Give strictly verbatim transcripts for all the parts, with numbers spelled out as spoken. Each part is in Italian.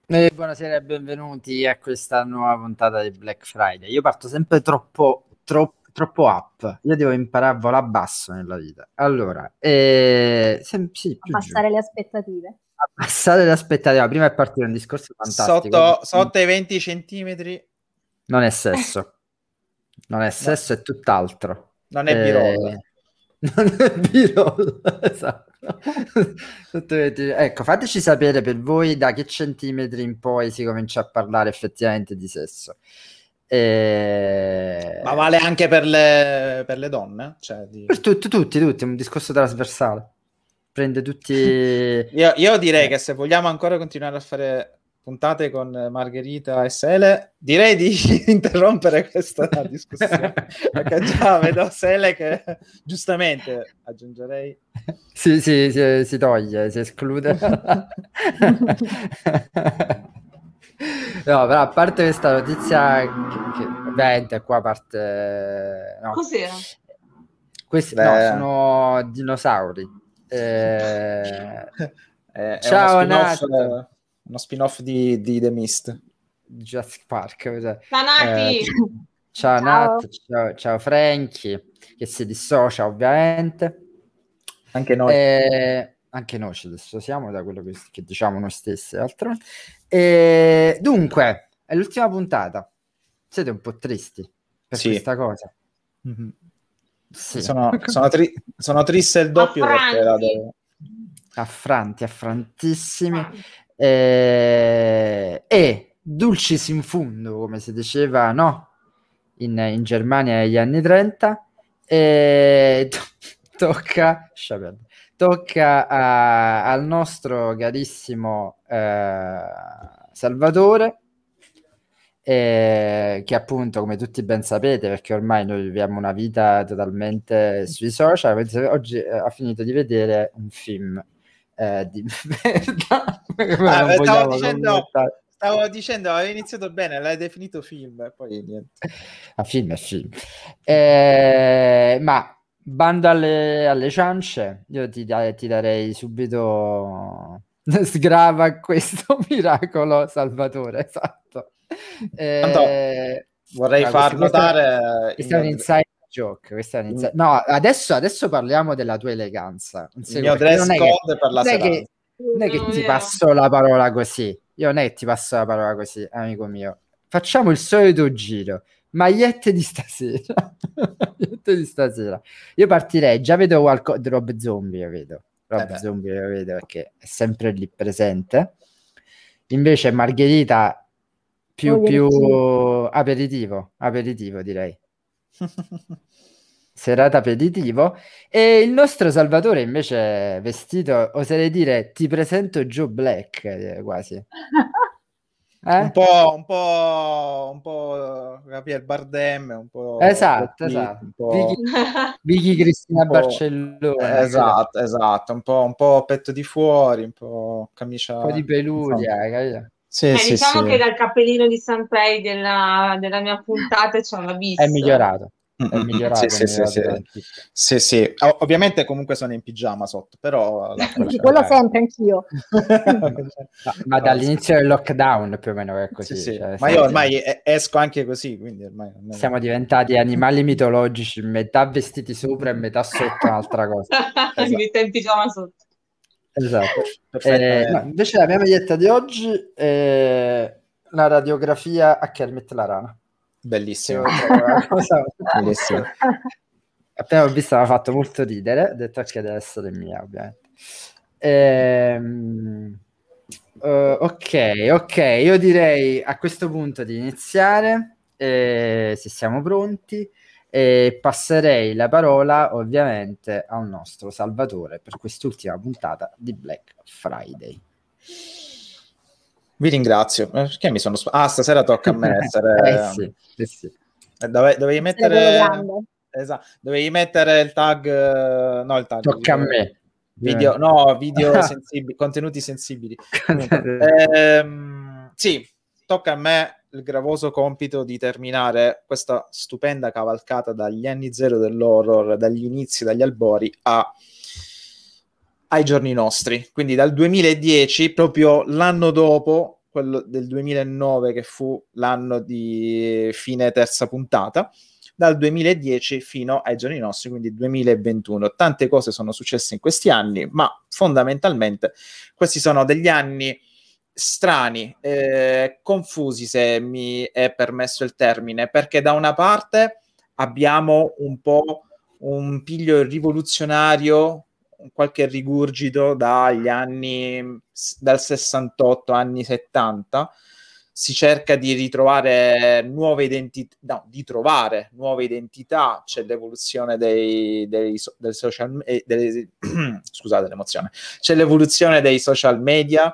E buonasera e benvenuti a questa nuova puntata di Black Friday. Io parto sempre troppo, troppo, troppo up. Io devo imparare a volare basso nella vita. Allora, eh, sem- sì, più giù. Abbassare le aspettative. Abbassare le aspettative. Prima è partito un discorso fantastico. Sotto, sotto i venti centimetri Non è sesso. Non è sesso, è tutt'altro. non è Eh, B-roll. Non è B-roll, esatto. Ecco, fateci sapere per voi da che centimetri in poi si comincia a parlare effettivamente di sesso. E... Ma vale anche per le, per le donne? Cioè, di... Per tutti, tutti, tutti, è un discorso trasversale. Prende tutti... io, io direi eh. che se vogliamo ancora continuare a fare puntate con Margherita e Sele, direi di interrompere questa discussione, perché già vedo Sele che giustamente aggiungerei sì, sì, si, si toglie, si esclude. No, però a parte questa notizia che, che ovviamente qua parte no. Cos'era? Questi no, sono dinosauri. Eh... è, Ciao è uno Nat. spin-off, uno spin-off di, di The Mist. Jurassic Park. Ciao Nati! Eh, ciao, ciao Nat, ciao, ciao Frankie, che si dissocia ovviamente. Anche noi. Eh, anche noi ci dissociamo da quello che, che diciamo noi stessi. Altro. E, dunque, è l'ultima puntata. Siete un po' tristi per sì. questa cosa? Mm-hmm. Sì. Sono, sono, tri- sono triste il doppio affranti. perché la devo... affranti, affrantissimi eh, e dulcis in fundo, come si diceva, no? In, in Germania negli anni trenta e to- tocca tocca a, al nostro carissimo eh, Salvatore, eh, che appunto, come tutti ben sapete, perché ormai noi viviamo una vita totalmente sui social, oggi eh, ha finito di vedere un film eh, di merda. Ah, stavo, dicendo, stavo dicendo avevo iniziato bene, l'hai definito film e poi niente. A film è film. Eh, ma bando alle, alle ciance, io ti, ti darei subito sgrava a questo miracolo Salvatore, esatto. Eh, vorrei no, far questo, notare questo è un inside joke, questo è un inside... no, adesso, adesso parliamo della tua eleganza. Un il mio dress code per la serata. Che, non è che ti passo la parola così, io non è che ti passo la parola così, amico mio. Facciamo il solito giro. Magliette di stasera. Magliette di stasera. Io partirei, già vedo qualcosa di Rob Zombie, io vedo. Rob eh Zombie lo vedo perché è sempre lì presente. Invece Margherita più, più aperitivo, aperitivo direi. Serata aperitivo. E il nostro Salvatore invece vestito, oserei dire, ti presento Joe Black, eh, quasi. Eh? Un po', un po', un po' Javier Bardem, un po'... Esatto, esatto. Un po'... Vicky, Vicky Cristina Barcellona. Esatto, esatto. Un po', un po' petto di fuori, un po' camicia... Un po' di peluria, capito? Sì, eh, sì, diciamo sì. che dal cappellino di Sanpei della, della mia puntata c'è una vista. È migliorato. È migliorato, sì, è sì, migliorato sì, sì. sì, sì. O- ovviamente comunque sono in pigiama sotto, però la quello sempre anch'io. ma, ma dall'inizio del lockdown più o meno è così. Sì, sì. Cioè, ma io ormai esco anche così, quindi ormai, ormai... siamo diventati animali mitologici, metà vestiti sopra e metà sotto un'altra cosa. Esatto. Metà in pigiama sotto. Esatto. Eh, no, invece la mia maglietta di oggi è la radiografia a Kermit la rana. Bellissimo. Bellissimo. Appena ho visto mi ha fatto molto ridere, ho detto che deve essere mia ovviamente. Ehm, uh, ok, ok, io direi a questo punto di iniziare, eh, se siamo pronti, e passerei la parola ovviamente al nostro Salvatore per quest'ultima puntata di Black Friday. Vi ringrazio, perché mi sono sp- ah stasera tocca a me essere eh sì, eh sì. Dove, dovevi mettere esatto, dovevi mettere il tag no il tag tocca video, a me video no video sensibili, contenuti sensibili. ehm, sì, tocca a me il gravoso compito di terminare questa stupenda cavalcata dagli anni zero dell'horror, dagli inizi, dagli albori a ai giorni nostri, quindi dal duemiladieci, proprio l'anno dopo quello del duemilanove, che fu l'anno di fine terza puntata, dal duemiladieci fino ai giorni nostri, quindi duemilaventuno. Tante cose sono successe in questi anni, ma fondamentalmente questi sono degli anni strani, eh, confusi, se mi è permesso il termine, perché da una parte abbiamo un po' un piglio rivoluzionario, qualche rigurgito dagli anni, dal sessantotto, anni settanta, si cerca di ritrovare nuove identità, no, di trovare nuove identità, c'è l'evoluzione dei, dei, del social, eh, dei, scusate l'emozione, c'è l'evoluzione dei social media,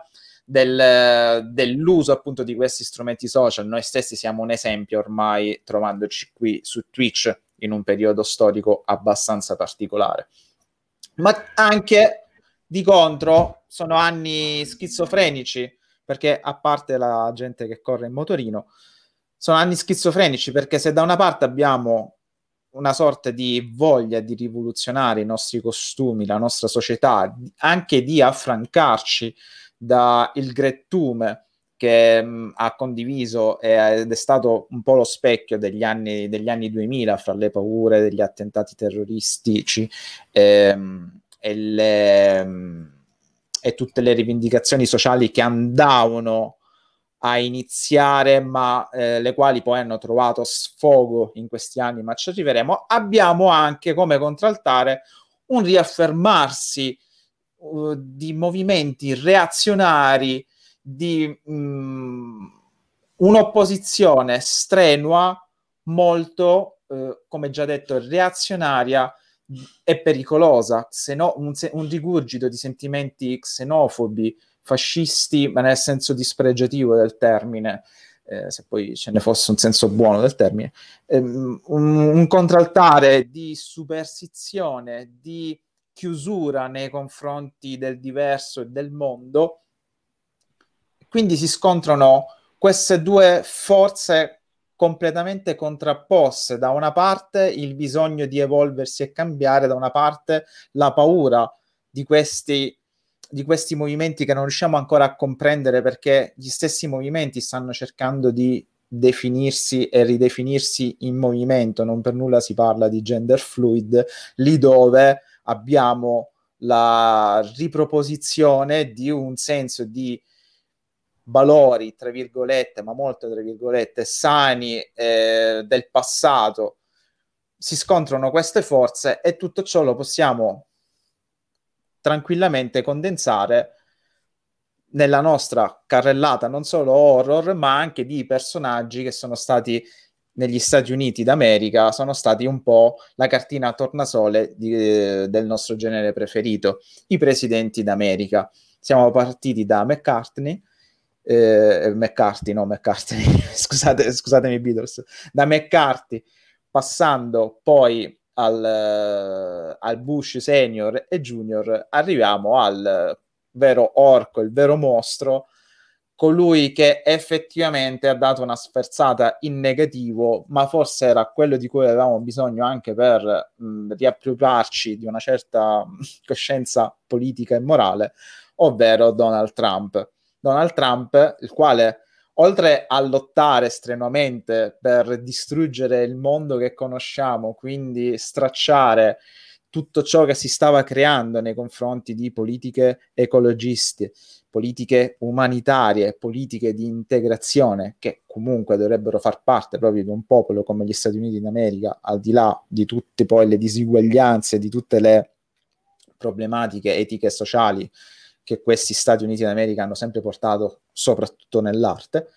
del, dell'uso appunto di questi strumenti social. Noi stessi siamo un esempio ormai, trovandoci qui su Twitch in un periodo storico abbastanza particolare. Ma anche di contro sono anni schizofrenici, perché a parte la gente che corre in motorino, sono anni schizofrenici, perché se da una parte abbiamo una sorta di voglia di rivoluzionare i nostri costumi, la nostra società, anche di affrancarci da il grettume che mh, ha condiviso ed è stato un po' lo specchio degli anni, degli anni duemila, fra le paure degli attentati terroristici ehm, e, le, mh, e tutte le rivendicazioni sociali che andavano a iniziare, ma eh, le quali poi hanno trovato sfogo in questi anni, ma ci arriveremo. Abbiamo anche come contraltare un riaffermarsi uh, di movimenti reazionari, di mh, un'opposizione strenua, molto, eh, come già detto, reazionaria e pericolosa, xeno- un, un rigurgito di sentimenti xenofobi, fascisti, ma nel senso dispregiativo del termine, eh, se poi ce ne fosse un senso buono del termine, ehm, un, un contraltare di superstizione, di chiusura nei confronti del diverso e del mondo. Quindi si scontrano queste due forze completamente contrapposte: da una parte il bisogno di evolversi e cambiare, da una parte la paura di questi di questi movimenti che non riusciamo ancora a comprendere, perché gli stessi movimenti stanno cercando di definirsi e ridefinirsi in movimento. Non per nulla si parla di gender fluid, lì dove abbiamo la riproposizione di un senso di valori, tra virgolette, ma molto tra virgolette, sani eh, del passato. Si scontrano queste forze e tutto ciò lo possiamo tranquillamente condensare nella nostra carrellata non solo horror, ma anche di personaggi che sono stati negli Stati Uniti d'America, sono stati un po' la cartina tornasole di, eh, del nostro genere preferito, i presidenti d'America. Siamo partiti da McCartney, eh, McCarthy, no McCartney, scusate, scusatemi Beatles, da McCarthy, passando poi al, al Bush senior e junior, arriviamo al vero orco, il vero mostro, colui che effettivamente ha dato una sferzata in negativo, ma forse era quello di cui avevamo bisogno anche per mh, riappropriarci di una certa coscienza politica e morale, ovvero Donald Trump. Donald Trump, il quale, oltre a lottare strenuamente per distruggere il mondo che conosciamo, quindi stracciare tutto ciò che si stava creando nei confronti di politiche ecologiste, politiche umanitarie, politiche di integrazione, che comunque dovrebbero far parte proprio di un popolo come gli Stati Uniti d'America, al di là di tutte poi le disuguaglianze, di tutte le problematiche etiche e sociali che questi Stati Uniti d'America hanno sempre portato, soprattutto nell'arte.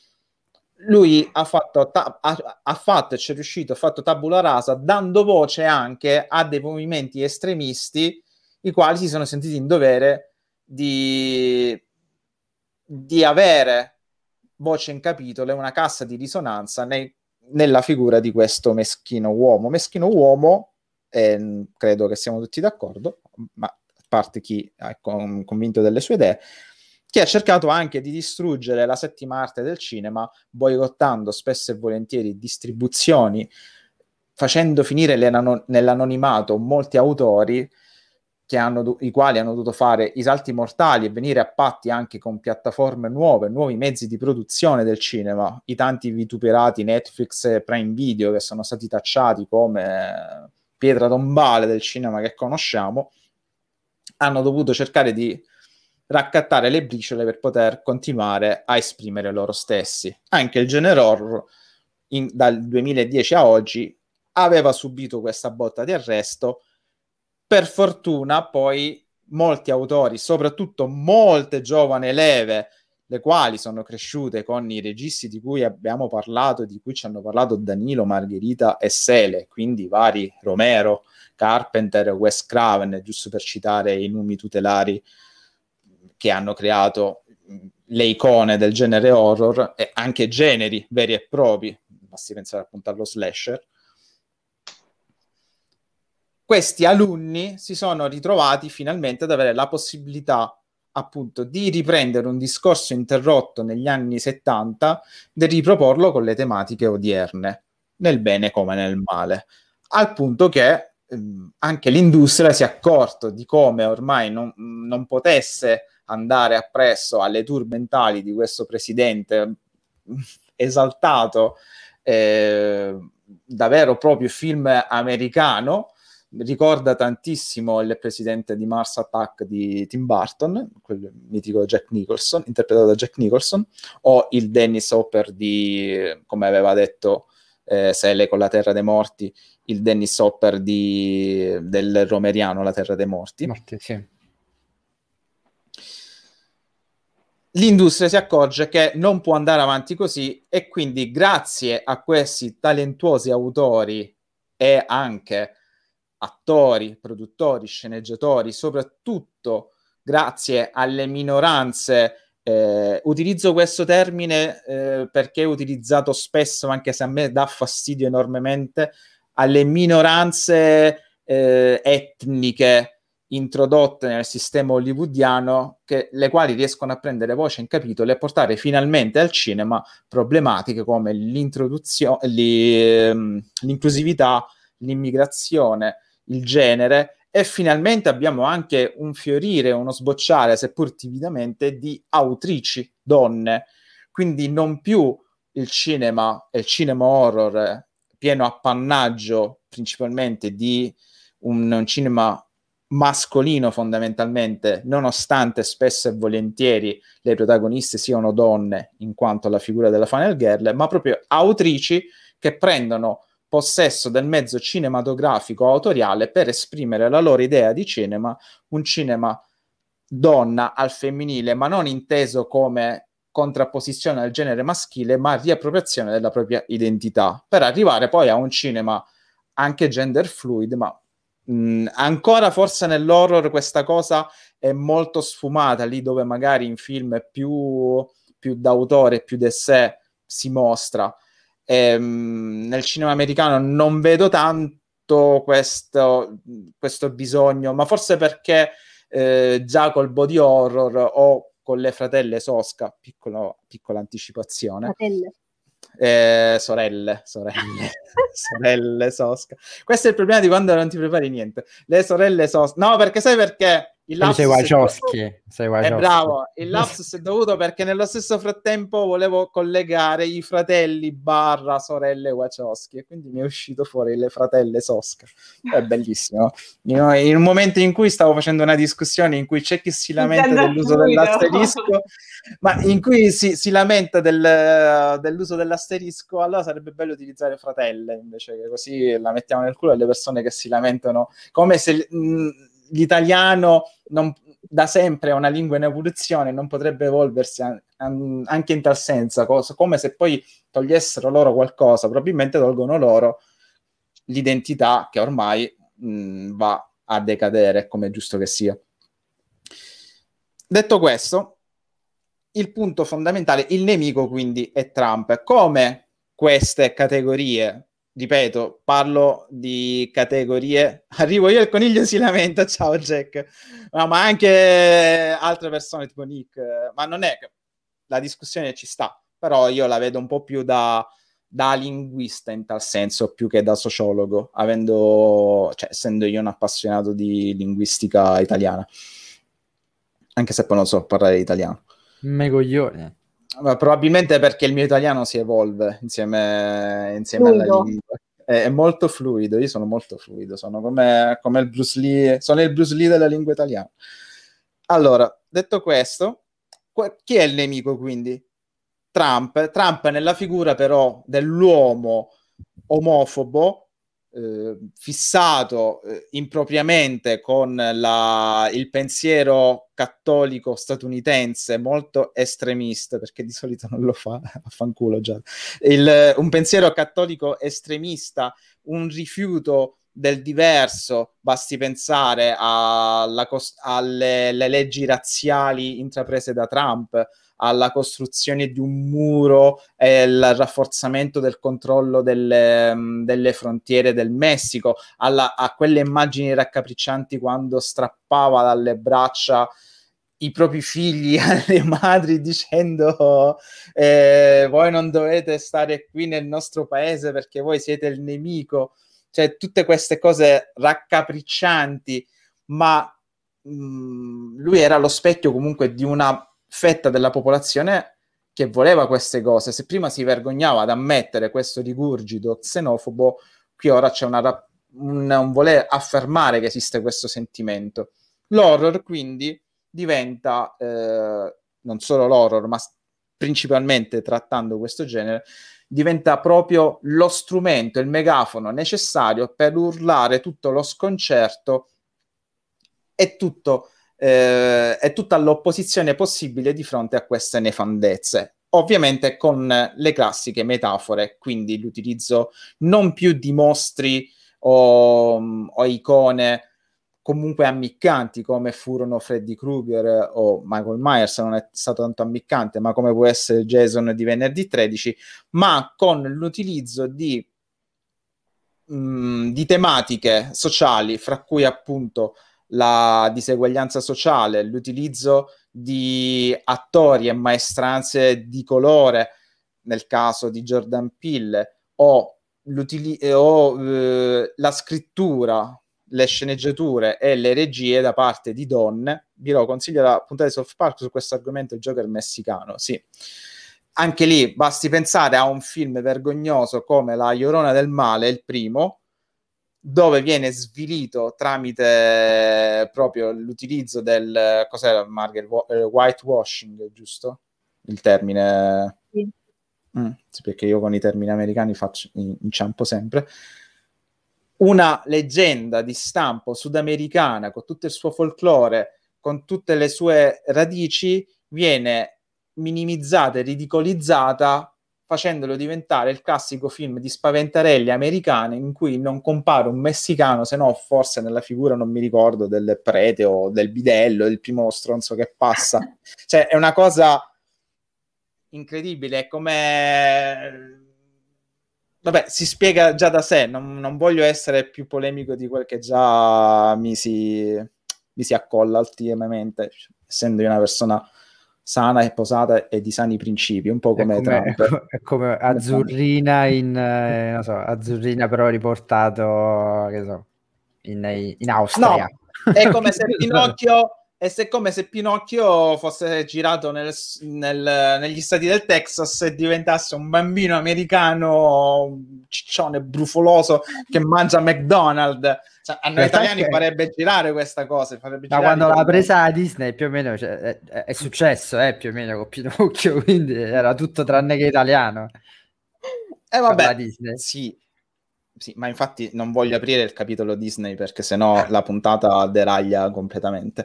Lui ha fatto, ta- ha, ha fatto e ci è riuscito, ha fatto tabula rasa, dando voce anche a dei movimenti estremisti, i quali si sono sentiti in dovere di, di avere voce in capitolo e una cassa di risonanza nei, nella figura di questo meschino uomo. Meschino uomo, eh, credo che siamo tutti d'accordo, ma a parte chi è con, convinto delle sue idee, che ha cercato anche di distruggere la settima arte del cinema, boicottando spesso e volentieri distribuzioni, facendo finire nell'anonimato molti autori, che hanno, i quali hanno dovuto fare i salti mortali e venire a patti anche con piattaforme nuove, nuovi mezzi di produzione del cinema, i tanti vituperati Netflix e Prime Video che sono stati tacciati come pietra tombale del cinema che conosciamo, hanno dovuto cercare di raccattare le briciole per poter continuare a esprimere loro stessi. Anche il genere horror in, dal duemiladieci a oggi aveva subito questa botta di arresto. Per fortuna poi molti autori, soprattutto molte giovani leve, le quali sono cresciute con i registi di cui abbiamo parlato, di cui ci hanno parlato Danilo, Margherita e Sele, quindi vari Romero, Carpenter, Wes Craven, giusto per citare i numi tutelari che hanno creato le icone del genere horror e anche generi veri e propri, basti pensare appunto allo slasher. Questi alunni si sono ritrovati finalmente ad avere la possibilità appunto di riprendere un discorso interrotto negli anni settanta, di riproporlo con le tematiche odierne, nel bene come nel male, al punto che ehm, anche l'industria si è accorto di come ormai non, non potesse andare appresso alle tour mentali di questo presidente esaltato eh, da vero proprio film americano. Ricorda tantissimo il presidente di Mars Attack di Tim Burton, quel mitico Jack Nicholson, interpretato da Jack Nicholson, o il Dennis Hopper di, come aveva detto eh, Sele con La Terra dei Morti, il Dennis Hopper di, del Romeriano La Terra dei Morti. Morti, sì. L'industria si accorge che non può andare avanti così e quindi grazie a questi talentuosi autori e anche attori, produttori, sceneggiatori, soprattutto grazie alle minoranze, eh, utilizzo questo termine eh, perché è utilizzato spesso, anche se a me dà fastidio enormemente, alle minoranze eh, etniche introdotte nel sistema hollywoodiano, che, le quali riescono a prendere voce in capitolo e portare finalmente al cinema problematiche come l'introduzione, l'inclusività, l'immigrazione, il genere, e finalmente abbiamo anche un fiorire, uno sbocciare, seppur timidamente, di autrici donne, quindi non più il cinema e il cinema horror pieno appannaggio principalmente di un, un cinema mascolino fondamentalmente, nonostante spesso e volentieri le protagoniste siano donne in quanto alla figura della Final Girl, ma proprio autrici che prendono possesso del mezzo cinematografico autoriale per esprimere la loro idea di cinema, un cinema donna al femminile, ma non inteso come contrapposizione al genere maschile, ma riappropriazione della propria identità, per arrivare poi a un cinema anche gender fluid, ma mh, ancora forse nell'horror questa cosa è molto sfumata, lì dove magari in film più, più d'autore, più de sé si mostra. Ehm, nel cinema americano non vedo tanto questo, questo bisogno, ma forse perché eh, già col body horror o con le fratelle Sosca, piccolo, piccola anticipazione, Fratelle. Eh, sorelle, sorelle, sorelle Sosca. Questo è il problema di quando non ti prepari niente. Le sorelle Sosca. No, perché sai perché? Il Tu sei lapsus è Wachowski, sei È Wachowski. bravo, il lapsus è dovuto perché nello stesso frattempo volevo collegare i fratelli barra sorelle Wachowski e quindi mi è uscito fuori le fratelle Sosca. È bellissimo. In, in un momento in cui stavo facendo una discussione in cui c'è chi si lamenta Intendo dell'uso fluido. dell'asterisco, ma in cui si, si lamenta del, dell'uso dell'asterisco, allora sarebbe bello utilizzare fratelle invece, che così la mettiamo nel culo alle persone che si lamentano, come se mh, l'italiano non, da sempre è una lingua in evoluzione, non potrebbe evolversi an- an- anche in tal senso, cosa, come se poi togliessero loro qualcosa, probabilmente tolgono loro l'identità che ormai mh, va a decadere, come è giusto che sia. Detto questo, il punto fondamentale, il nemico quindi è Trump. Come queste categorie, ripeto, parlo di categorie, arrivo io, il coniglio si lamenta, ciao Jack, no, ma anche altre persone tipo Nick, ma non è che la discussione ci sta, però io la vedo un po' più da, da linguista in tal senso più che da sociologo, avendo, cioè, essendo io un appassionato di linguistica italiana, anche se poi non so parlare italiano. Me coglione. Ma probabilmente perché il mio italiano si evolve insieme, insieme alla Fluido. lingua. È, è molto fluido, io sono molto fluido, sono come, come il Bruce Lee, sono il Bruce Lee della lingua italiana. Allora, detto questo, qu- chi è il nemico quindi? Trump. Trump nella figura però dell'uomo omofobo, eh, fissato eh, impropriamente con la, il pensiero cattolico statunitense molto estremista, perché di solito non lo fa, affanculo già, il, un pensiero cattolico estremista, un rifiuto del diverso, basti pensare alla cost- alle le leggi razziali intraprese da Trump, alla costruzione di un muro e il rafforzamento del controllo delle, delle frontiere del Messico, alla, a quelle immagini raccapriccianti quando strappava dalle braccia i propri figli alle madri dicendo eh, voi non dovete stare qui nel nostro paese perché voi siete il nemico. Cioè tutte queste cose raccapriccianti, ma mh, lui era lo specchio comunque di una fetta della popolazione che voleva queste cose. Se prima si vergognava ad ammettere questo rigurgito xenofobo, qui ora c'è una, un, un voler affermare che esiste questo sentimento. L'horror quindi diventa eh, non solo l'horror, ma principalmente trattando questo genere, diventa proprio lo strumento, il megafono necessario per urlare tutto lo sconcerto e tutto eh, è tutta l'opposizione possibile di fronte a queste nefandezze, ovviamente con le classiche metafore, quindi l'utilizzo non più di mostri o, o icone comunque ammiccanti come furono Freddy Krueger o Michael Myers, non è stato tanto ammiccante, ma come può essere Jason di venerdì tredici, ma con l'utilizzo di, mh, di tematiche sociali, fra cui appunto la diseguaglianza sociale, l'utilizzo di attori e maestranze di colore, nel caso di Jordan Peele, o, o eh, la scrittura, le sceneggiature e le regie da parte di donne. Dirò, consiglio la puntata di South Park su questo argomento, il Joker messicano, sì. Anche lì basti pensare a un film vergognoso come La Llorona del Male, il primo, dove viene svilito tramite proprio l'utilizzo del, cos'era Margaret, whitewashing, giusto? Il termine? Sì. Mm, sì, perché io con i termini americani faccio, inciampo sempre. Una leggenda di stampo sudamericana con tutto il suo folklore, con tutte le sue radici, viene minimizzata e ridicolizzata, facendolo diventare il classico film di spaventarelli americane in cui non compare un messicano, se no forse nella figura, non mi ricordo, del prete o del bidello, il primo stronzo che passa. Cioè è una cosa incredibile, è come... Vabbè, si spiega già da sé, non, non voglio essere più polemico di quel che già mi si, mi si accolla ultimamente, essendo io una persona sana e posata e di sani principi, un po' come, è come, Trump. È, è come Azzurrina in, eh, non so, Azzurrina però riportato, che so, in, in Austria. No, è come se Pinocchio... E se come se Pinocchio fosse girato nel, nel, negli stati del Texas e diventasse un bambino americano ciccione brufoloso che mangia McDonald's. Cioè, a noi italiani che... farebbe girare questa cosa. Farebbe Ma girare quando l'ha presa la Disney più o meno, cioè, è, è successo eh, più o meno con Pinocchio, quindi era tutto tranne che italiano. E eh, vabbè, sì. Sì, ma infatti non voglio aprire il capitolo Disney perché sennò la puntata deraglia completamente.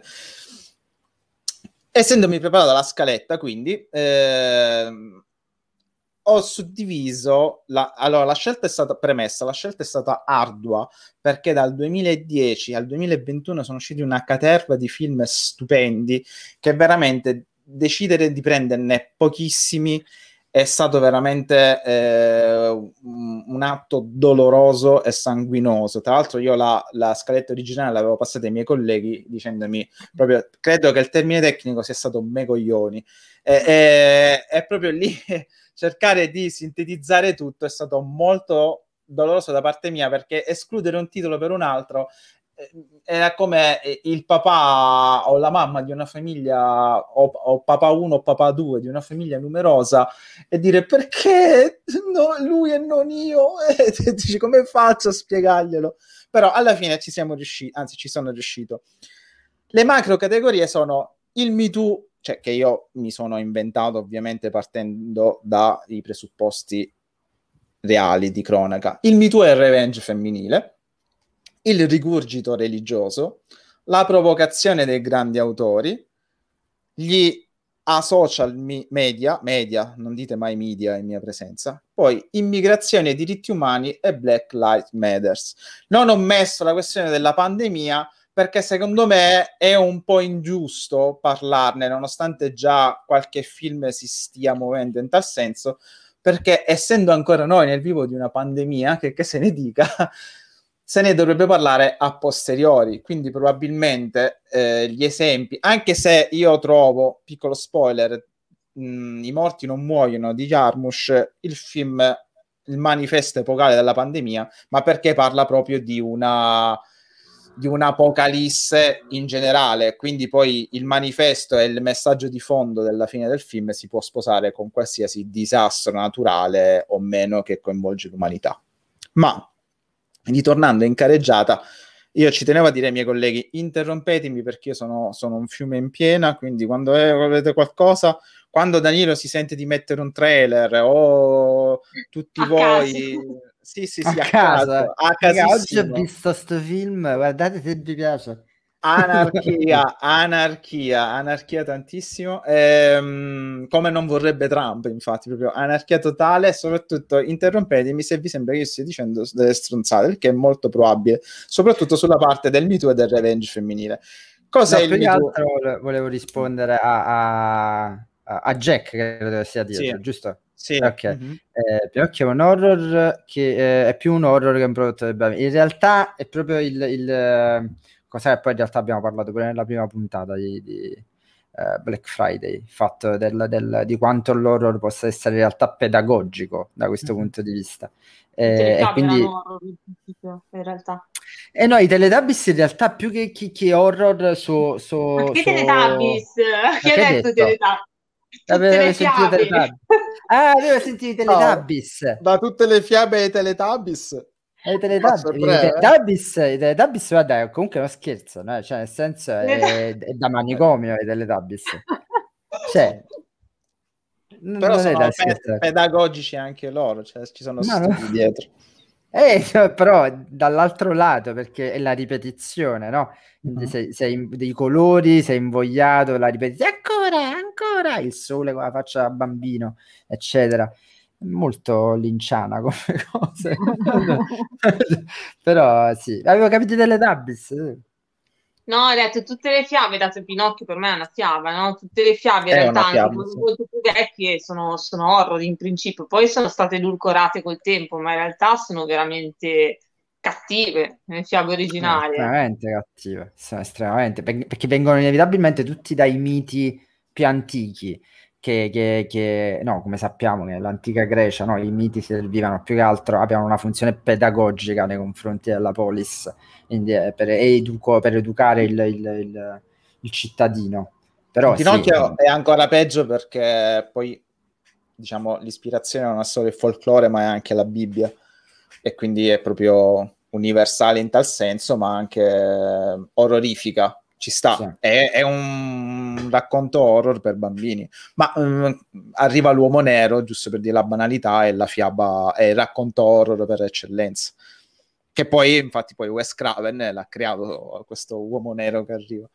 Essendomi preparata la scaletta, quindi ehm, ho suddiviso la... allora la scelta è stata premessa, la scelta è stata ardua perché dal duemiladieci al duemilaventuno sono usciti una caterva di film stupendi che veramente decidere di prenderne pochissimi è stato veramente eh, un, un atto doloroso e sanguinoso. Tra l'altro io la, la scaletta originale l'avevo passata ai miei colleghi dicendomi proprio, credo che il termine tecnico sia stato mecoglioni, e, e, e proprio lì cercare di sintetizzare tutto è stato molto doloroso da parte mia, perché escludere un titolo per un altro era come il papà o la mamma di una famiglia, o, o papà uno o papà due di una famiglia numerosa, e dire perché no, lui e non io, e ti dici come faccio a spiegarglielo? Però alla fine ci siamo riusciti, anzi ci sono riuscito. Le macro categorie sono il Me Too, cioè che io mi sono inventato ovviamente partendo dai presupposti reali di cronaca. Il Me Too è il revenge femminile, il rigurgito religioso, la provocazione dei grandi autori, gli asocial media, media, non dite mai media in mia presenza, poi immigrazione e diritti umani e Black Lives Matter. Non ho messo la questione della pandemia perché secondo me è un po' ingiusto parlarne, nonostante già qualche film si stia muovendo in tal senso, perché essendo ancora noi nel vivo di una pandemia, che, che se ne dica, se ne dovrebbe parlare a posteriori, quindi probabilmente eh, gli esempi, anche se io trovo, piccolo spoiler, mh, I morti non muoiono di Jarmusch, il film, il manifesto epocale della pandemia, ma perché parla proprio di una di un'apocalisse in generale, quindi poi il manifesto e il messaggio di fondo della fine del film si può sposare con qualsiasi disastro naturale o meno che coinvolge l'umanità. Ma ritornando in careggiata, io ci tenevo a dire ai miei colleghi, interrompetemi perché io sono, sono un fiume in piena, quindi quando eh, volete qualcosa, quando Danilo si sente di mettere un trailer o tutti a voi... caso. Sì, sì, a sì, a casa. caso, a Raga, oggi ho casissimo. visto sto film, guardate se vi piace. Anarchia, anarchia, anarchia tantissimo, ehm, come non vorrebbe Trump, infatti, proprio anarchia totale. Soprattutto interrompetemi se vi sembra che io stia dicendo delle stronzate, il che è molto probabile, soprattutto sulla parte del Me Too e del revenge femminile. Cos'è No, il più Me che Too? altro volevo rispondere a, a, a Jack, che credo sia dietro, Sì, giusto? sì. Ok. Mm-hmm. Eh, Pinocchio è un horror che eh, è più un horror che un prodotto del bambino. In realtà è proprio il, il eh, cosa che poi in realtà abbiamo parlato pure nella prima puntata di, di uh, Black Friday, il fatto del, del, di quanto l'horror possa essere in realtà pedagogico da questo mm-hmm. punto di vista. Eh, e quindi horror, in realtà. E no, i Teletubbies in realtà più che, che, che horror su... su Ma che su... Teletubbies? Chi ha detto, detto? Teletubbies? Tutte Avevo le sentito fiabe. Teletubbies. Ah, avevo sentito i Teletubbies. No, da tutte le fiabe ai Teletubbies. I Teletubbies, i Teletubbies, i Teletubbies, guarda, è comunque uno scherzo, no? Cioè, nel senso, è, è da manicomio i Teletubbies. Cioè, n- però non sono è da pe- pedagogici anche loro, cioè ci sono Ma studi no. dietro. Eh, però dall'altro lato, perché è la ripetizione, no? Quindi uh-huh. sei, sei dei colori, sei invogliato, la ripetizione, ancora, ancora, il sole con la faccia da bambino, eccetera. Molto linciana come cose. Però sì, avevo capito delle Teletubbies. No, ho detto tutte le fiabe, dato Pinocchio per me è una fiaba, no? Tutte le fiabe in è realtà fiaba, anche sì. molto più vecchie sono, sono horror in principio, poi sono state edulcorate col tempo, ma in realtà sono veramente cattive le fiabe originali. Sono estremamente cattive, sono estremamente, perché vengono inevitabilmente tutti dai miti più antichi, che, che, che no, come sappiamo che l'antica Grecia, no, i miti servivano più che altro, avevano una funzione pedagogica nei confronti della polis, quindi, eh, per, educo, per educare il, il, il, il cittadino. Però Pinocchio sì. è ancora peggio perché poi, diciamo, l'ispirazione non è solo il folklore, ma è anche la Bibbia, e quindi è proprio universale in tal senso, ma anche orrorifica. Ci sta, sì. è, è un racconto horror per bambini, ma um, arriva l'uomo nero, giusto per dire la banalità, e la fiaba è il racconto horror per eccellenza, che poi infatti poi Wes Craven l'ha creato, questo uomo nero che arriva.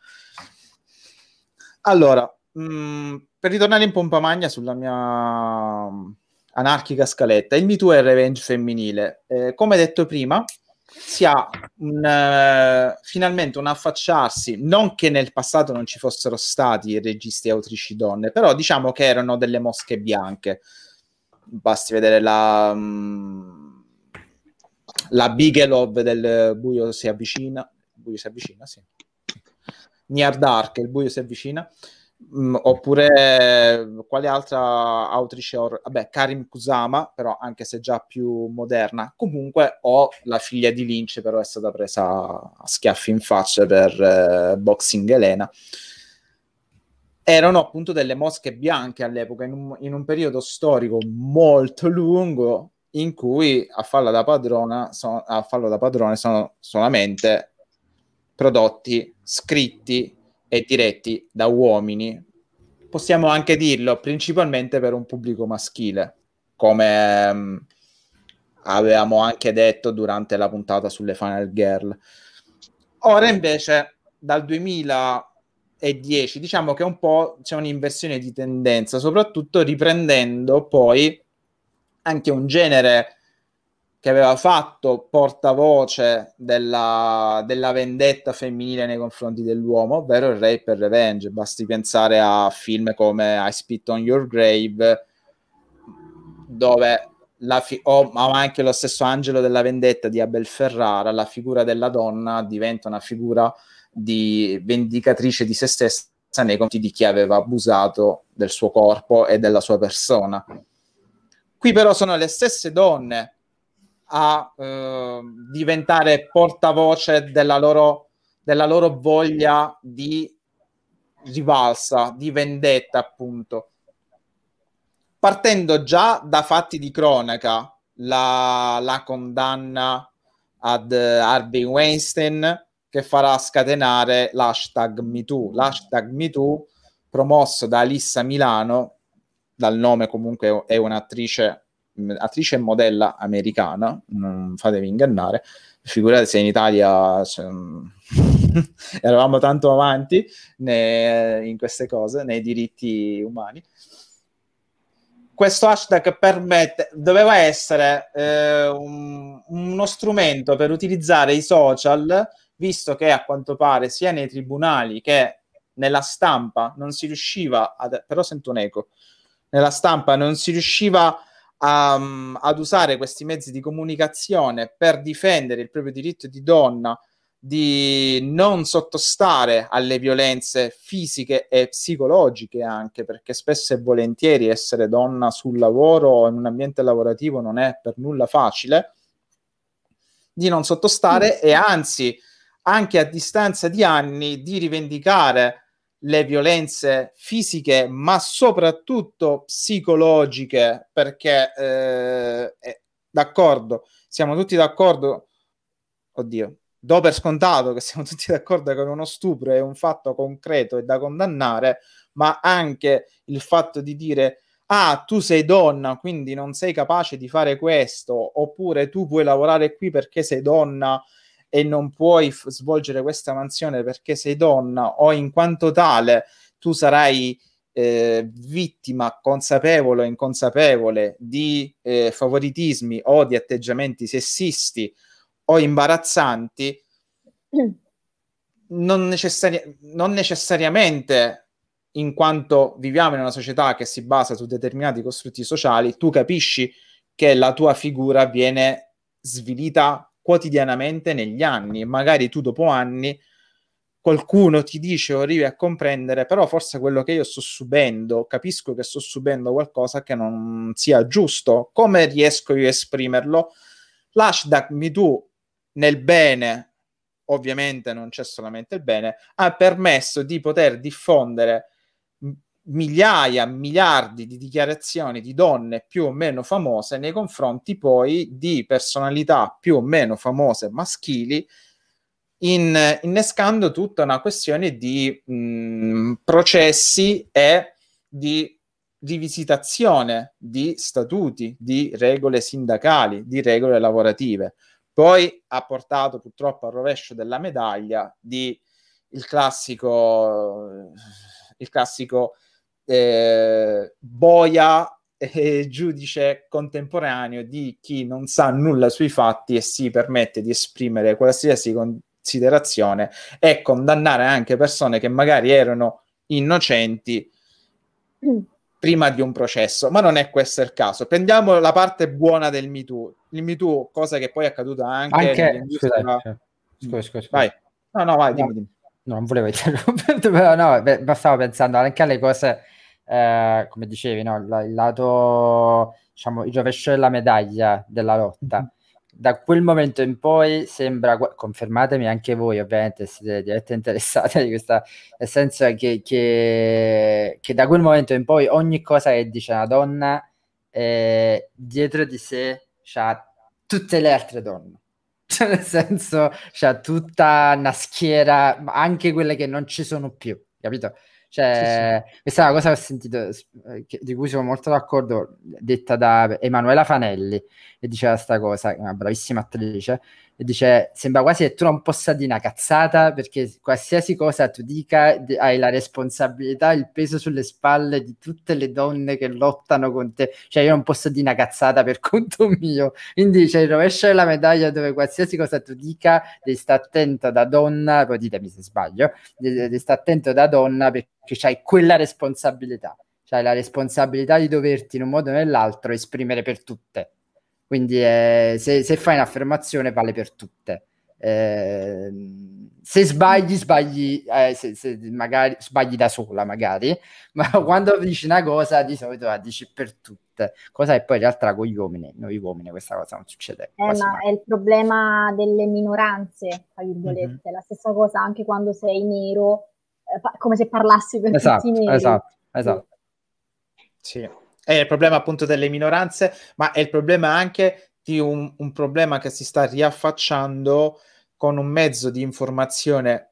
Allora, mh, per ritornare in pompa magna sulla mia anarchica scaletta, il Me Too è il revenge femminile. Eh, come detto prima, si ha un, uh, finalmente un affacciarsi, non che nel passato non ci fossero stati registi e autrici donne, però diciamo che erano delle mosche bianche. basti vedere la, um, la Bigelow del Buio si avvicina, Buio si avvicina, sì. Near Dark, il buio si avvicina. Mm, oppure quale altra autrice horror? Vabbè, Karin Kusama, però anche se già più moderna. Comunque, o la figlia di Lynch, però è stata presa a schiaffi in faccia per eh, Boxing Elena. Erano appunto delle mosche bianche all'epoca, in un, in un periodo storico molto lungo, in cui a farla da padrona so, a farlo da padrone sono solamente prodotti scritti e diretti da uomini, possiamo anche dirlo, principalmente per un pubblico maschile, come um, avevamo anche detto durante la puntata sulle Final Girl. Ora invece dal duemiladieci diciamo che un po' c'è un'inversione di tendenza, soprattutto riprendendo poi anche un genere che aveva fatto portavoce della, della vendetta femminile nei confronti dell'uomo, ovvero il rape e revenge. Basti pensare a film come I Spit on Your Grave, dove la fi- o ma anche lo stesso Angelo della vendetta di Abel Ferrara, la figura della donna diventa una figura di vendicatrice di se stessa nei confronti di chi aveva abusato del suo corpo e della sua persona. Qui però sono le stesse donne a eh, diventare portavoce della loro, della loro voglia di rivalsa, di vendetta, appunto. Partendo già da fatti di cronaca, la, la condanna ad Harvey Weinstein, che farà scatenare l'hashtag MeToo. L'hashtag MeToo, promosso da Alissa Milano, dal nome comunque è un'attrice attrice e modella americana, non fatevi ingannare, figurate se in Italia cioè, eravamo tanto avanti ne, in queste cose, nei diritti umani. Questo hashtag permette, doveva essere eh, un, uno strumento per utilizzare i social, visto che a quanto pare sia nei tribunali che nella stampa non si riusciva, ad, però sento un eco, nella stampa non si riusciva a, um, ad usare questi mezzi di comunicazione per difendere il proprio diritto di donna di non sottostare alle violenze fisiche e psicologiche, anche perché spesso e volentieri essere donna sul lavoro o in un ambiente lavorativo non è per nulla facile, di non sottostare e anzi anche a distanza di anni di rivendicare le violenze fisiche, ma soprattutto psicologiche, perché eh, eh, d'accordo, siamo tutti d'accordo, oddio, do per scontato che siamo tutti d'accordo che uno stupro è un fatto concreto e da condannare, ma anche il fatto di dire ah, tu sei donna, quindi non sei capace di fare questo, oppure tu puoi lavorare qui perché sei donna e non puoi f- svolgere questa mansione perché sei donna, o in quanto tale tu sarai eh, vittima consapevole o inconsapevole di eh, favoritismi o di atteggiamenti sessisti o imbarazzanti, non, necessari- non necessariamente in quanto viviamo in una società che si basa su determinati costrutti sociali, tu capisci che la tua figura viene svilita quotidianamente negli anni, magari tu dopo anni qualcuno ti dice o arrivi a comprendere, però forse quello che io sto subendo, capisco che sto subendo qualcosa che non sia giusto, come riesco io a esprimerlo? L'hashtag MeToo nel bene, ovviamente non c'è solamente il bene, ha permesso di poter diffondere migliaia, miliardi di dichiarazioni di donne più o meno famose nei confronti poi di personalità più o meno famose maschili, in, innescando tutta una questione di mh, processi e di rivisitazione di statuti, di regole sindacali, di regole lavorative. Poi ha portato purtroppo al rovescio della medaglia di il classico il classico eh, boia e giudice contemporaneo di chi non sa nulla sui fatti e si permette di esprimere qualsiasi considerazione e condannare anche persone che magari erano innocenti prima di un processo, ma non è questo il caso. Prendiamo la parte buona del Me Too. Il Me Too, cosa che poi è accaduta anche, anche scusa, scusa, scusa, scusa. Vai. No, no, vai, no, dimmi, dimmi. No, non volevo interrompere, però no, beh, stavo pensando anche alle cose, eh, come dicevi, no? Il, il lato, diciamo, il rovescio della medaglia della lotta. Mm-hmm. Da quel momento in poi sembra, confermatemi anche voi ovviamente, siete direttamente interessati di questa, nel senso che, che, che da quel momento in poi ogni cosa che dice una donna eh, dietro di sé c'ha tutte le altre donne, cioè nel senso c'ha tutta una schiera, anche quelle che non ci sono più, capito? Cioè, sì, sì. Questa è una cosa che ho sentito, che, di cui sono molto d'accordo, detta da Emanuela Fanelli, e diceva sta cosa, una bravissima attrice, e dice, sembra quasi che tu non possa dire una cazzata, perché qualsiasi cosa tu dica hai la responsabilità, il peso sulle spalle di tutte le donne che lottano con te, cioè io non posso dire una cazzata per conto mio, quindi c'è il rovescio della medaglia dove qualsiasi cosa tu dica devi stare attento da donna, poi ditemi se sbaglio, devi, devi stare attento da donna perché c'hai quella responsabilità, c'hai la responsabilità di doverti in un modo o nell'altro esprimere per tutte, quindi eh, se, se fai un'affermazione vale per tutte, eh, se sbagli sbagli eh, se, se magari sbagli da sola magari, ma quando dici una cosa di solito la dici per tutte, cosa che poi in realtà con gli uomini, noi uomini questa cosa non succede eh, ma mai. È il problema delle minoranze, tra virgolette, mm-hmm. La stessa cosa anche quando sei nero, come se parlassi per esatto, tutti i neri. Esatto, esatto. Sì, è il problema appunto delle minoranze, ma è il problema anche di un, un problema che si sta riaffacciando con un mezzo di informazione,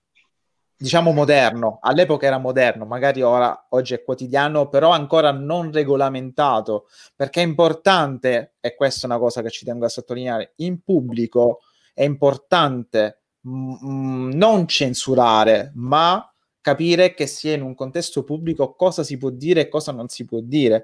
diciamo moderno. All'epoca era moderno, magari ora, oggi è quotidiano, però ancora non regolamentato, perché è importante, e questa è una cosa che ci tengo a sottolineare, in pubblico è importante mh, non censurare, ma capire che sia in un contesto pubblico cosa si può dire e cosa non si può dire,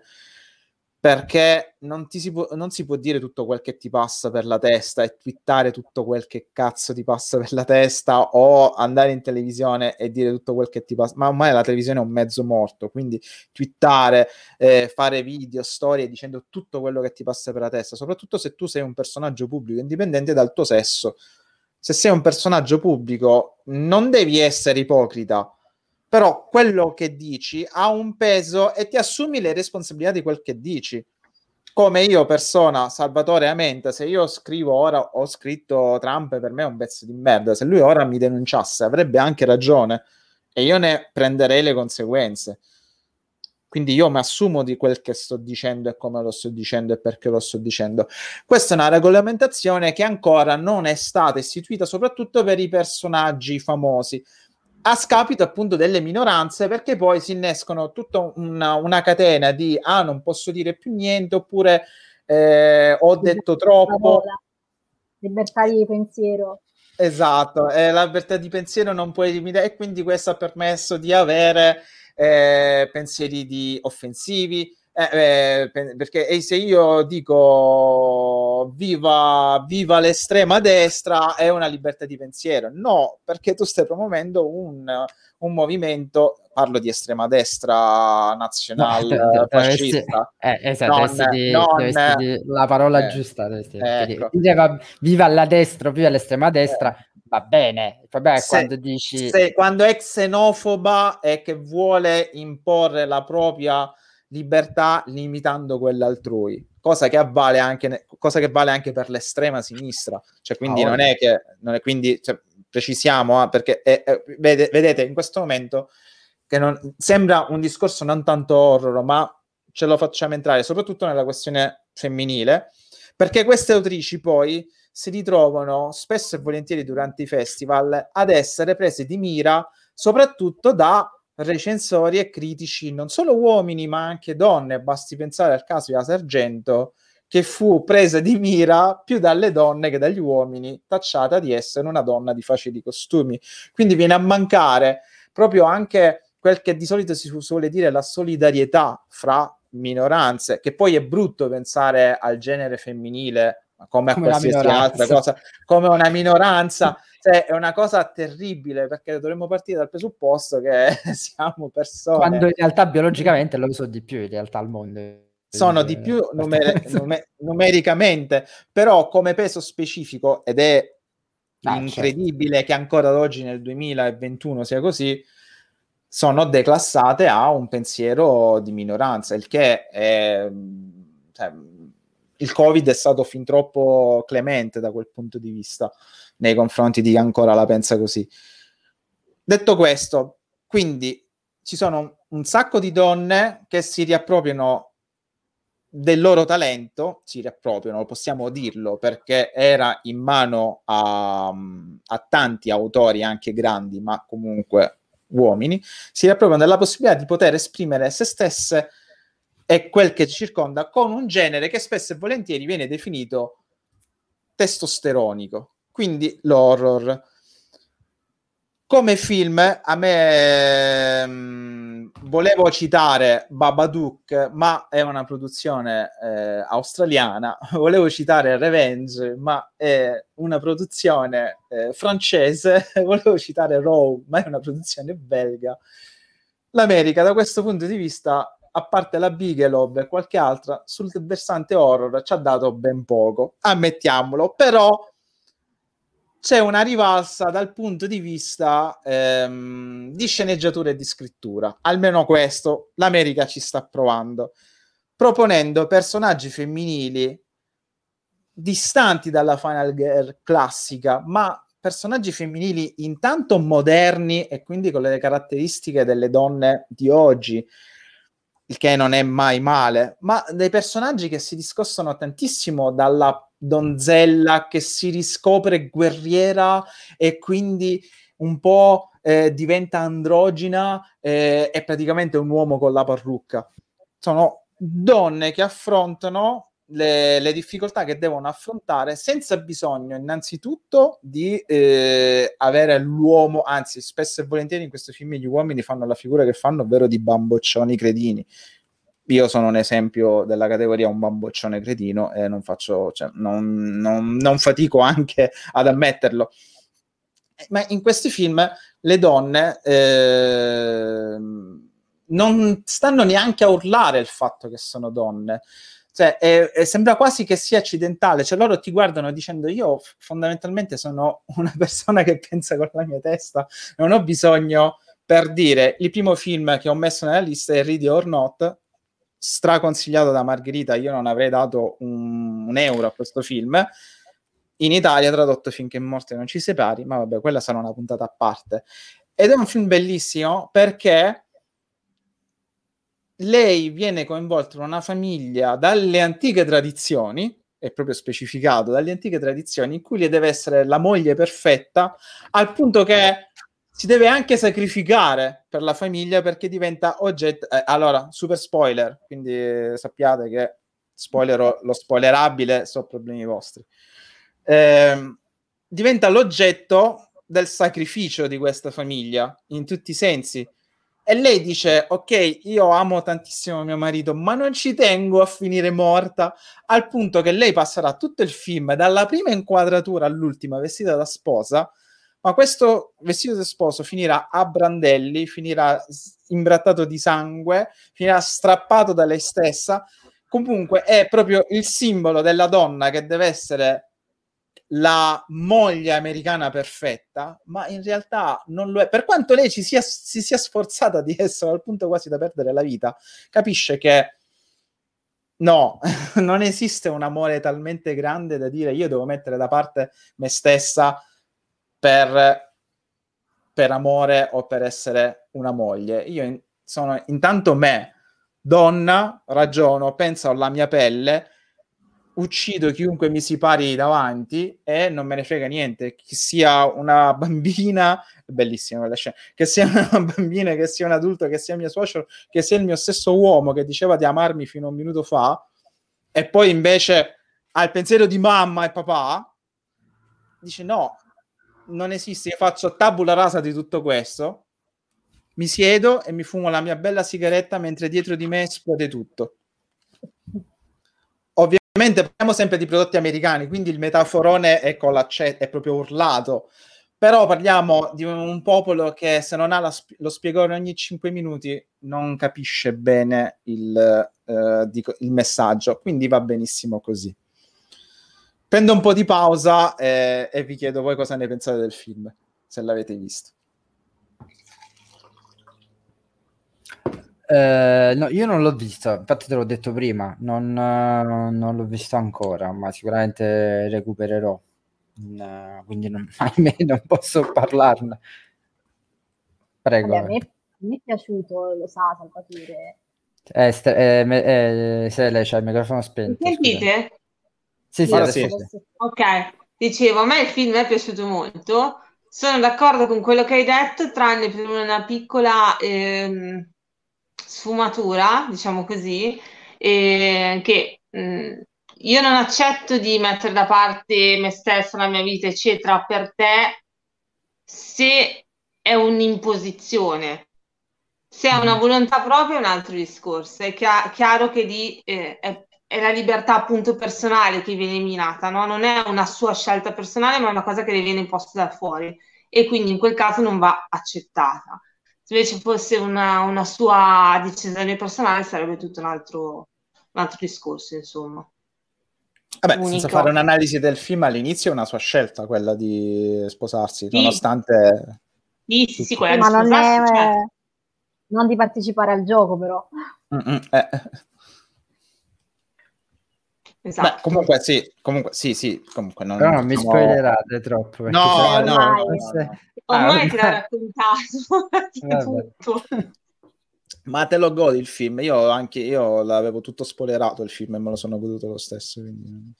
perché non, ti si può, non si può dire tutto quel che ti passa per la testa e twittare tutto quel che cazzo ti passa per la testa, o andare in televisione e dire tutto quel che ti passa, ma ormai la televisione è un mezzo morto, quindi twittare, eh, fare video, storie dicendo tutto quello che ti passa per la testa, soprattutto se tu sei un personaggio pubblico indipendente dal tuo sesso. Se sei un personaggio pubblico non devi essere ipocrita, però quello che dici ha un peso e ti assumi le responsabilità di quel che dici. Come io, persona, Salvatore Amenta, se io scrivo ora, ho scritto Trump per me è un pezzo di merda, se lui ora mi denunciasse avrebbe anche ragione e io ne prenderei le conseguenze. Quindi io mi assumo di quel che sto dicendo e come lo sto dicendo e perché lo sto dicendo. Questa è una regolamentazione che ancora non è stata istituita, soprattutto per i personaggi famosi, a scapito appunto delle minoranze, perché poi si innescono tutta una, una catena di ah non posso dire più niente, oppure eh, ho detto troppo. Libertà di pensiero. Esatto, eh, la libertà di pensiero non puoi limitare, e quindi questo ha permesso di avere eh, pensieri di offensivi, eh, eh, perché e se io dico viva, viva l'estrema destra è una libertà di pensiero? No, perché tu stai promuovendo un, un movimento, parlo di estrema destra nazionale no, fascista, eh, esatto, non, di, non, di, la parola eh, giusta ecco. Dire, viva la destra, viva l'estrema destra, eh. va bene, il problema è se, quando dici se, quando è xenofoba e che vuole imporre la propria libertà limitando quella altrui, cosa che vale anche, cosa che vale anche per l'estrema sinistra, cioè quindi oh, non è che non è, quindi cioè, precisiamo eh, perché è, è, vede, vedete in questo momento che non, sembra un discorso non tanto horror, ma ce lo facciamo entrare soprattutto nella questione femminile, perché queste autrici poi si ritrovano spesso e volentieri durante i festival ad essere prese di mira soprattutto da recensori e critici, non solo uomini ma anche donne. Basti pensare al caso di La Sargento, che fu presa di mira più dalle donne che dagli uomini, tacciata di essere una donna di facili costumi. Quindi viene a mancare proprio anche quel che di solito si suole dire la solidarietà fra minoranze, che poi è brutto pensare al genere femminile come a come qualsiasi altra cosa, come una minoranza Cioè, è una cosa terribile, perché dovremmo partire dal presupposto che siamo persone... Quando in realtà biologicamente lo so di più, in realtà, al mondo. Sono di più numer- numer- numericamente, però come peso specifico, ed è ah, incredibile certo. che ancora ad oggi nel duemilaventuno sia così, sono declassate a un pensiero di minoranza, il che è... Cioè, il Covid è stato fin troppo clemente da quel punto di vista nei confronti di chi ancora la pensa così. Detto questo, quindi ci sono un sacco di donne che si riappropriano del loro talento, si riappropriano, possiamo dirlo, perché era in mano a, a tanti autori, anche grandi, ma comunque uomini, si riappropriano della possibilità di poter esprimere se stesse e quel che ci circonda con un genere che spesso e volentieri viene definito testosteronico, quindi l'horror. Come film, a me mh, volevo citare Babadook, ma è una produzione eh, australiana. Volevo citare Revenge, ma è una produzione eh, francese. Volevo citare Raw, ma è una produzione belga. L'America, da questo punto di vista, a parte la Bigelow e qualche altra, sul versante horror ci ha dato ben poco, ammettiamolo, però c'è una rivalsa dal punto di vista ehm, di sceneggiatura e di scrittura. Almeno questo l'America ci sta provando, proponendo personaggi femminili distanti dalla Final Girl classica, ma personaggi femminili intanto moderni e quindi con le caratteristiche delle donne di oggi, il che non è mai male, ma dei personaggi che si discostano tantissimo dalla donzella che si riscopre guerriera e quindi un po' eh, diventa androgina eh, è praticamente un uomo con la parrucca. Sono donne che affrontano le, le difficoltà che devono affrontare senza bisogno innanzitutto di eh, avere l'uomo, anzi spesso e volentieri in questo film gli uomini fanno la figura che fanno, ovvero di bamboccioni cretini. Io sono un esempio della categoria un bamboccione cretino e non faccio, cioè, non, non, non fatico anche ad ammetterlo. Ma in questi film le donne eh, non stanno neanche a urlare il fatto che sono donne. Cioè, è, è, sembra quasi che sia accidentale. Cioè, loro ti guardano dicendo: io fondamentalmente sono una persona che pensa con la mia testa, non ho bisogno. Per dire, il primo film che ho messo nella lista è Ready or Not, straconsigliato da Margherita. Io non avrei dato un, un euro a questo film. In Italia tradotto Finché morte non ci separi, ma vabbè, quella sarà una puntata a parte. Ed è un film bellissimo perché lei viene coinvolta in una famiglia dalle antiche tradizioni, è proprio specificato, dalle antiche tradizioni, in cui le deve essere la moglie perfetta, al punto che si deve anche sacrificare per la famiglia perché diventa oggetto... Eh, allora, super spoiler, quindi eh, sappiate che spoilerò, lo spoilerabile sono problemi vostri. Eh, diventa l'oggetto del sacrificio di questa famiglia, in tutti i sensi. E lei dice: ok, io amo tantissimo mio marito, ma non ci tengo a finire morta, al punto che lei passerà tutto il film, dalla prima inquadratura all'ultima, vestita da sposa, ma questo vestito da sposo finirà a brandelli, finirà imbrattato di sangue, finirà strappato da lei stessa. Comunque è proprio il simbolo della donna che deve essere la moglie americana perfetta, ma in realtà non lo è. Per quanto lei ci sia, si sia sforzata di essere al punto quasi da perdere la vita, capisce che no, non esiste un amore talmente grande da dire io devo mettere da parte me stessa per, per amore o per essere una moglie. Io in, sono intanto me, donna, ragiono, penso alla mia pelle, uccido chiunque mi si pari davanti e non me ne frega niente, che sia una bambina, bellissima quella scena, che sia una bambina, che sia un adulto, che sia mio suocero, che sia il mio stesso uomo che diceva di amarmi fino a un minuto fa e poi invece ha il pensiero di mamma e papà, dice no, non esiste, io faccio tabula rasa di tutto questo, mi siedo e mi fumo la mia bella sigaretta mentre dietro di me esplode tutto. Ovviamente parliamo sempre di prodotti americani, quindi il metaforone è, con l'accetto, è proprio urlato, Però parliamo di un popolo che se non ha la sp- lo spiegone ogni cinque minuti non capisce bene il, eh, dico, il messaggio, quindi va benissimo così. Prendo un po' di pausa e, e vi chiedo voi cosa ne pensate del film, se l'avete visto. Eh, no, io non l'ho visto, infatti te l'ho detto prima, non, eh, non l'ho visto ancora, ma sicuramente recupererò. No, quindi non, ahimè, non posso parlarne. Prego. Vabbè, a me, a me è piaciuto, lo sa Salvatore. Eh, st- eh, me- eh, se lei c'ha il microfono Mi spento. sentite? Sì, sì, Ora adesso sì. sì. Ok, dicevo, a me il film è piaciuto molto, sono d'accordo con quello che hai detto, tranne per una piccola ehm, sfumatura, diciamo così, eh, che mh, io non accetto di mettere da parte me stessa, la mia vita, eccetera, per te se è un'imposizione. Se è una volontà propria è un altro discorso. È chia- chiaro che lì eh, è, è la libertà appunto personale che viene minata, no? Non è una sua scelta personale, ma è una cosa che le viene imposta da fuori e quindi in quel caso non va accettata. Se invece fosse una, una sua decisione personale sarebbe tutto un altro, un altro discorso, insomma. Vabbè, Unico. senza fare un'analisi del film, all'inizio è una sua scelta quella di sposarsi, Sì. nonostante... Sì, sì, sì, quella Sì, di ma non sposarsi, è certo. non di partecipare al gioco, però. Mm-mm, eh. Esatto. Beh, comunque sì, comunque sì, sì, comunque non Però non mi facciamo- spoilerate troppo. perché No, sennò- Eh, no, ormai. no, no, no. Ah, Ormai te l'ha ormai- raccontato Vabbè. tutto. Ma te lo godi il film? Io anche io l'avevo tutto spoilerato il film e me lo sono goduto lo stesso. Quindi...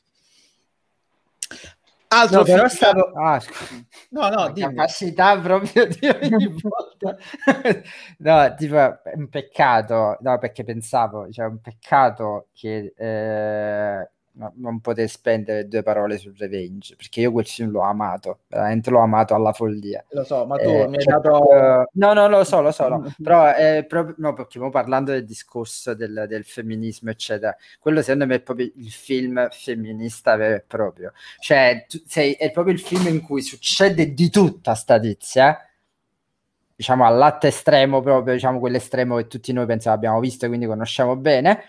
Altro No, però film. stavo... Ah, scusa. No, no, La dimmi. capacità proprio di ogni volta. No, tipo, è un peccato, no, perché pensavo, cioè, è un peccato che eh, no, non poter spendere due parole sul Revenge, perché io quel film l'ho amato, veramente l'ho amato alla follia. Lo so, ma tu Eh, mi hai cioè, dato... proprio- No, no, lo so, lo so, no. Però è proprio... No, perché stiamo parlando del discorso del, del femminismo, eccetera. Quello secondo me è proprio il film femminista vero e proprio. Cioè, tu sei, è proprio il film in cui succede di tutta a sta tizia, diciamo al lato estremo proprio, diciamo quell'estremo che tutti noi pensiamo abbiamo visto e quindi conosciamo bene,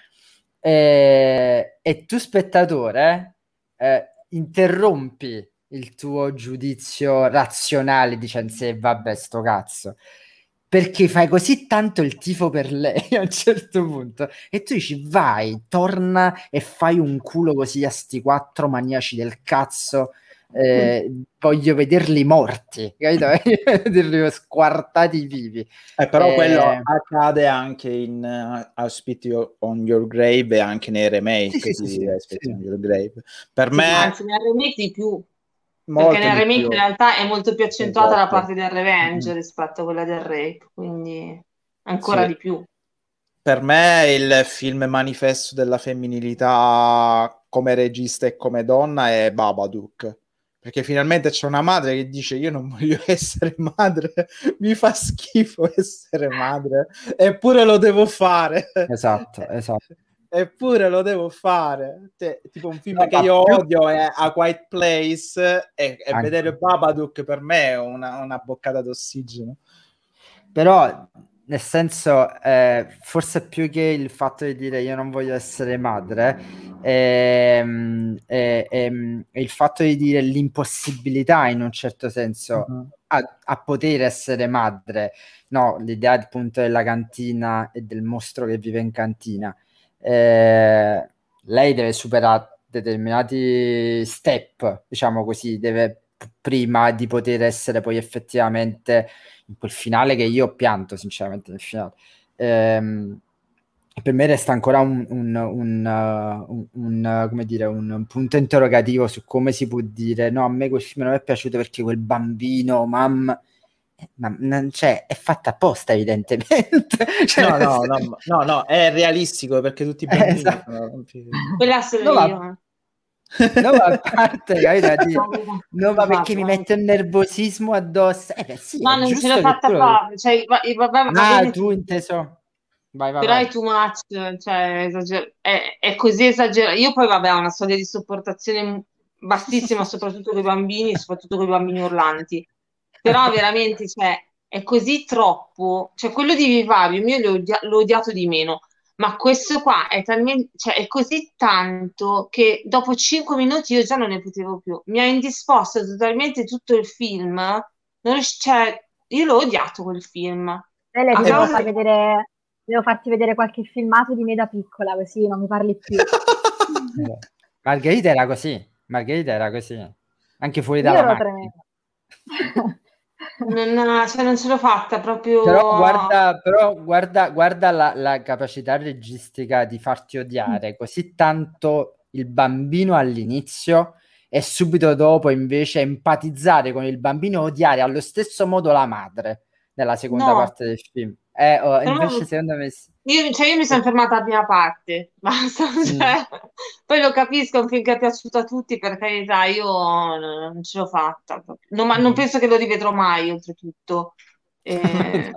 e, e tu spettatore eh, interrompi il tuo giudizio razionale dicendo se vabbè sto cazzo, perché fai così tanto il tifo per lei a un certo punto e tu dici vai, torna e fai un culo così a sti quattro maniaci del cazzo, eh, voglio vederli morti, capito? Vederli squartati vivi. Eh, però Eh, quello accade anche in uh, I Spit You on Your Grave e anche nei remake Sì, sì, sì, di sì, I Spit sì. on Your Grave. Per Sì, me Anzi, nel remake di più, molto perché nel di remake più. in realtà è molto più accentuata la Esatto. parte del revenge Mm. rispetto a quella del rape, quindi ancora Sì. di più. Per me il film manifesto della femminilità come regista e come donna è Babadook, perché finalmente c'è una madre che dice io non voglio essere madre, mi fa schifo essere madre, eppure lo devo fare. Esatto, esatto. Eppure lo devo fare. Cioè, tipo un film No, che ma io più- odio è A Quiet Place e, e Anche. vedere Babadook per me è una, una boccata d'ossigeno. Però nel senso eh, forse più che il fatto di dire io non voglio essere madre ehm, è, è, è il fatto di dire l'impossibilità in un certo senso Uh-huh. a, a poter essere madre, no, l'idea appunto della cantina e del mostro che vive in cantina. Eh, lei deve superare determinati step, diciamo così, deve prima di poter essere poi effettivamente in quel finale che io ho pianto sinceramente nel finale. Ehm, per me resta ancora un, un, un, uh, un, un, come dire, un punto interrogativo su come si può dire no, a me quel film non è piaciuto perché quel bambino, mamma, ma non c'è, è fatta apposta evidentemente. Cioè, No, no, no, no, no, è realistico perché tutti i bambini esatto. sono... Quella sono No, ma- io. No, ma a parte, capito? A dire, no, ma perché mi Vabbè. mette un nervosismo addosso? Eh beh, sì, No, è non ce giusto l'ho che fatta tu lo- proprio, cioè, va, va- va- va Ah, bene tu tutto, inteso. Vai, vai, però vai. è too much, cioè, esager- è, è così esagerato. Io poi, vabbè, ho una soglia di sopportazione bassissima, soprattutto con i bambini, soprattutto con i bambini urlanti. Però veramente, cioè, è così troppo, cioè quello di Vivarium io l'ho odia- l'ho odiato di meno, ma questo qua è talmente, cioè è così tanto che dopo cinque minuti io già non ne potevo più, mi ha indisposto totalmente tutto il film, non rius- cioè io l'ho odiato quel film, Lele, a ti devo causa far di... vedere, devo farti vedere qualche filmato di me da piccola, così non mi parli più. Eh, Margherita era così, Margherita era così, anche fuori Io dalla ero macchina. tremenda. Non, cioè, non ce l'ho fatta Però proprio... guarda, però guarda, guarda la, la capacità registica di farti odiare così tanto il bambino all'inizio e subito dopo invece empatizzare con il bambino e odiare allo stesso modo la madre nella seconda No, parte del film. Eh, oh, per invece me- secondo me sì. io, cioè, io mi sono fermata alla prima parte, basta, Mm. cioè, poi lo capisco, è un film che è piaciuto a tutti, per carità, io non, non ce l'ho fatta, proprio. Non, ma non Mm. penso che lo rivedrò mai, oltretutto. Eh,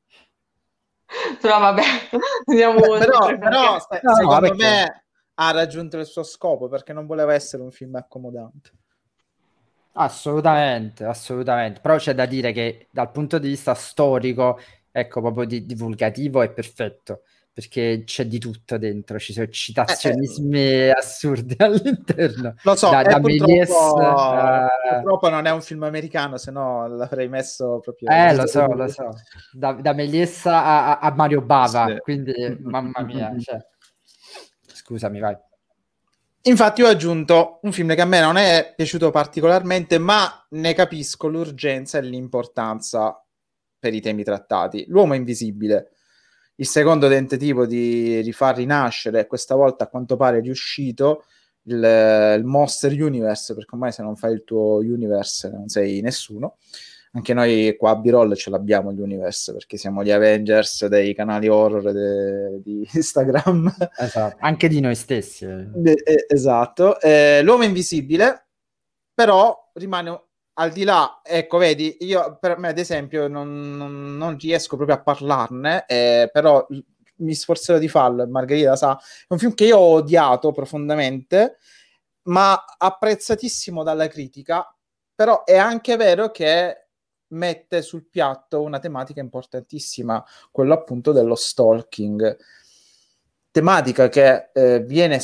però vabbè, andiamo Beh, però, oltre, però perché... se- No, no, secondo perché? me ha raggiunto il suo scopo perché non voleva essere un film accomodante. Assolutamente, assolutamente. Però c'è da dire che dal punto di vista storico, ecco, proprio di, divulgativo è perfetto, perché c'è di tutto dentro, ci sono Eh, eh, citazionismi assurdi all'interno, lo so, da, e da Méliès, purtroppo, eh, purtroppo non è un film americano, se no l'avrei messo proprio eh, di lo so, lo dovuto. so, da, da Méliès a, a- a Mario Bava, Sì. quindi mamma mia, cioè, scusami, vai. Infatti, io ho aggiunto un film che a me non è piaciuto particolarmente, ma ne capisco l'urgenza e l'importanza per i temi trattati. L'uomo invisibile, il secondo tentativo di rifar rinascere, questa volta a quanto pare è riuscito, il, il Monster Universe, perché ormai se non fai il tuo universe non sei nessuno. Anche noi qua a B-Roll ce l'abbiamo l'universe, perché siamo gli Avengers dei canali horror de- di Instagram. Esatto, anche di noi stessi. eh. De- eh, esatto. Eh, l'uomo invisibile, però rimane al di là, ecco, vedi, io per me ad esempio non, non- non riesco proprio a parlarne, eh, però mi sforzerò di farlo, e Margherita sa, è un film che io ho odiato profondamente, ma apprezzatissimo dalla critica, però è anche vero che mette sul piatto una tematica importantissima, quello appunto dello stalking, tematica che eh, viene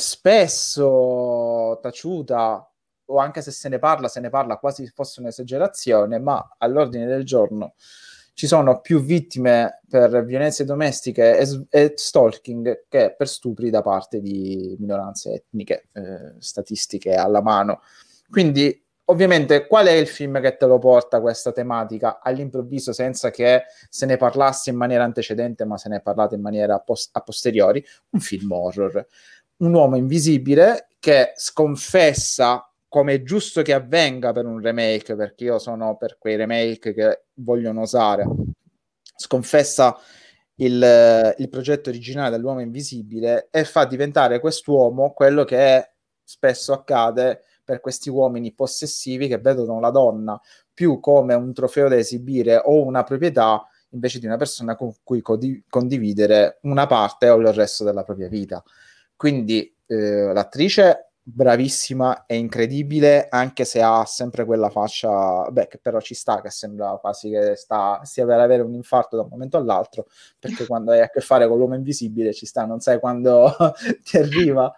spesso taciuta, o anche se se ne parla, se ne parla quasi fosse un'esagerazione, ma all'ordine del giorno ci sono più vittime per violenze domestiche e, e stalking che per stupri da parte di minoranze etniche, eh, statistiche alla mano. Quindi, ovviamente, qual è il film che te lo porta questa tematica all'improvviso senza che se ne parlasse in maniera antecedente, ma se ne è parlato in maniera post- a posteriori? Un film horror. Un uomo invisibile che sconfessa, come è giusto che avvenga per un remake, perché io sono per quei remake che vogliono osare, sconfessa il, il progetto originale dell'uomo invisibile e fa diventare quest'uomo quello che spesso accade per questi uomini possessivi che vedono la donna più come un trofeo da esibire o una proprietà invece di una persona con cui codi- condividere una parte o il resto della propria vita. Quindi eh, l'attrice bravissima e incredibile, anche se ha sempre quella faccia, beh, che però ci sta, che sembra quasi che sta, stia per avere un infarto da un momento all'altro, perché quando hai a che fare con l'uomo invisibile ci sta, non sai quando ti arriva.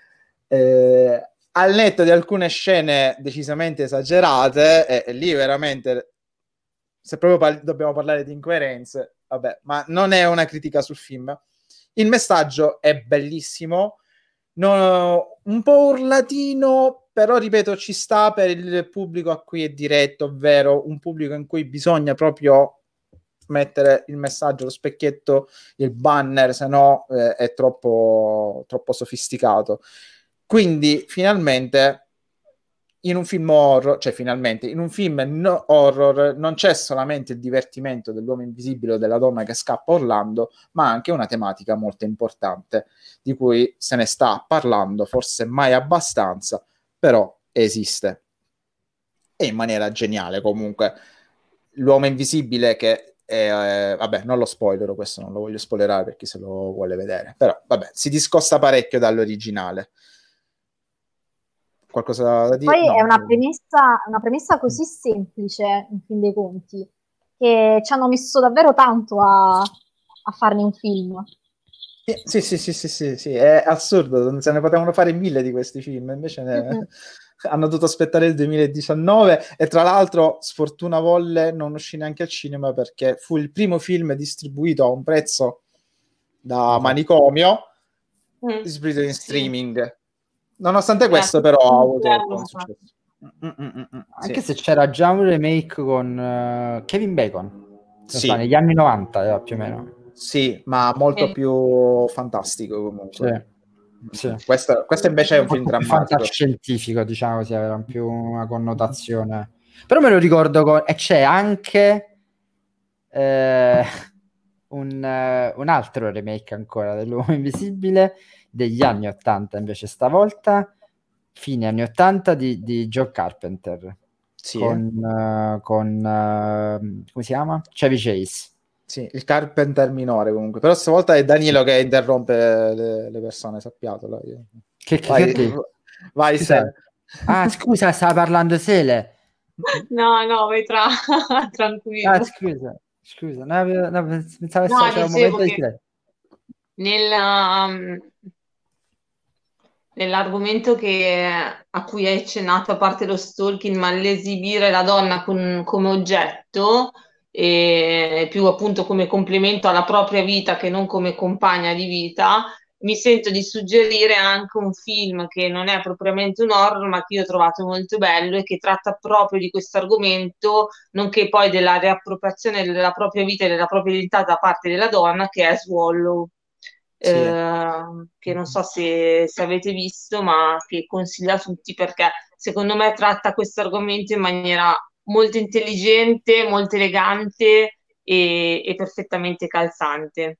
Eh, al netto di alcune scene decisamente esagerate, e, e lì veramente, se proprio par- dobbiamo parlare di incoerenze, vabbè, ma non è una critica sul film. Il messaggio è bellissimo, no, un po' urlatino, però ripeto, ci sta per il pubblico a cui è diretto, ovvero un pubblico in cui bisogna proprio mettere il messaggio, lo specchietto, il banner, se no eh, è troppo, troppo sofisticato. Quindi finalmente in un film horror, cioè finalmente in un film no horror non c'è solamente il divertimento dell'uomo invisibile o della donna che scappa Orlando, ma anche una tematica molto importante di cui se ne sta parlando, forse mai abbastanza, però esiste. E in maniera geniale comunque. L'uomo invisibile che è, eh, vabbè, non lo spoilerò, questo non lo voglio spoilerare per chi se lo vuole vedere, però vabbè, si discosta parecchio dall'originale. qualcosa da dire? Poi No. è una premessa, una premessa così semplice, in fin dei conti, che ci hanno messo davvero tanto a, a farne un film. Sì, sì, sì, sì, sì, sì, è assurdo, se ne potevano fare mille di questi film, invece ne... Mm-hmm. hanno dovuto aspettare il duemiladiciannove e tra l'altro, sfortuna volle, non uscì neanche al cinema perché fu il primo film distribuito a un prezzo da manicomio, mm. distribuito in Sì. streaming. Nonostante Eh, questo però ha avuto eh, buon successo. Mm, mm, mm, mm, Anche sì. se c'era già un remake con uh, Kevin Bacon, Sì. so, negli anni novanta, eh, più o meno. Sì, ma molto Sì. più fantastico comunque. Sì, sì. Questo, questo invece è un film Molto più drammatico. fantascientifico, diciamo, sì, aveva più una connotazione. Però me lo ricordo con... e c'è anche eh, un, eh, un altro remake ancora dell'Uomo Invisibile degli anni ottanta, invece stavolta fine anni ottanta di, di John Carpenter. Sì, con, uh, con uh, come si chiama? Chevy Chase. Sì, il Carpenter minore comunque, però stavolta è Danilo che interrompe le, le persone, sappiatelo. Che, che, vai, che vai Sele. Ah, scusa, stava parlando Sele. No, no, vai tra... tranquillo. Ah, scusa, scusa, no, no, pensavo No, c'era un dicevo momento di che silenzio. nella, um, nell'argomento che, a cui hai accennato, a parte lo stalking, ma l'esibire la donna con- come oggetto, e più appunto come complemento alla propria vita che non come compagna di vita, mi sento di suggerire anche un film che non è propriamente un horror, ma che io ho trovato molto bello e che tratta proprio di questo argomento, nonché poi della riappropriazione della propria vita e della propria identità da parte della donna, che è Swallow. Sì. Eh, che non so se, se avete visto, ma che consiglio a tutti perché secondo me tratta questo argomento in maniera molto intelligente, molto elegante e, e perfettamente calzante.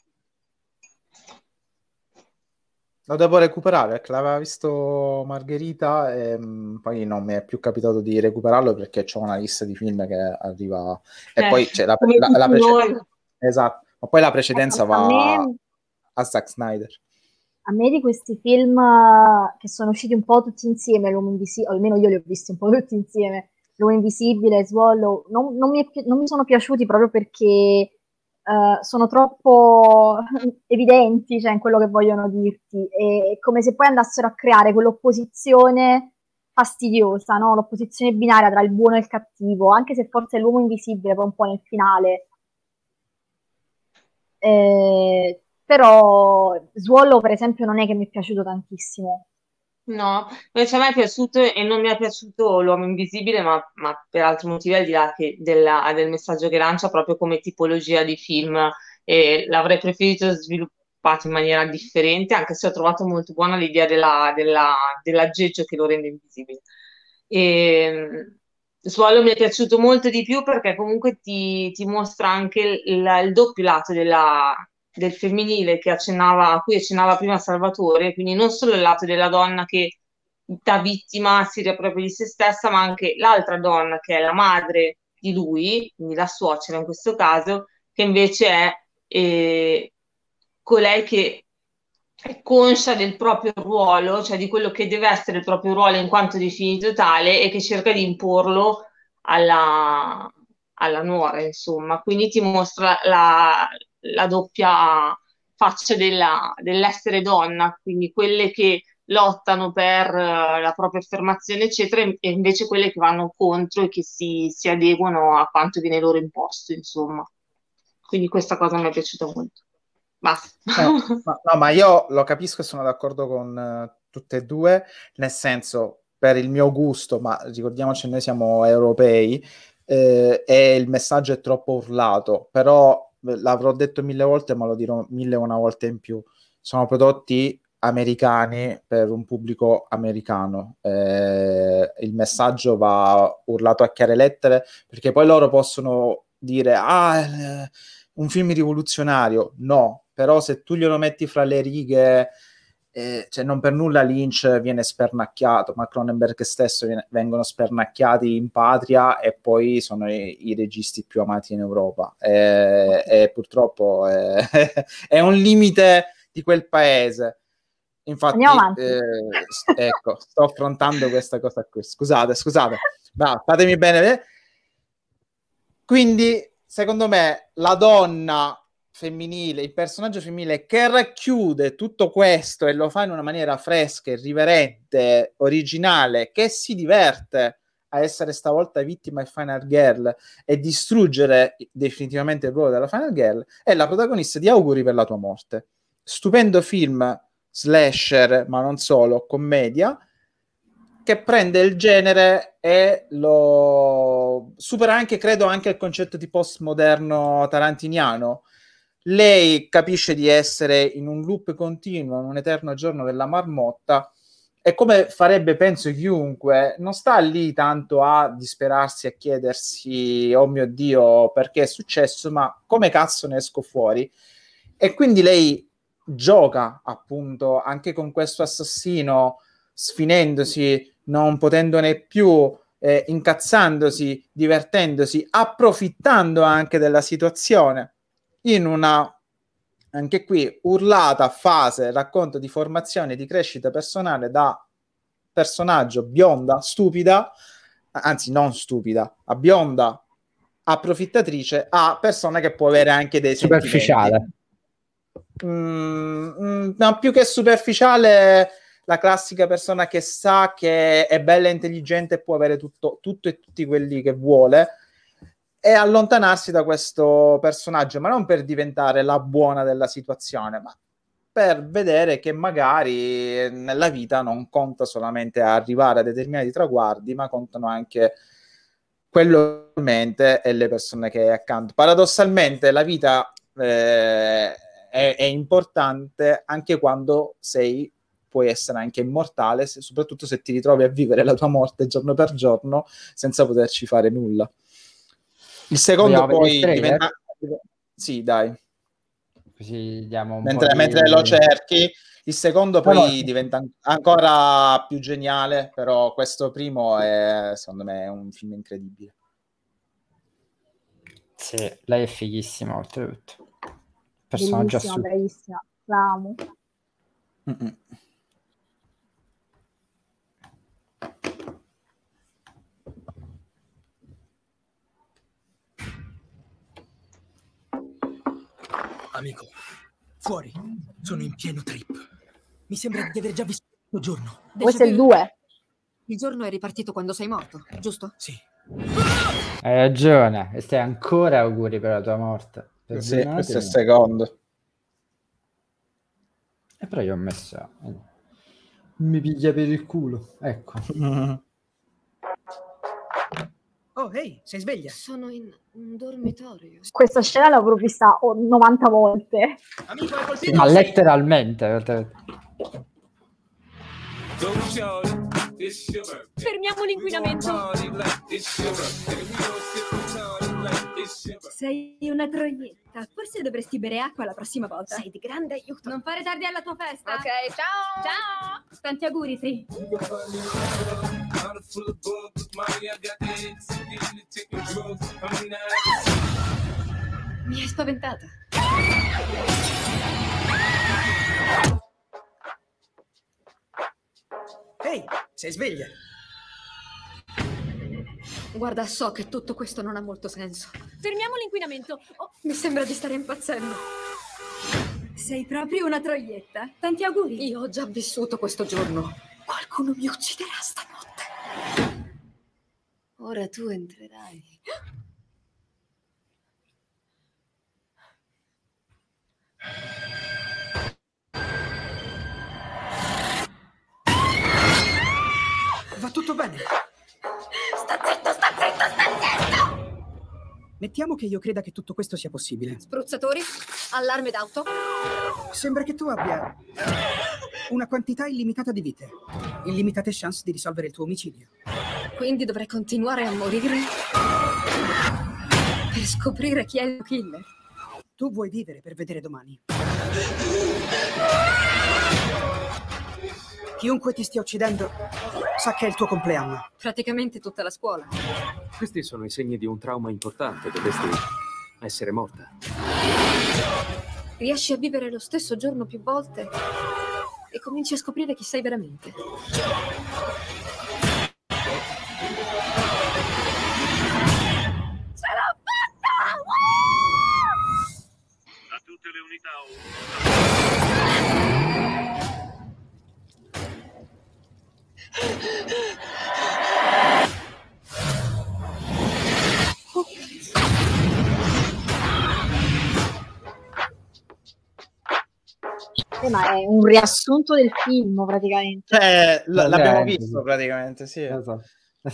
Lo devo recuperare perché l'aveva visto Margherita e mh, poi non mi è più capitato di recuperarlo perché c'ho una lista di film che arriva e Eh, poi c'è la, come la, la tutti precedenza. noi. Esatto, ma poi la precedenza Ecco, a va me, a Zack Snyder. a me di questi film eh, che sono usciti un po' tutti insieme, l'Uomo Invisibile, o almeno io li ho visti un po' tutti insieme, L'Uomo Invisibile, Swallow, non, non mi, è pi- non mi sono piaciuti proprio perché eh, sono troppo evidenti, cioè, in quello che vogliono dirti. E è come se poi andassero a creare quell'opposizione fastidiosa, no? L'opposizione binaria tra il buono e il cattivo, anche se forse è l'uomo invisibile poi un po' nel finale. Eh, però Swallow, per esempio, non è che mi è piaciuto tantissimo. No, invece a me è piaciuto e non mi è piaciuto L'Uomo Invisibile, ma, ma per altri motivi al di là che della- del messaggio che lancia proprio come tipologia di film e l'avrei preferito sviluppato in maniera differente, anche se ho trovato molto buona l'idea della, della- dell'aggeggio che lo rende invisibile. E, Swallow mi è piaciuto molto di più perché comunque ti, ti mostra anche il, il doppio lato della del femminile che accennava, a cui accennava prima Salvatore, quindi non solo il lato della donna che da vittima si riappropria di se stessa, ma anche l'altra donna che è la madre di lui, quindi la suocera in questo caso, che invece è eh, colei che è conscia del proprio ruolo, cioè di quello che deve essere il proprio ruolo in quanto definito tale e che cerca di imporlo alla, alla nuora, insomma. Quindi ti mostra la, la doppia faccia della- dell'essere donna, quindi quelle che lottano per eh, la propria affermazione, eccetera, e invece quelle che vanno contro e che si, si adeguano a quanto viene loro imposto, insomma. Quindi questa cosa mi è piaciuta molto. Basta. No, ma, no, ma io lo capisco e sono d'accordo con uh, tutte e due, nel senso, per il mio gusto, ma ricordiamoci, noi siamo europei, eh, e il messaggio è troppo urlato, però eh, l'avrò detto mille volte, ma lo dirò mille una volta in più. Sono prodotti americani per un pubblico americano. Eh, il messaggio va urlato a chiare lettere, perché poi loro possono dire, ah, eh, un film rivoluzionario. No, però se tu glielo metti fra le righe, eh, cioè non per nulla Lynch viene spernacchiato, ma Cronenberg stesso viene, vengono spernacchiati in patria e poi sono i, i registi più amati in Europa. E, e purtroppo è, è un limite di quel paese. infatti, Andiamo avanti. eh, ecco, sto affrontando questa cosa qui. Scusate, scusate. Va, fatemi bene. Quindi, secondo me, la donna femminile, il personaggio femminile che racchiude tutto questo e lo fa in una maniera fresca, irriverente, originale, che si diverte a essere stavolta vittima e Final Girl e distruggere definitivamente il ruolo della Final Girl, è la protagonista di Auguri per la tua morte. Stupendo film slasher, ma non solo, commedia, che prende il genere e lo supera anche, credo, anche il concetto di postmoderno tarantiniano. Lei capisce di essere in un loop continuo, in un eterno giorno della marmotta, e come farebbe, penso, chiunque, non sta lì tanto a disperarsi, a chiedersi, oh mio Dio, perché è successo, ma come cazzo ne esco fuori? E quindi lei gioca, appunto, anche con questo assassino, sfinendosi, non potendone più, eh, incazzandosi, divertendosi, approfittando anche della situazione, in una, anche qui, urlata fase, racconto di formazione, di crescita personale da personaggio bionda, stupida, anzi non stupida, a bionda, approfittatrice, a persona che può avere anche dei superficiale. Mm, mm, no, più che superficiale, la classica persona che sa che è bella e intelligente e può avere tutto, tutto e tutti quelli che vuole, e allontanarsi da questo personaggio, ma non per diventare la buona della situazione, ma per vedere che magari nella vita non conta solamente arrivare a determinati traguardi, ma contano anche quello che mente e le persone che hai accanto. Paradossalmente la vita eh, è, è importante anche quando sei, puoi essere anche immortale, se, soprattutto se ti ritrovi a vivere la tua morte giorno per giorno senza poterci fare nulla. Il secondo Vogliamo poi vedere il diventa... Sì, dai. Così diamo un mentre, po' di... mentre lo cerchi, il secondo poi no, no. diventa ancora più geniale, però questo primo è, secondo me, è un film incredibile. Sì, lei è fighissima oltretutto. Personaggio Bellissima, assurdo. bravissima. La amo. Mm-mm. Amico, fuori, sono in pieno trip. Mi sembra di aver già vissuto il giorno. Questo è il due. Il giorno è ripartito quando sei morto, giusto? Sì. Hai ragione, e stai ancora auguri per la tua morte. Sì, questo è il secondo. E però io ho messo... Mi piglia per il culo, ecco. Mm. Oh, ehi, sei sveglia? Sono in un dormitorio. Questa scena l'avrò vista oh, novanta volte. Amico, hai Sì, colpito? ma letteralmente. Fermiamo l'inquinamento. Sei una troietta. Forse dovresti bere acqua la prossima volta. Sei di grande aiuto. Non fare tardi alla tua festa. Ok, ciao. Ciao. Tanti auguri, Tri. Mi hai spaventata. Ehi, sei sveglia? Guarda, so che tutto questo non ha molto senso. Fermiamo l'inquinamento. Oh, Mi sembra di stare impazzendo. sei proprio una troietta. Tanti auguri. Io ho già vissuto questo giorno. Qualcuno mi ucciderà stanotte. Ora tu entrerai. Va tutto bene? Sta zitto, sta zitto, sta zitto! Mettiamo che io creda che tutto questo sia possibile. Spruzzatori? Allarme d'auto? Sembra che tu abbia una quantità illimitata di vite. Illimitate chance di risolvere il tuo omicidio. Quindi dovrei continuare a morire per scoprire chi è il killer. Tu vuoi vivere per vedere domani. Chiunque ti stia uccidendo sa che è il tuo compleanno. Praticamente tutta la scuola. Questi sono i segni di un trauma importante. Dovresti essere morta. Riesci a vivere lo stesso giorno più volte e cominci a scoprire chi sei veramente. Ce l'ho fatta! A tutte le unità. Eh, ma è un riassunto del film praticamente. Cioè, l- Vabbè, l'abbiamo visto praticamente, sì. lo so.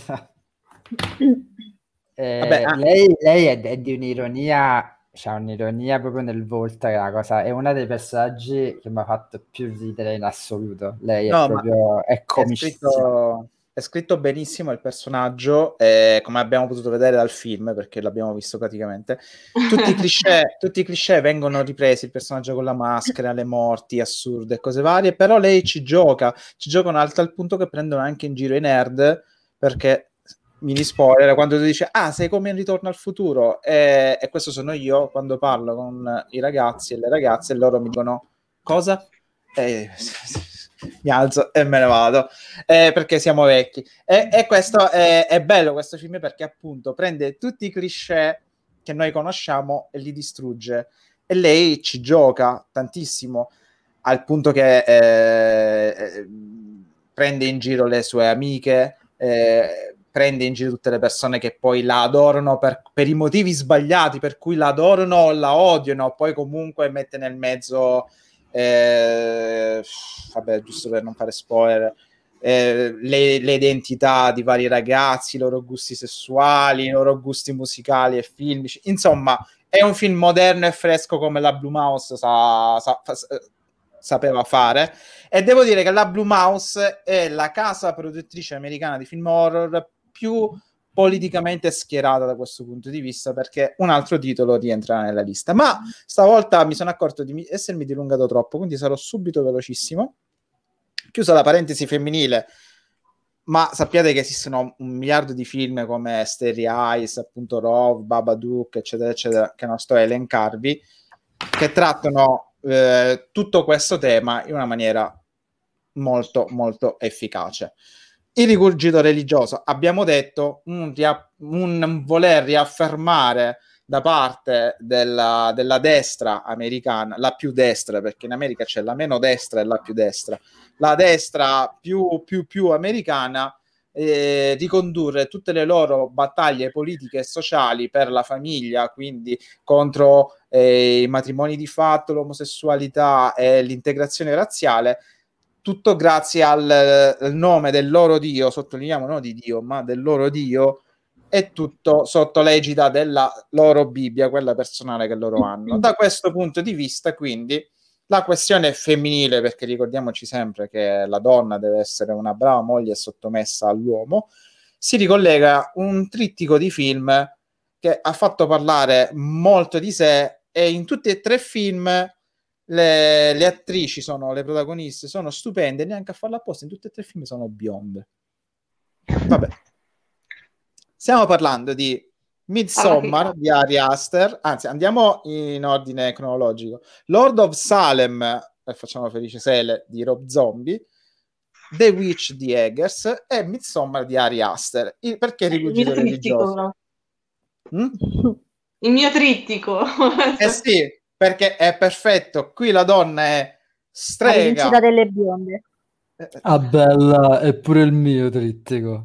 Eh, Vabbè, ah. lei, lei è, è di un'ironia, c'ha un'ironia proprio nel volto, che è una cosa, è uno dei personaggi che mi ha fatto più ridere in assoluto. Lei è No, ma proprio, è È comicissima. scritto, è scritto benissimo il personaggio, eh, come abbiamo potuto vedere dal film, perché l'abbiamo visto praticamente. Tutti i cliché, tutti i cliché vengono ripresi, il personaggio con la maschera, le morti assurde, cose varie, però lei ci gioca, ci giocano al tal punto che prendono anche in giro i nerd, perché, mini spoiler, quando tu dici, ah, sei come in Ritorno al futuro, e, e questo sono io, quando parlo con i ragazzi e le ragazze, e loro mi dicono, cosa? E... mi alzo e me ne vado, eh, perché siamo vecchi. E, e questo è, è bello, questo film, perché appunto prende tutti i cliché che noi conosciamo e li distrugge, e lei ci gioca tantissimo, al punto che eh, prende in giro le sue amiche, eh, prende in giro tutte le persone che poi la adorano per, per i motivi sbagliati, per cui la adorano o la odiano, poi comunque mette nel mezzo Eh, vabbè, giusto per non fare spoiler, eh, le, le identità di vari ragazzi, i loro gusti sessuali, i loro gusti musicali e filmici. Insomma, è un film moderno e fresco come la Blumhouse sa, sa, fa, sapeva fare, e devo dire che la Blumhouse è la casa produttrice americana di film horror più politicamente schierata da questo punto di vista, perché un altro titolo rientra nella lista. Ma stavolta mi sono accorto di essermi dilungato troppo, quindi sarò subito velocissimo. Chiusa la parentesi femminile, ma sappiate che esistono un miliardo di film come Starry Eyes, appunto Rove, Babadook, eccetera eccetera, che non sto a elencarvi, che trattano eh, tutto questo tema in una maniera molto molto efficace. Il rigurgito religioso, abbiamo detto, un, ria- un voler riaffermare da parte della, della destra americana, la più destra, perché in America c'è la meno destra e la più destra, la destra più, più, più americana, eh, ricondurre tutte le loro battaglie politiche e sociali per la famiglia, quindi contro eh, i matrimoni di fatto, l'omosessualità e l'integrazione razziale, tutto grazie al, al nome del loro Dio, sottolineiamo non di Dio, ma del loro Dio, è tutto sotto l'egida della loro Bibbia, quella personale che loro hanno. Da questo punto di vista, quindi, la questione è femminile, perché ricordiamoci sempre che la donna deve essere una brava moglie sottomessa all'uomo, si ricollega un trittico di film che ha fatto parlare molto di sé, e in tutti e tre film Le, le attrici sono le protagoniste, sono stupende, neanche a farla apposta, in tutti e tre i film sono bionde. Vabbè, stiamo parlando di Midsommar Ah, di Ari Aster, anzi andiamo in ordine cronologico. Lord of Salem, e facciamo felice Sele, di Rob Zombie, The Witch di Eggers e Midsommar di Ari Aster. Il, perché il rigurgito mio trittico, religioso? no? Mm? Il mio trittico. Eh sì, perché è perfetto. Qui la donna è La strega. rivincita delle bionde. Ah, bella, è pure il mio trittico.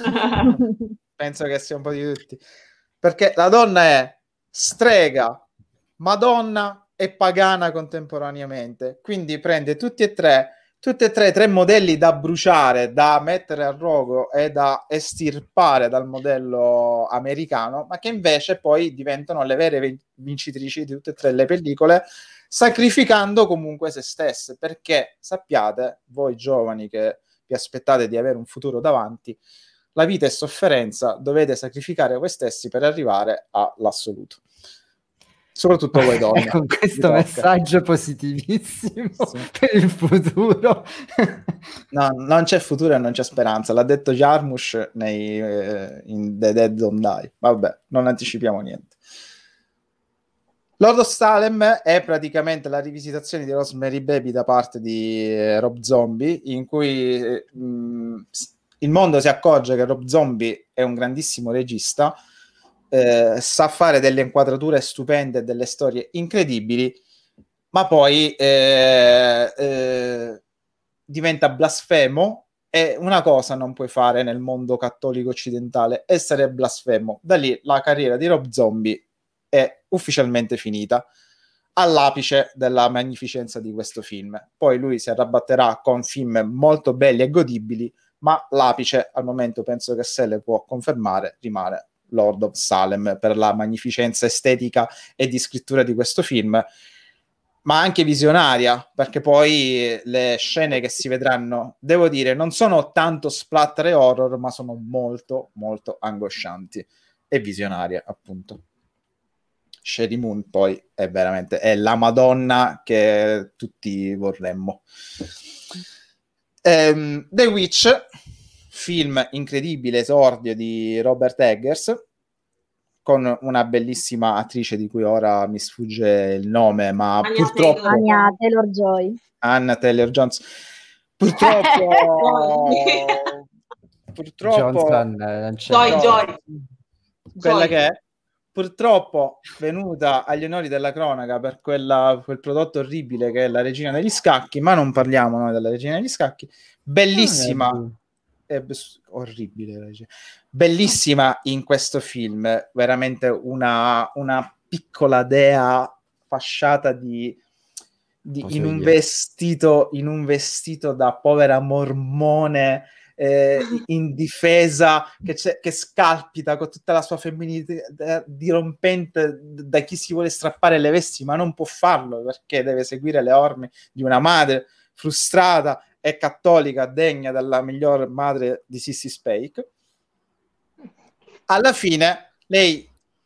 Penso che sia un po' di tutti. Perché la donna è strega, madonna e pagana contemporaneamente. Quindi prende tutti e tre, tutti e tre, tre modelli da bruciare, da mettere a rogo e da estirpare dal modello americano, ma che invece poi diventano le vere vincitrici di tutte e tre le pellicole, sacrificando comunque se stesse, perché sappiate, voi giovani che vi aspettate di avere un futuro davanti, la vita è sofferenza, dovete sacrificare voi stessi per arrivare all'assoluto. Soprattutto voi donne. Con questo messaggio positivissimo sì. per il futuro. No, non c'è futuro e non c'è speranza, l'ha detto Jarmusch nei, eh, in The Dead Don't Die. Vabbè, non anticipiamo niente. Lord of Salem è praticamente la rivisitazione di Rosemary Baby da parte di eh, Rob Zombie, in cui eh, mh, il mondo si accorge che Rob Zombie è un grandissimo regista, eh, sa fare delle inquadrature stupende e delle storie incredibili, ma poi eh, eh, diventa blasfemo, e una cosa non puoi fare nel mondo cattolico occidentale: essere blasfemo. Da lì la carriera di Rob Zombie è ufficialmente finita, all'apice della magnificenza di questo film. Poi lui si arrabatterà con film molto belli e godibili, ma l'apice, al momento penso che se le può confermare, rimane Lord of Salem per la magnificenza estetica e di scrittura di questo film, ma anche visionaria, perché poi le scene che si vedranno, devo dire, non sono tanto splatter e horror, ma sono molto molto angoscianti e visionarie, appunto. Sherry Moon poi è veramente è la Madonna che tutti vorremmo. Um, The Witch, film incredibile, esordio di Robert Eggers, con una bellissima attrice di cui ora mi sfugge il nome, ma Anya purtroppo Taylor. Anya Taylor-Joy. Anna Taylor-Jones. Purtroppo purtroppo Johnson, non c'è. Joy, no, Joy. quella Joy. che è purtroppo venuta agli onori della cronaca per quella, quel prodotto orribile che è La Regina degli Scacchi, ma non parliamo noi della Regina degli Scacchi, bellissima, Ah, è bes- orribile la Regina. Bellissima in questo film, veramente una, una piccola dea fasciata di, di Lo so in un io. vestito in un vestito da povera mormone, eh, in difesa, che, c'è, che scalpita con tutta la sua femminilità dirompente da chi si vuole strappare le vesti, ma non può farlo perché deve seguire le orme di una madre frustrata e cattolica, degna della miglior madre di Sissy Spacek. Alla fine lei,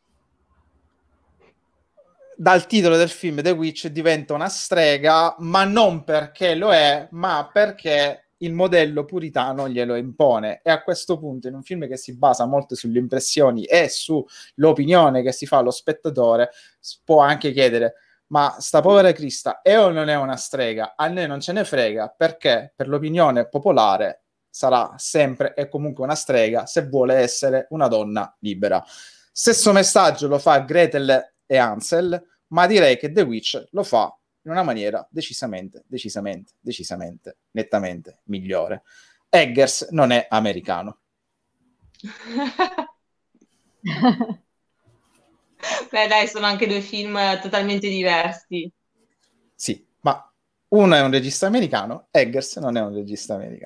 dal titolo del film The Witch, diventa una strega, ma non perché lo è, ma perché il modello puritano glielo impone. E a questo punto, in un film che si basa molto sulle impressioni e sull'opinione che si fa allo spettatore, si può anche chiedere: ma sta povera Crista è o non è una strega? A noi non ce ne frega, perché per l'opinione popolare sarà sempre e comunque una strega se vuole essere una donna libera. Stesso messaggio lo fa Gretel e Hansel, ma direi che The Witch lo fa in una maniera decisamente, decisamente, decisamente, nettamente migliore. Eggers non è americano. Beh, dai, sono anche due film totalmente diversi. Sì, ma uno è un regista americano, Eggers non è un regista americano.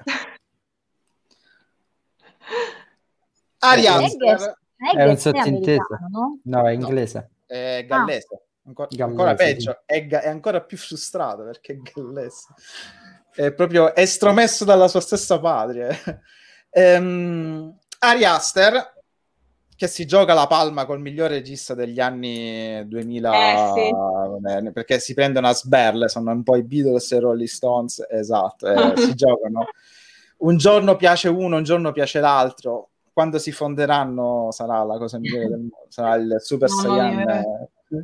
Ari Aster Eggers, È un Eggers è sottinteso. americano, no? No, è inglese. è gallese, ancora, Gallese, ancora peggio, sì. è, ga- è ancora più frustrato perché è gallese, è proprio estromesso dalla sua stessa patria. ehm, Ari Aster, che si gioca la palma col miglior regista degli anni duemila, Eh, eh, perché si prendono a sberle, sono un po' i Beatles e i Rolling Stones, esatto, eh, si giocano. Un giorno piace uno, un giorno piace l'altro. Quando si fonderanno sarà la cosa migliore del mondo, sarà il Super Mamma Saiyan. mia. eh.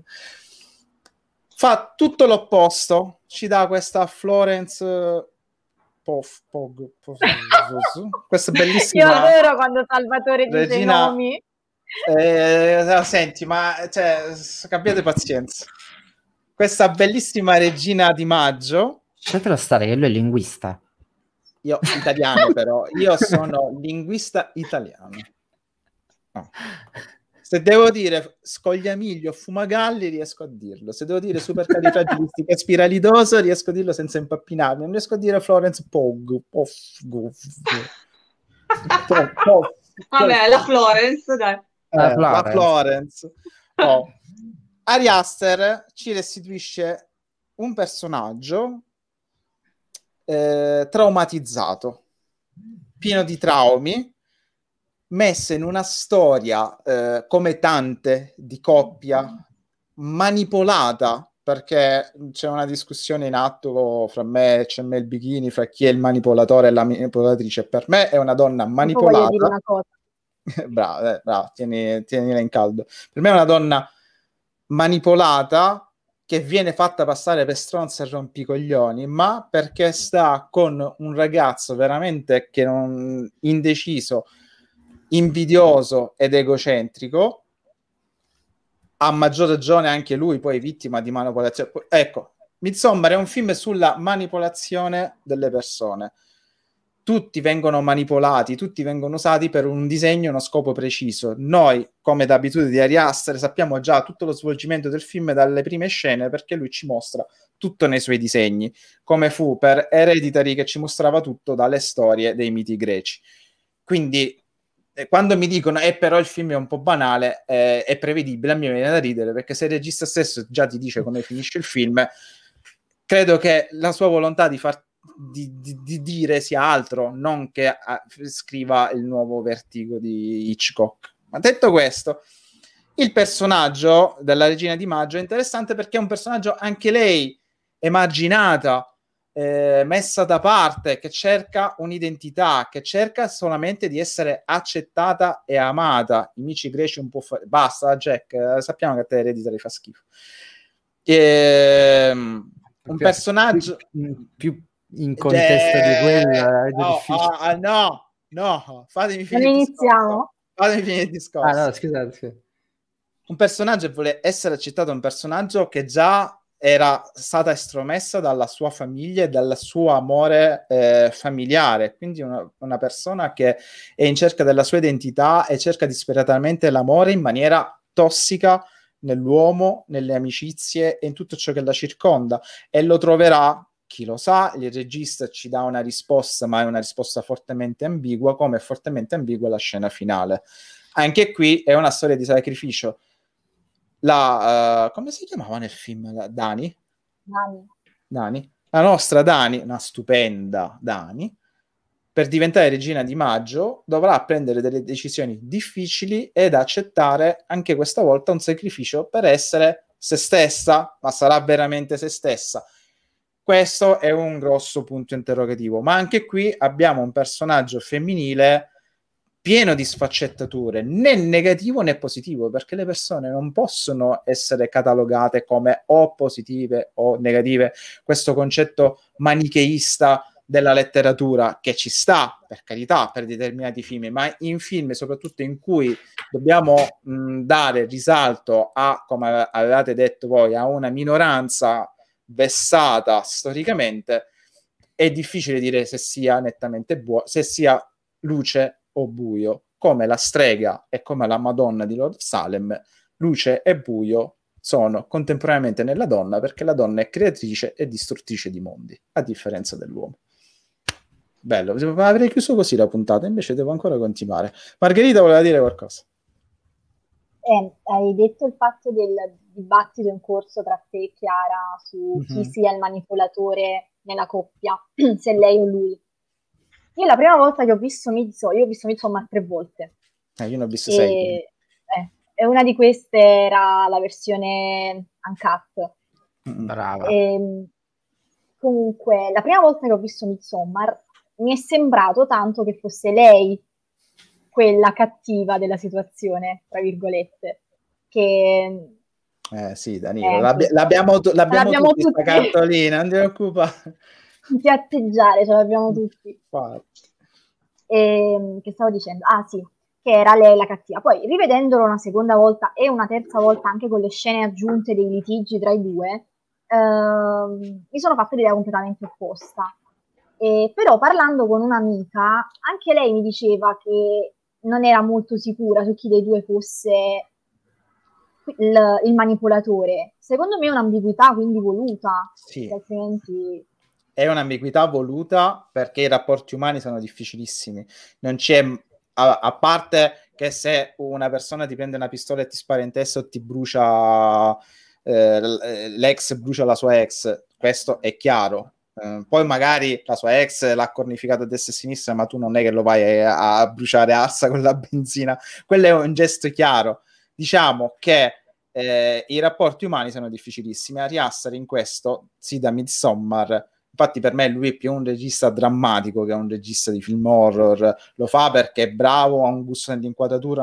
Fa tutto l'opposto, ci dà questa Florence Pof, Pog, Pof, questa Io bellissima adoro quando Salvatore dice i regina. nomi. Eh, senti, ma cioè, s- abbiate pazienza. Questa bellissima regina di maggio, Lasciatelo stare che lui è linguista. io italiano però, io sono linguista italiano. No. Se devo dire scogliamiglio, fumagalli, riesco a dirlo. Se devo dire supercalifragilistica spiralidoso, riesco a dirlo senza impappinarmi. Non riesco a dire Florence Pog. Pof, gof, pof, pof, Vabbè, la Florence, dai. La Eh, la Florence. Florence. Oh. Ari Aster ci restituisce un personaggio eh, traumatizzato, pieno di traumi, messo in una storia eh, come tante di coppia, manipolata, perché c'è una discussione in atto fra me e c'è me il Bikini, fra chi è il manipolatore e la manipolatrice. Per me è una donna Poi voglio manipolata. dire una cosa. brava, eh, brava, tieni, tienila in caldo. Per me è una donna manipolata, che viene fatta passare per stronza e rompicoglioni, ma perché sta con un ragazzo veramente che non, indeciso, invidioso ed egocentrico, a maggior ragione anche lui poi vittima di manipolazione. Ecco, Midsommar è un film sulla manipolazione delle persone. Tutti vengono manipolati, tutti vengono usati per un disegno e uno scopo preciso. Noi, come d'abitudine di Ari Aster, sappiamo già tutto lo svolgimento del film dalle prime scene, perché lui ci mostra tutto nei suoi disegni, come fu per Hereditary, che ci mostrava tutto dalle storie dei miti greci. Quindi eh, quando mi dicono eh però il film è un po' banale, eh, è prevedibile, a me viene da ridere, perché se il regista stesso già ti dice come finisce il film, credo che la sua volontà di far Di, di, di dire sia altro, non che a, scriva il nuovo Vertigo di Hitchcock. Ma detto questo, il personaggio della Regina di Maggio è interessante perché è un personaggio anche lei emarginata, eh, messa da parte, che cerca un'identità, che cerca solamente di essere accettata e amata. I mici greci un po' fa... basta Jack, eh, sappiamo che a te Hereditary fa schifo. Ehm, un personaggio più, più in contesto di quello è no, ah, no, no, fatemi finire non iniziamo? Fatemi finire il discorso. Ah, no, scusate, scusate. Un personaggio che vuole essere accettato, un personaggio che già era stata estromessa dalla sua famiglia e dal suo amore eh, familiare, quindi una, una persona che è in cerca della sua identità e cerca disperatamente l'amore in maniera tossica nell'uomo, nelle amicizie e in tutto ciò che la circonda, e lo troverà. Chi lo sa, il regista ci dà una risposta, ma è una risposta fortemente ambigua, come è fortemente ambigua la scena finale. Anche qui è una storia di sacrificio. La, uh, come si chiamava nel film? La, Dani? Dani. Dani? La nostra Dani, una stupenda Dani, per diventare Regina di Maggio dovrà prendere delle decisioni difficili ed accettare anche questa volta un sacrificio per essere se stessa, ma sarà veramente se stessa? Questo è un grosso punto interrogativo, ma anche qui abbiamo un personaggio femminile pieno di sfaccettature, né negativo né positivo, perché le persone non possono essere catalogate come o positive o negative. Questo concetto manicheista della letteratura, che ci sta, per carità, per determinati film, ma in film soprattutto in cui dobbiamo mh, dare risalto a, come avevate detto voi, a una minoranza vessata storicamente, è difficile dire se sia nettamente buono, se sia luce o buio. Come la strega e come la Madonna di Lord Salem, luce e buio sono contemporaneamente nella donna, perché la donna è creatrice e distruttrice di mondi, a differenza dell'uomo. Bello, avrei chiuso così la puntata, invece devo ancora continuare. Margherita voleva dire qualcosa? Eh, hai detto il fatto del dibattito in corso tra te e Chiara su Mm-hmm. chi sia il manipolatore nella coppia, se lei o lui. Io la prima volta che ho visto Midsommar, io ho visto Midsommar tre volte. Eh, io ne ho visto e, sei. Eh, e una di queste era la versione uncut. Mm-hmm. Brava. E, comunque, la prima volta che ho visto Midsommar mi è sembrato tanto che fosse lei quella cattiva della situazione, tra virgolette, che... Eh sì, Danilo, eh, l'abbi- l'abbiamo, tu- l'abbiamo, l'abbiamo tutti questa tutti. cartolina, non ti preoccupare. Di atteggiare, ce l'abbiamo tutti. E, che stavo dicendo? Ah sì, che era lei la cattiva. Poi, rivedendolo una seconda volta e una terza volta anche con le scene aggiunte dei litigi tra i due, ehm, mi sono fatta l'idea completamente opposta. E, però parlando con un'amica, anche lei mi diceva che non era molto sicura su chi dei due fosse il, il manipolatore. Secondo me è un'ambiguità quindi voluta, Sì. altrimenti... È un'ambiguità voluta, perché i rapporti umani sono difficilissimi. Non c'è, a, a parte che se una persona ti prende una pistola e ti spara in testa o ti brucia eh, l'ex brucia la sua ex, questo è chiaro. Uh, poi magari la sua ex l'ha cornificata a destra e a sinistra, ma tu non è che lo vai a, a bruciare arsa con la benzina. Quello è un gesto chiaro. Diciamo che eh, i rapporti umani sono difficilissimi. Ari Aster in questo, sì, da Midsommar, infatti per me lui è più un regista drammatico che un regista di film horror. Lo fa perché è bravo, ha un gusto nell'inquadratura, ma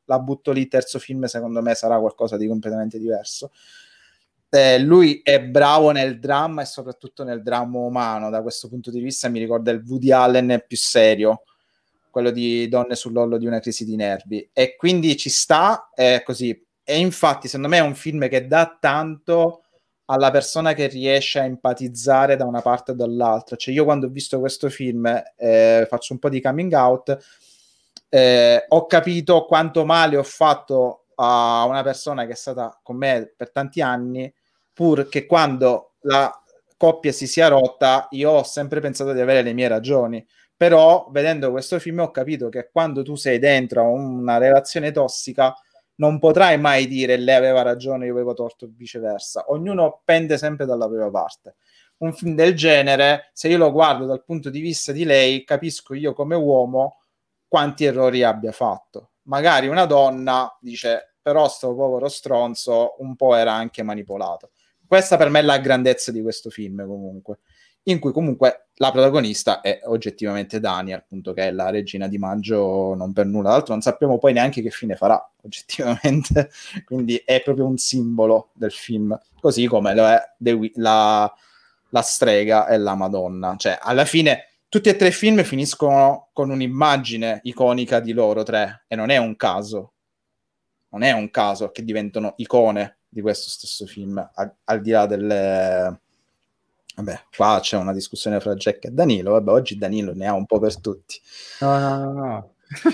la butto lì, terzo film secondo me sarà qualcosa di completamente diverso. Eh, lui è bravo nel dramma e soprattutto nel dramma umano, da questo punto di vista mi ricorda il Woody Allen più serio, quello di Donne sull'orlo di una crisi di nervi, e quindi ci sta, è così. E infatti secondo me è un film che dà tanto alla persona che riesce a empatizzare da una parte o dall'altra. Cioè io quando ho visto questo film, eh, faccio un po' di coming out, eh, ho capito quanto male ho fatto a una persona che è stata con me per tanti anni, pur che quando la coppia si sia rotta io ho sempre pensato di avere le mie ragioni, però vedendo questo film ho capito che quando tu sei dentro a una relazione tossica non potrai mai dire lei aveva ragione, io avevo torto e viceversa, ognuno pende sempre dalla propria parte. Un film del genere, se io lo guardo dal punto di vista di lei, capisco io come uomo quanti errori abbia fatto. Magari una donna dice però sto povero stronzo un po' era anche manipolato. Questa per me è la grandezza di questo film, comunque, in cui comunque la protagonista è oggettivamente Dani, appunto, che è la regina di maggio non per nulla, d'altro non sappiamo poi neanche che fine farà oggettivamente, quindi è proprio un simbolo del film, così come lo è The, la, la strega e la Madonna. Cioè alla fine tutti e tre i film finiscono con un'immagine iconica di loro tre, e non è un caso, non è un caso che diventano icone di questo stesso film, al, al di là delle... Vabbè, qua c'è una discussione fra Jack e Danilo, vabbè, oggi Danilo ne ha un po' per tutti. No, no, no, no.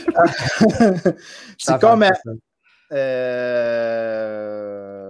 Siccome eh,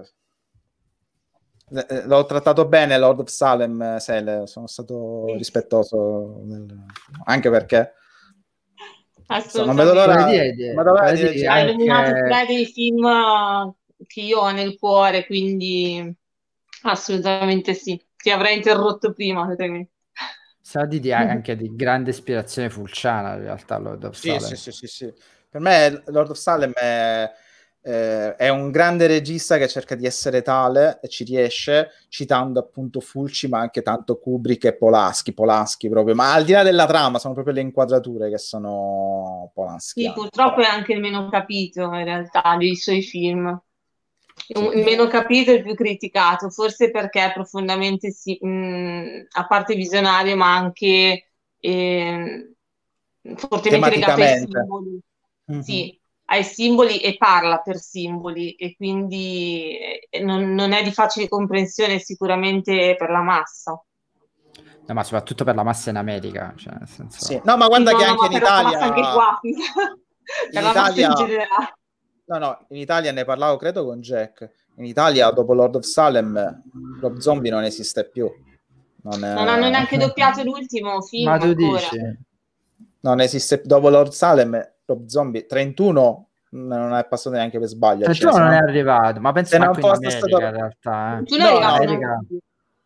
l'ho trattato bene Lord of Salem, Sele, sono stato rispettoso nel... anche perché assolutamente non vedo l'ora, Puoi dire- non vedo l'ora puoi di dire leggere- hai anche- nominato tre dei film che io ho nel cuore, quindi assolutamente sì. Ti avrei interrotto prima, altrimenti. Sa di dire anche di grande ispirazione fulciana in realtà Lord of Sì, Salem. sì, sì, sì, sì. Per me Lord of Salem è, eh, è un grande regista che cerca di essere tale e ci riesce, citando appunto Fulci, ma anche tanto Kubrick e Polanski, Polanski proprio. Ma al di là della trama, sono proprio le inquadrature che sono Polanski. Sì, purtroppo è anche il meno capito in realtà dei suoi film. Il meno capito e il più criticato, forse perché è profondamente, sì, mh, a parte visionario, ma anche eh, fortemente legato ai Tematicamente. simboli. Mhm. Sì, ai simboli, e parla per simboli, e quindi eh, non, non è di facile comprensione sicuramente per la massa. No, ma soprattutto per la massa in America, cioè, nel senso... Sì. No, ma guarda Sì, che no, anche no, in per la Italia... massa anche qua, per la massa Italia- in generale. No, no, in Italia ne parlavo credo con Jack. In Italia, dopo Lord of Salem, Rob Zombie non esiste più. Non, è... Non hanno neanche doppiato l'ultimo film Ma tu ancora. dici? non esiste dopo Lord Salem. Rob Zombie trentuno non è passato neanche per sbaglio. Cioè, Cioè, tu se non è non- arrivato, ma penso se non manco in fosse America stato- in realtà. Eh. Tu l'hai No, arrivato no, in America. America.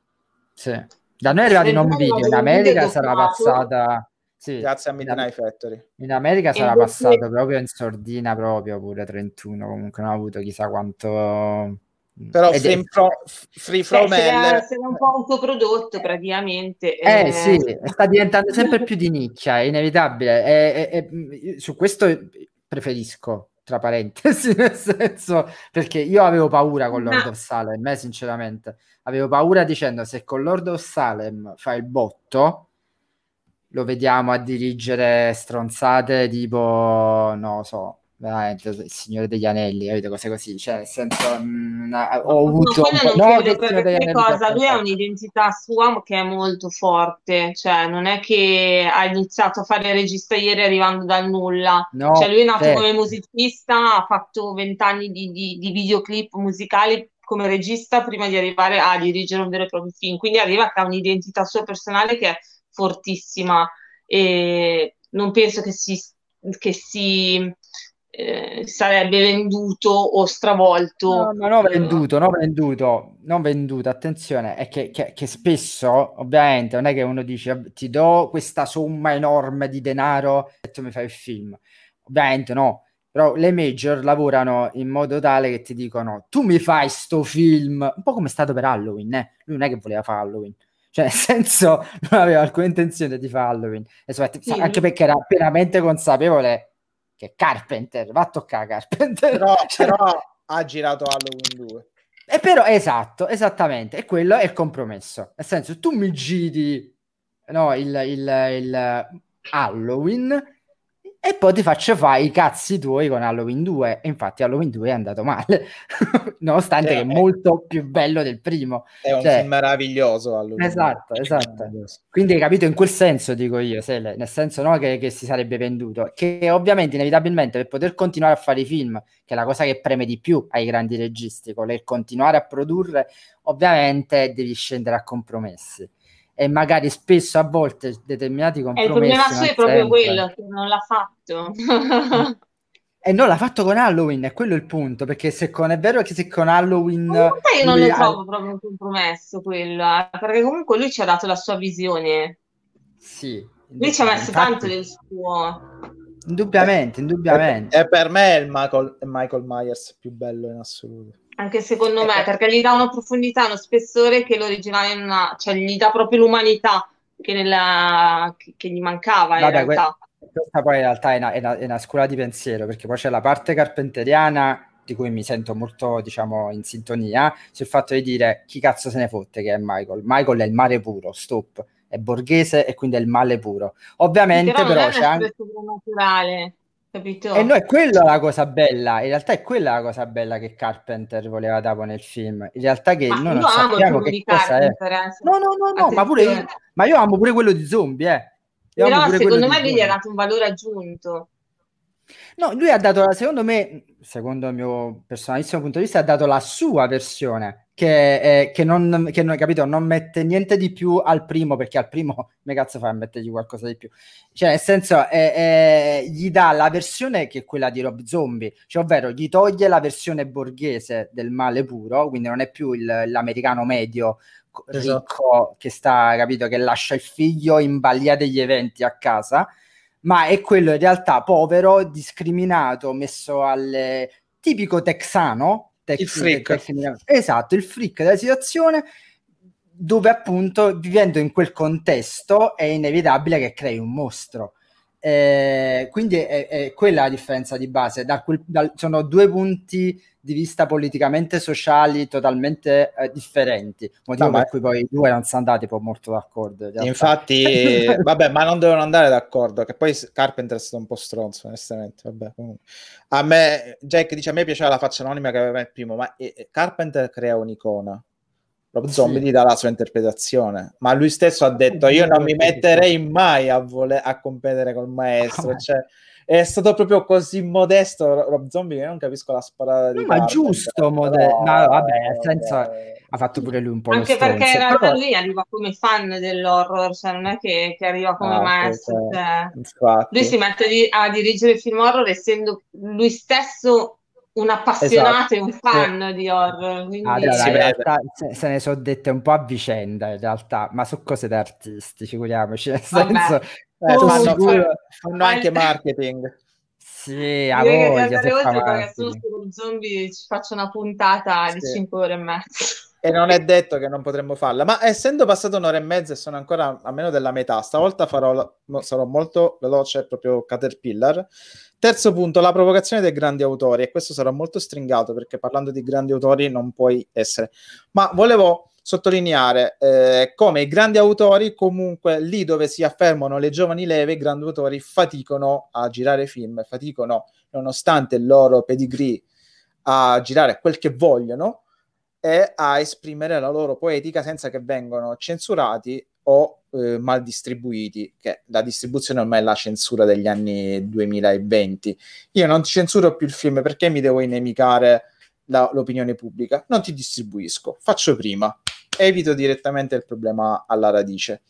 Sì. Da noi è arrivato in home trentuno video, in l'avevo America video sarà doppiato. passata... Sì. Grazie a In, Midnight Factory. in America sarà invece- passato proprio in sordina proprio pure trentuno, comunque non ha avuto chissà quanto... Però Ed è- Free, From, Free Beh, From se l'è, Hell... se l'è un po' autoprodotto praticamente. Eh eh, sì, sta diventando sempre più di nicchia, è inevitabile. E, e- e- su questo preferisco, tra parentesi, nel senso, perché io avevo paura con Lord Ma- of Salem, eh, sinceramente. Avevo paura dicendo se con Lord of Salem fa il botto, lo vediamo a dirigere stronzate tipo, non lo so, veramente, il Signore degli Anelli, capito? Cose così, cioè nel senso mh, ho No, avuto un quello po'... non no, che credo, il Signore degli perché Anelli sia cosa? Lui ha perfetto. un'identità sua che è molto forte, cioè non è che ha iniziato a fare il regista ieri arrivando dal nulla, No, cioè lui è nato certo. come musicista, ha fatto vent'anni di, di, di videoclip musicali come regista prima di arrivare a dirigere un vero e proprio film, quindi arriva che ha un'identità sua personale che è fortissima, e non penso che si, che si eh, sarebbe venduto o stravolto. No, ma non eh, venduto, non venduto, non venduto, attenzione, è che, che- che spesso, ovviamente, non è che uno dice ti do questa somma enorme di denaro e tu mi fai il film. Ovviamente no, però le major lavorano in modo tale che ti dicono tu mi fai sto film, un po' come è stato per Halloween, eh? Lui non è che voleva fare Halloween, cioè nel senso non aveva alcuna intenzione di fare Halloween, e soprattutto- Sì. anche perché era pienamente consapevole che è Carpenter, va a toccare Carpenter. Però, Cioè, però ha girato Halloween due. E però, esatto, esattamente, e quello è il compromesso. Nel senso, tu mi giri no, il, il, il Halloween e poi ti faccio fare i cazzi tuoi con Halloween due. E infatti Halloween due è andato male, nonostante Cioè, che è è- molto più bello del primo. È un Cioè, film meraviglioso. Halloween. esatto, esatto. Quindi hai capito in quel senso, dico io, Sele, nel senso no che, che si sarebbe venduto, che ovviamente inevitabilmente per poter continuare a fare i film, che è la cosa che preme di più ai grandi registi, voler continuare a produrre, ovviamente devi scendere a compromessi. E magari spesso a volte determinati E il compromessi problema non suo è proprio sempre. quello, che non l'ha fatto. E non l'ha fatto con Halloween, è quello il punto, perché se con, è vero che se con Halloween In realtà io non lui lo ha- trovo proprio un compromesso quello, eh, perché comunque lui ci ha dato la sua visione. sì, Lui ci ha messo infatti, tanto del suo. indubbiamente, indubbiamente. E per me è il Michael, è Michael Myers più bello in assoluto. Anche secondo me, Eh, perché gli dà una profondità, uno spessore che l'originale non ha, cioè gli dà proprio l'umanità che, nella, che, che gli mancava in Vabbè, que- realtà. questa poi in realtà è una, è una- è una scuola di pensiero, perché poi c'è la parte carpenteriana di cui mi sento molto, diciamo, in sintonia, sul fatto di dire chi cazzo se ne fotte che è Michael. Michael è il male puro, stop, è borghese e quindi è il male puro. Ovviamente Però non però è c'è un anche... essere soprannaturale, capito? E no, è quella la cosa bella, in realtà è quella la cosa bella che Carpenter voleva dare nel film, in realtà che Ma noi io non amo il sappiamo film che di cosa è. Carpenter, eh, No, no, no, no, ma pure io, attenzione. ma io amo pure quello di zombie, eh. Io amo Però pure quello secondo di me lui gli ha zombie. dato un valore aggiunto. No, lui ha dato, secondo me, secondo il mio personalissimo punto di vista, ha dato la sua versione, che, è, che non, che non, capito, non mette niente di più al primo, perché al primo, come cazzo fai a mettergli qualcosa di più? Cioè, nel senso, è, è, gli dà la versione che è quella di Rob Zombie, cioè, ovvero gli toglie la versione borghese del male puro, quindi non è più il, l'americano medio ricco Esatto. che sta, capito, che lascia il figlio in balia degli eventi a casa, ma è quello in realtà povero, discriminato, messo al tipico texano, tec- Il freak. tecnicamente- esatto, il freak della situazione, dove appunto vivendo in quel contesto è inevitabile che crei un mostro. Eh, quindi è, è quella la differenza di base. Da quel, dal, sono due punti di vista politicamente sociali totalmente eh, differenti, motivo No, ma- per cui poi i due non sono andati poi molto d'accordo in realtà. Infatti, vabbè, ma non devono andare d'accordo, che poi Carpenter è stato un po' stronzo, onestamente. Vabbè, comunque. A me, Jack dice, a me piaceva la faccia anonima che aveva il primo, ma eh, Carpenter crea un'icona. Rob Zombie Sì. gli dà la sua interpretazione, ma lui stesso ha detto, io non mi metterei mai a, vole- a competere col maestro, cioè è stato proprio così modesto Rob Zombie che io non capisco la sparata di No, ma Carpenter, giusto, mode- però- ma vabbè, nel senso ha fatto pure lui un po' Anche lo perché in stronzo, realtà però- lui arriva come fan dell'horror, cioè non è che, che arriva come Ah, maestro. sì, Cioè, infatti. lui si mette di- a dirigere il film horror essendo lui stesso un appassionato e un fan di horror. Quindi... Allora, Si in vede. realtà se, se ne sono dette un po' a vicenda in realtà, ma su cose da artisti, figuriamoci, nel Vabbè. senso Eh, tu fanno, sicuro- fanno anche marketing. sì, a Direi che di voglia, andare se fa oltre perché solo marketing. su zombie ci faccio una puntata di Sì. cinque ore e mezza. E non è detto che non potremmo farla, ma essendo passata un'ora e mezza e sono ancora a meno della metà, stavolta farò la- mo- sarò molto veloce, proprio Caterpillar. Terzo punto, la provocazione dei grandi autori, e questo sarà molto stringato perché parlando di grandi autori non puoi essere, ma volevo sottolineare eh, come i grandi autori, comunque lì dove si affermano le giovani leve, i grandi autori faticano a girare film, faticano nonostante il loro pedigree a girare quel che vogliono e a esprimere la loro poetica senza che vengano censurati o eh, mal distribuiti, che la distribuzione ormai è la censura degli anni duemilaventi. Io non ti censuro più il film perché mi devo inimicare la, l'opinione pubblica, non ti distribuisco, faccio prima, evito direttamente il problema alla radice,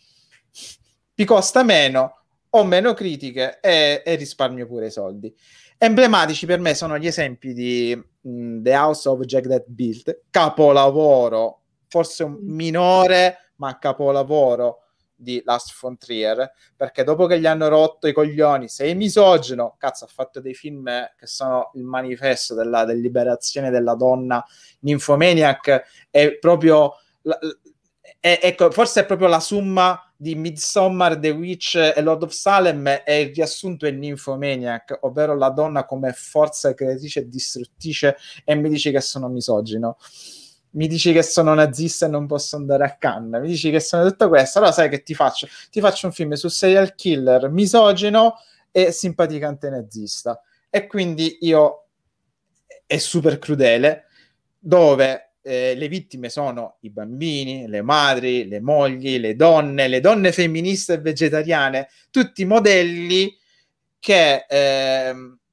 mi costa meno, ho meno critiche e, e risparmio pure i soldi. Emblematici per me sono gli esempi di mh, The House of Jack That Built, capolavoro, forse un minore, ma capolavoro di Lars von Trier, perché dopo che gli hanno rotto i coglioni, sei misogino, cazzo, ha fatto dei film che sono il manifesto della, della liberazione della donna. Nymphomaniac è proprio... La, è, ecco, forse è proprio la summa di Midsommar, The Witch e Lord of Salem è il riassunto è Nymphomaniac, ovvero la donna come forza creatrice e distruttrice, e mi dici che sono misogino, mi dici che sono nazista e non posso andare a Cannes, mi dici che sono tutto questo, allora sai che ti faccio? Ti faccio un film su serial killer, misogino e simpaticante nazista. E quindi io è super crudele, dove eh, le vittime sono i bambini, le madri, le mogli, le donne, le donne femministe e vegetariane, tutti modelli che eh,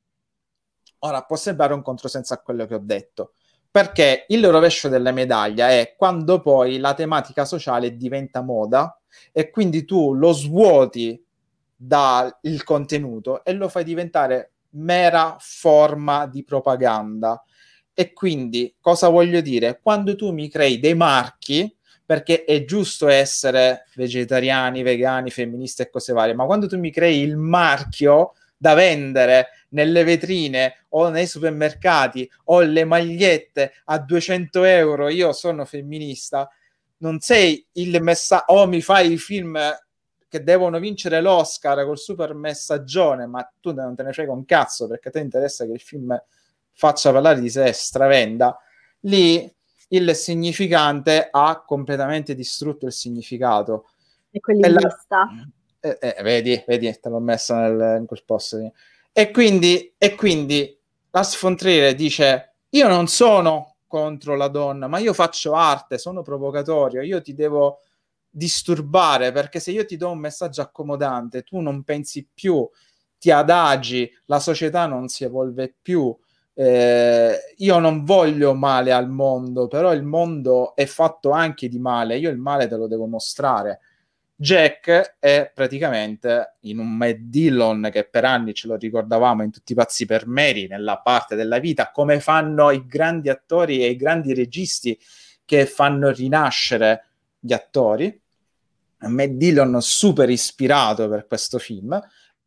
ora può sembrare un controsenso a quello che ho detto, perché il rovescio della medaglia è quando poi la tematica sociale diventa moda e quindi tu lo svuoti dal contenuto e lo fai diventare mera forma di propaganda. E quindi cosa voglio dire? Quando tu mi crei dei marchi, perché è giusto essere vegetariani, vegani, femministi e cose varie, ma quando tu mi crei il marchio da vendere nelle vetrine o nei supermercati o le magliette a duecento euro, io sono femminista, non sei il messaggio, o mi fai i film che devono vincere l'Oscar col super messaggione, ma tu non te ne frega un cazzo perché a te interessa che il film faccia parlare di sé, stravenda, lì il significante ha completamente distrutto il significato. E quell'invista. Eh, eh, vedi, vedi, te l'ho messa nel, in quel posto lì. E quindi, e quindi Lars von Trier dice: io non sono contro la donna, ma io faccio arte, sono provocatorio, io ti devo disturbare, perché se io ti do un messaggio accomodante, tu non pensi più, ti adagi, la società non si evolve più. Eh, io non voglio male al mondo, però il mondo è fatto anche di male, io il male te lo devo mostrare. Jack è praticamente in un Matt Dillon che per anni ce lo ricordavamo in Tutti i pazzi per Mary, nella parte della vita, come fanno i grandi attori e i grandi registi che fanno rinascere gli attori. Matt Dillon super ispirato per questo film,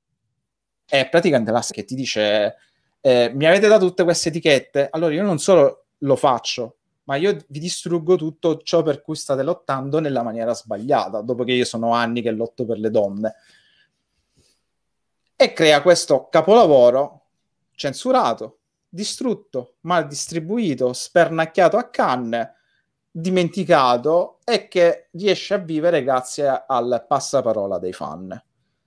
è praticamente la che ti dice eh, mi avete dato tutte queste etichette, allora io non solo lo faccio, ma io vi distruggo tutto ciò per cui state lottando nella maniera sbagliata, dopo che io sono anni che lotto per le donne. E crea questo capolavoro censurato, distrutto, mal distribuito, spernacchiato a Cannes, dimenticato, e che riesce a vivere grazie al passaparola dei fan.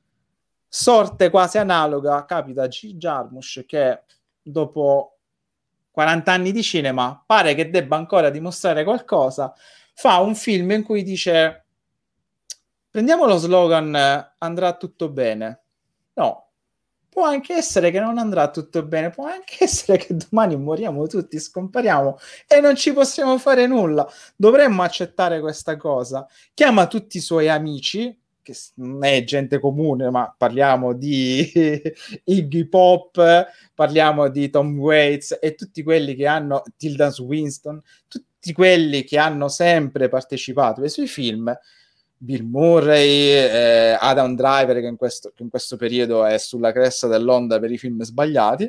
Sorte quasi analoga capita a G. Jarmusch, che dopo quaranta anni di cinema pare che debba ancora dimostrare qualcosa, fa un film in cui dice: prendiamo lo slogan andrà tutto bene. No, può anche essere che non andrà tutto bene, può anche essere che domani moriamo tutti, scompariamo e non ci possiamo fare nulla. Dovremmo accettare questa cosa. Chiama tutti i suoi amici, che non è gente comune, ma parliamo di Iggy Pop, parliamo di Tom Waits e tutti quelli che hanno, Tilda Swinton, tutti quelli che hanno sempre partecipato ai suoi film, Bill Murray, eh, Adam Driver, che in, questo, che in questo periodo è sulla cresta dell'onda per i film sbagliati,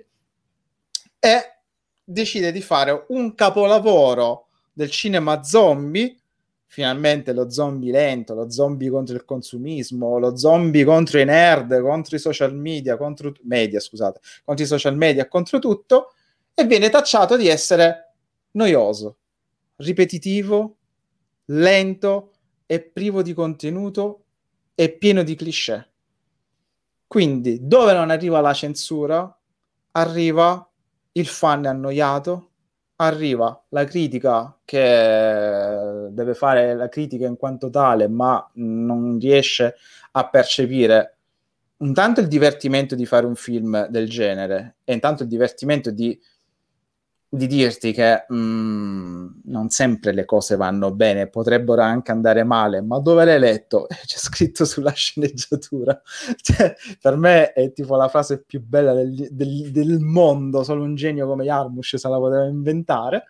e decide di fare un capolavoro del cinema zombie. Finalmente lo zombie lento, lo zombie contro il consumismo, lo zombie contro i nerd, contro i social media, contro media, scusate, contro i social media, contro tutto, e viene tacciato di essere noioso, ripetitivo, lento e privo di contenuto e pieno di cliché. Quindi, dove non arriva la censura, arriva il fan annoiato, arriva la critica che deve fare la critica in quanto tale, ma non riesce a percepire intanto il divertimento di fare un film del genere e intanto il divertimento di, di dirti che mh, non sempre le cose vanno bene, potrebbero anche andare male, ma dove l'hai letto? C'è scritto sulla sceneggiatura. Cioè, per me è tipo la frase più bella del, del, del mondo, solo un genio come Jarmusch se la poteva inventare.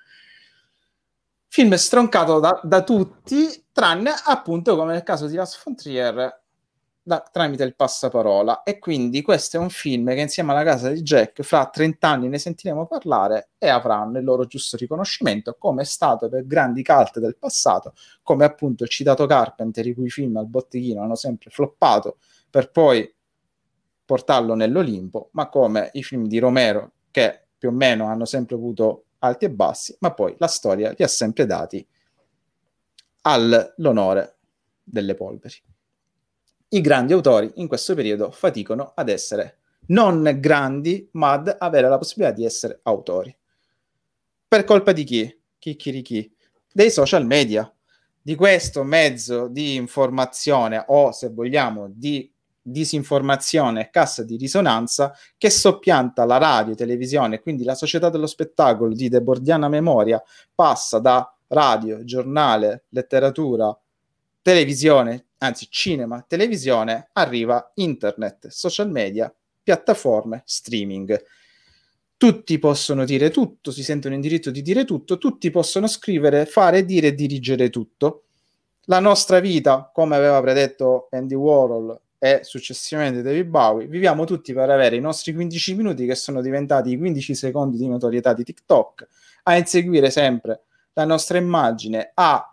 Film stroncato da, da tutti, tranne appunto come nel caso di Lars von Trier, da, tramite il passaparola, e quindi questo è un film che insieme alla Casa di Jack fra trenta anni ne sentiremo parlare e avranno il loro giusto riconoscimento, come è stato per grandi cult del passato, come appunto il citato Carpenter, i cui film al botteghino hanno sempre floppato per poi portarlo nell'Olimpo, ma come i film di Romero, che più o meno hanno sempre avuto alti e bassi, ma poi la storia li ha sempre dati all'onore delle polveri. I grandi autori in questo periodo faticano ad essere non grandi, ma ad avere la possibilità di essere autori. Per colpa di chi? Chicchirichì. Dei social media, di questo mezzo di informazione, o se vogliamo di disinformazione e cassa di risonanza, che soppianta la radio, televisione, quindi la società dello spettacolo di debordiana memoria passa da radio, giornale, letteratura, televisione, anzi cinema, televisione, arriva internet, social media, piattaforme, streaming. Tutti possono dire tutto, si sentono in diritto di dire tutto, tutti possono scrivere, fare, dire e dirigere tutto. La nostra vita, come aveva predetto Andy Warhol e successivamente David Bowie, viviamo tutti per avere i nostri quindici minuti che sono diventati i quindici secondi di notorietà di TikTok, a inseguire sempre la nostra immagine, a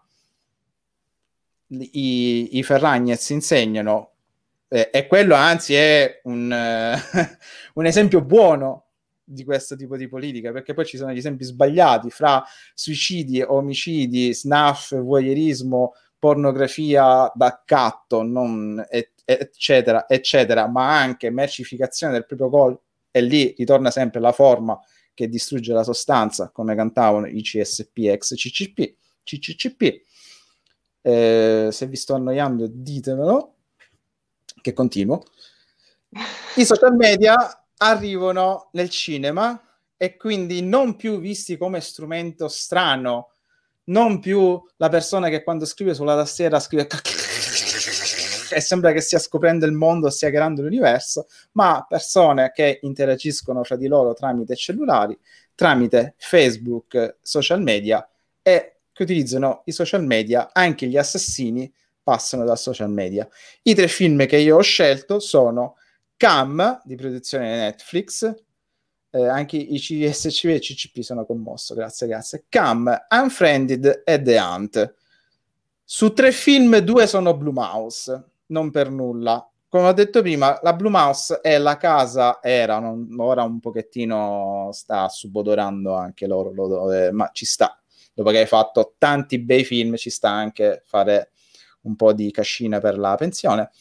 I, i Ferragnez insegnano, eh, e quello anzi è un, uh, un esempio buono di questo tipo di politica, perché poi ci sono gli esempi sbagliati fra suicidi, omicidi, snuff, voyeurismo, pornografia d'accatto, non, et, eccetera, eccetera, ma anche mercificazione del proprio corpo, e lì ritorna sempre la forma che distrugge la sostanza, come cantavano i C S P ex C C P, C C C P. Eh, se vi sto annoiando ditemelo, che continuo. I social media arrivano nel cinema e quindi non più visti come strumento strano, non più la persona che quando scrive sulla tastiera scrive e sembra che stia scoprendo il mondo, stia creando l'universo, ma persone che interagiscono fra di loro tramite cellulari, tramite Facebook, social media, e che utilizzano i social media. Anche gli assassini passano dal social media. I tre film che io ho scelto sono Cam, di produzione Netflix, eh, anche i C S C V e i C C P sono commosso, grazie grazie. Cam, Unfriended e The Hunt. Su tre film, due sono Blumhouse, non per nulla. Come ho detto prima, la Blumhouse è la casa, era, non, ora un pochettino sta subodorando anche loro, lo, eh, ma ci sta. Dopo che hai fatto tanti bei film, ci sta anche fare un po' di cascina per la pensione.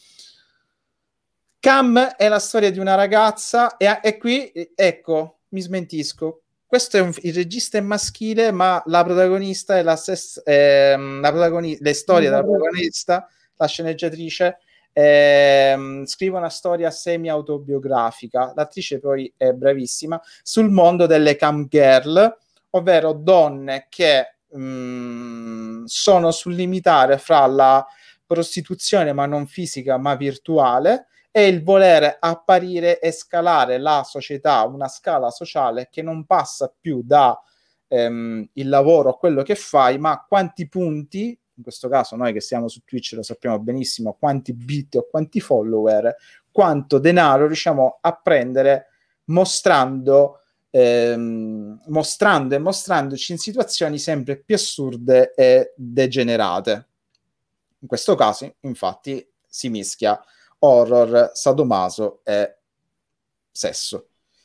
Cam è la storia di una ragazza, e, e qui, ecco, mi smentisco. Questo è un, il regista è maschile, ma la protagonista è la stessa, ehm, la protagoni- le storie della protagonista, la sceneggiatrice, ehm, scrive una storia semi-autobiografica. L'attrice poi è bravissima, sul mondo delle cam girl, ovvero donne che mh, sono sul limitare fra la prostituzione, ma non fisica, ma virtuale, e il voler apparire e scalare la società, una scala sociale che non passa più da ehm, il lavoro, quello che fai, ma quanti punti, in questo caso noi che siamo su Twitch lo sappiamo benissimo, quanti bit o quanti follower, quanto denaro riusciamo a prendere mostrando, ehm, mostrando e mostrandoci in situazioni sempre più assurde e degenerate. In questo caso, infatti, si mischia horror, sadomaso e sesso.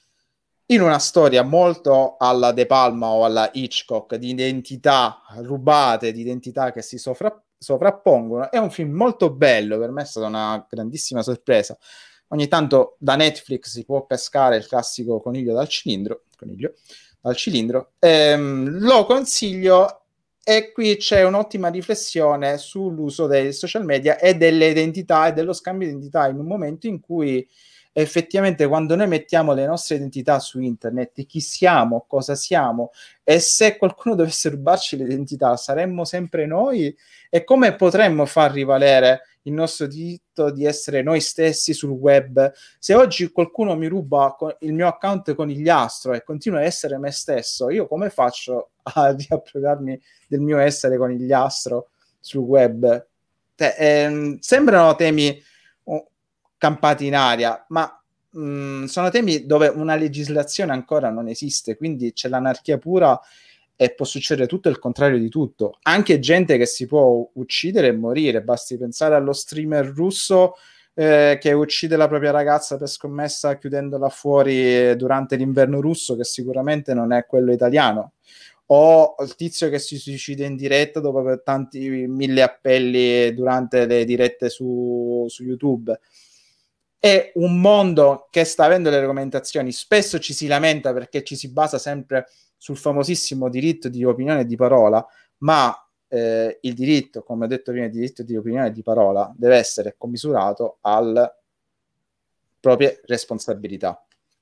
In una storia molto alla De Palma o alla Hitchcock, di identità rubate, di identità che si sovra- sovrappongono. È un film molto bello, per me è stata una grandissima sorpresa. Ogni tanto da Netflix si può pescare il classico coniglio dal cilindro, coniglio dal cilindro. Ehm, lo consiglio. E qui c'è un'ottima riflessione sull'uso dei social media e delle identità e dello scambio di identità, in un momento in cui effettivamente, quando noi mettiamo le nostre identità su internet, chi siamo, cosa siamo, e se qualcuno dovesse rubarci l'identità, saremmo sempre noi? E come potremmo far rivalere il nostro diritto di essere noi stessi sul web? Se oggi qualcuno mi ruba il mio account Conigliastro e continua a essere me stesso, io come faccio a riappropriarmi del mio essere Conigliastro sul web? Te, ehm, sembrano temi campati in aria, ma mh, sono temi dove una legislazione ancora non esiste, quindi c'è l'anarchia pura e può succedere tutto il contrario di tutto. Anche gente che si può uccidere e morire, basti pensare allo streamer russo eh, che uccide la propria ragazza per scommessa chiudendola fuori durante l'inverno russo, che sicuramente non è quello italiano, o il tizio che si suicida in diretta dopo aver tanti mille appelli durante le dirette su, su YouTube. È un mondo che sta avendo le regolamentazioni, spesso ci si lamenta perché ci si basa sempre sul famosissimo diritto di opinione e di parola, ma eh, il diritto, come ho detto prima, il diritto di opinione e di parola deve essere commisurato alle proprie responsabilità.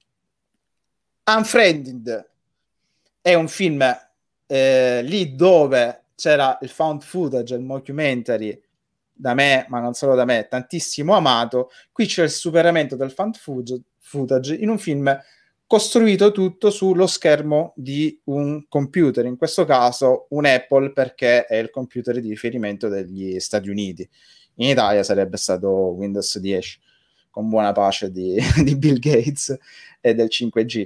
Unfriended è un film eh, lì dove c'era il found footage, il mockumentary, da me, ma non solo da me, tantissimo amato. Qui c'è il superamento del found footage in un film costruito tutto sullo schermo di un computer, in questo caso un Apple, perché è il computer di riferimento degli Stati Uniti. In Italia sarebbe stato Windows dieci, con buona pace di, di Bill Gates e del cinque G.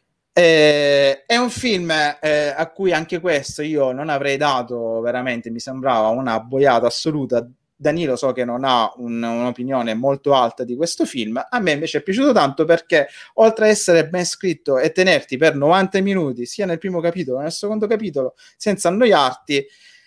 Eh, è un film eh, a cui anche questo io non avrei dato veramente, mi sembrava una boiata assoluta. Danilo so che non ha un, un'opinione molto alta di questo film, a me invece è piaciuto tanto perché oltre a essere ben scritto e tenerti per novanta minuti sia nel primo capitolo che nel secondo capitolo senza annoiarti,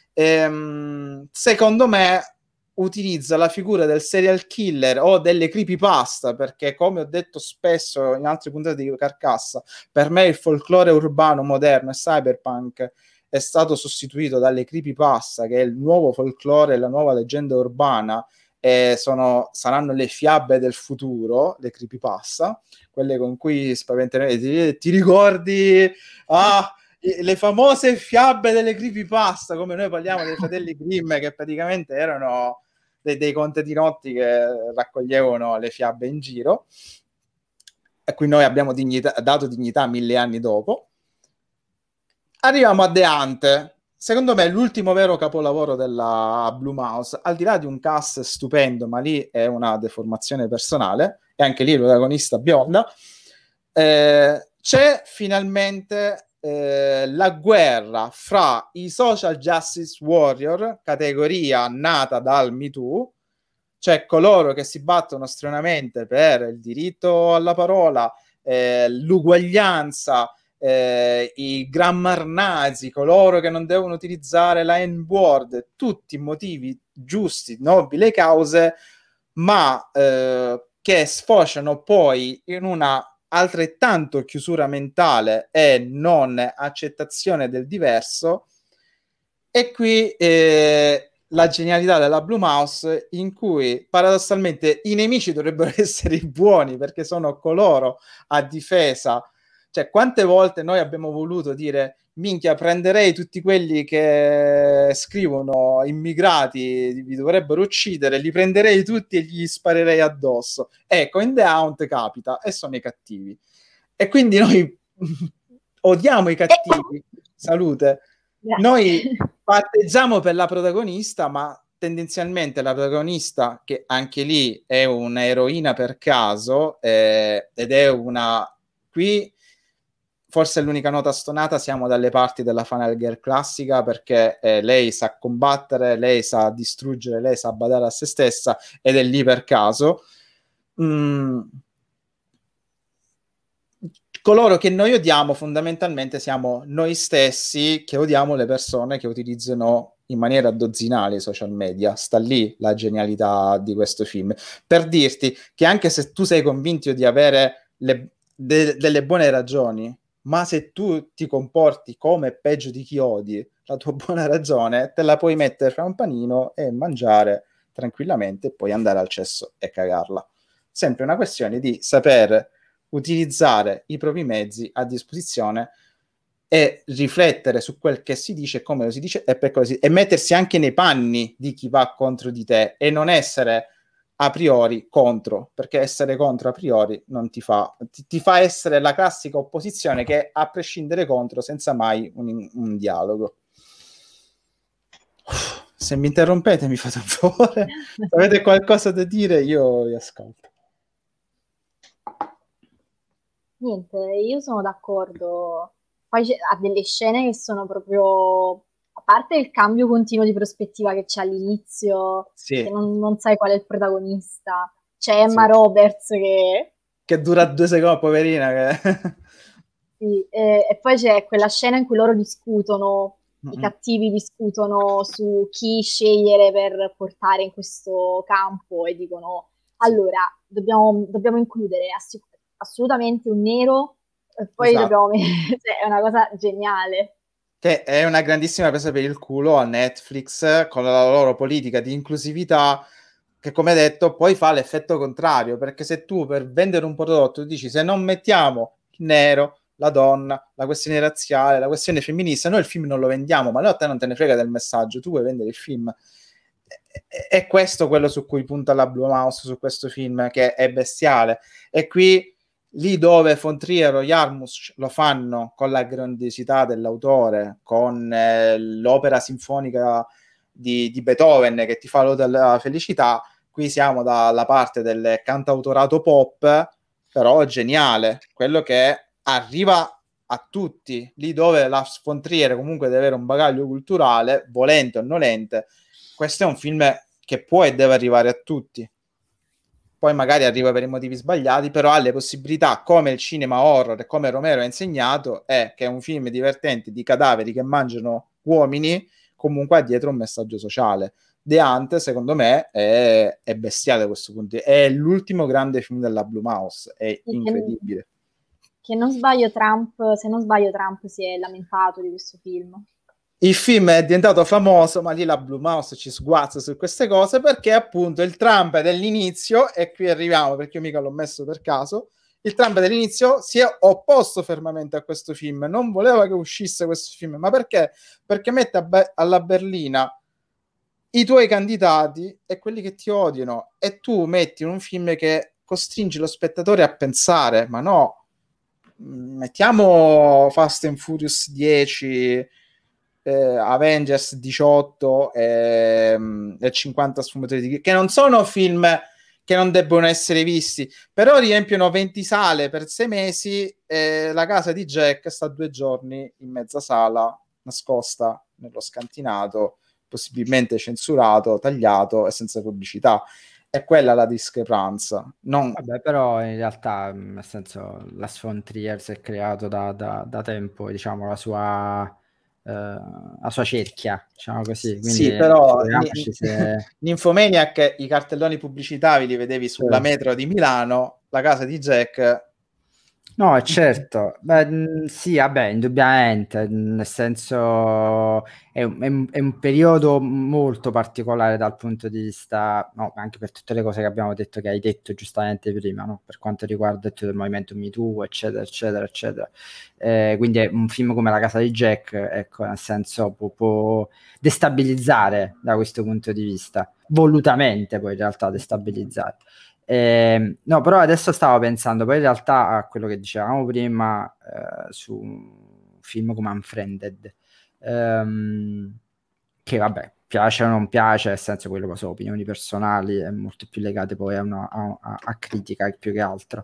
ehm, secondo me utilizza la figura del serial killer o delle creepypasta, perché come ho detto spesso in altre puntate di Carcassa, per me il folklore urbano moderno e cyberpunk è stato sostituito dalle creepypasta, che è il nuovo folklore, la nuova leggenda urbana, e sono, saranno le fiabe del futuro, le creepypasta, quelle con cui spaventerai, ti, ti ricordi ah, le famose fiabe delle creepypasta, come noi parliamo dei fratelli Grimm, che praticamente erano dei, dei contadinotti che raccoglievano le fiabe in giro, a cui noi abbiamo dignità, dato dignità mille anni dopo. Arriviamo a The Hunt, secondo me l'ultimo vero capolavoro della Blumhouse, al di là di un cast stupendo, ma lì è una deformazione personale, e anche lì il protagonista bionda, eh, c'è finalmente eh, la guerra fra i social justice warrior, categoria nata dal Me Too, cioè coloro che si battono strenamente per il diritto alla parola, eh, l'uguaglianza, Eh, i grammar nazi, coloro che non devono utilizzare la N-word, tutti motivi giusti, nobili cause, ma eh, che sfociano poi in una altrettanto chiusura mentale e non accettazione del diverso. E qui eh, la genialità della Blumhouse, in cui paradossalmente i nemici dovrebbero essere i buoni, perché sono coloro a difesa. Cioè, quante volte noi abbiamo voluto dire minchia, prenderei tutti quelli che scrivono immigrati vi dovrebbero uccidere, li prenderei tutti e gli sparerei addosso. Ecco, in The Hunt capita e sono i cattivi. E quindi noi odiamo i cattivi. Salute. Noi patteggiamo per la protagonista, ma tendenzialmente la protagonista, che anche lì è un'eroina per caso, eh, ed è una... Qui forse l'unica nota stonata, siamo dalle parti della Final Girl classica, perché eh, lei sa combattere, lei sa distruggere, lei sa badare a se stessa, ed è lì per caso. Mm. Coloro che noi odiamo fondamentalmente siamo noi stessi, che odiamo le persone che utilizzano in maniera dozzinale i social media. Sta lì la genialità di questo film, per dirti che anche se tu sei convinto di avere le, de, delle buone ragioni, ma se tu ti comporti come peggio di chi odi, la tua buona ragione te la puoi mettere fra un panino e mangiare tranquillamente e poi andare al cesso e cagarla. Sempre una questione di saper utilizzare i propri mezzi a disposizione e riflettere su quel che si dice, come lo si dice e per cosa si... e mettersi anche nei panni di chi va contro di te e non essere a priori contro, perché essere contro a priori non ti fa, ti, ti fa essere la classica opposizione che a prescindere contro senza mai un, un dialogo. Se mi interrompete mi fate un favore, se avete qualcosa da dire io vi ascolto. Niente, io sono d'accordo. Poi c'è- ha delle scene che sono proprio, a parte il cambio continuo di prospettiva che c'è all'inizio, che Sì, non, non sai qual è il protagonista. C'è Emma sì. Roberts che... Che dura due secondi, poverina. Che... sì, e, e poi c'è quella scena in cui loro discutono, i Mm-mm. cattivi discutono su chi scegliere per portare in questo campo e dicono, Sì, allora, dobbiamo, dobbiamo includere assi- assolutamente un nero e poi esatto. dobbiamo mettere... cioè, è una cosa geniale. Che è una grandissima presa per il culo a Netflix con la loro politica di inclusività, che come detto poi fa l'effetto contrario, perché se tu per vendere un prodotto dici se non mettiamo il nero, la donna, la questione razziale, la questione femminista, noi il film non lo vendiamo, ma no, a te non te ne frega del messaggio, tu vuoi vendere il film. È, è questo quello su cui punta la Blumhouse su questo film, che è bestiale. E qui, lì dove von Trier o Jarmusch lo fanno con la grandiosità dell'autore, con eh, l'opera sinfonica di, di Beethoven che ti fa l'ode alla felicità, qui siamo dalla parte del cantautorato pop, però geniale, quello che arriva a tutti, lì dove la von Trier comunque deve avere un bagaglio culturale, volente o nolente, questo è un film che può e deve arrivare a tutti. Poi magari arriva per i motivi sbagliati, però ha le possibilità, come il cinema horror e come Romero ha insegnato, è che è un film divertente di cadaveri che mangiano uomini, comunque ha dietro un messaggio sociale. The Hunt, secondo me, è, è bestiale da questo punto di vista. È l'ultimo grande film della Blumhouse, è incredibile. Che non sbaglio Trump, se non sbaglio Trump si è lamentato di questo film. Il film è diventato famoso, ma lì la Blumhouse ci sguazza su queste cose perché appunto il Trump dell'inizio, e qui arriviamo perché io mica l'ho messo per caso, il Trump dell'inizio si è opposto fermamente a questo film, non voleva che uscisse questo film, ma perché? Perché mette a be- alla berlina i tuoi candidati e quelli che ti odiano, e tu metti un film che costringe lo spettatore a pensare, ma no, mettiamo Fast and Furious dieci, eh, Avengers diciotto e, e cinquanta sfumature di... che non sono film che non debbono essere visti, però riempiono venti sale per sei mesi e La casa di Jack sta due giorni in mezza sala, nascosta nello scantinato, possibilmente censurato, tagliato e senza pubblicità. È quella la discrepanza. Non... Vabbè, però in realtà, mh, nel senso, la von Trier si è creato da, da, da tempo, diciamo, la sua, eh, la sua cerchia, diciamo così. Quindi, Sì, però figuriamoci se... Nymphomaniac, i cartelloni pubblicitari li vedevi sulla Certo. metro di Milano, La casa di Jack... No, certo. Beh, mh, sì, vabbè, indubbiamente, mh, nel senso è un, è un- è un periodo molto particolare dal punto di vista, no, anche per tutte le cose che abbiamo detto, che hai detto giustamente prima, no? Per quanto riguarda tutto il movimento Me Too, eccetera, eccetera, eccetera. Eh, quindi è un film come La casa di Jack, ecco, nel senso può, può destabilizzare da questo punto di vista, volutamente poi in realtà destabilizzare. Eh, no, però adesso stavo pensando poi in realtà a quello che dicevamo prima eh, su un film come Unfriended, ehm, che vabbè, piace o non piace, nel senso quello che so, opinioni personali, è molto più legate poi a, una, a, a- a critica più che altro.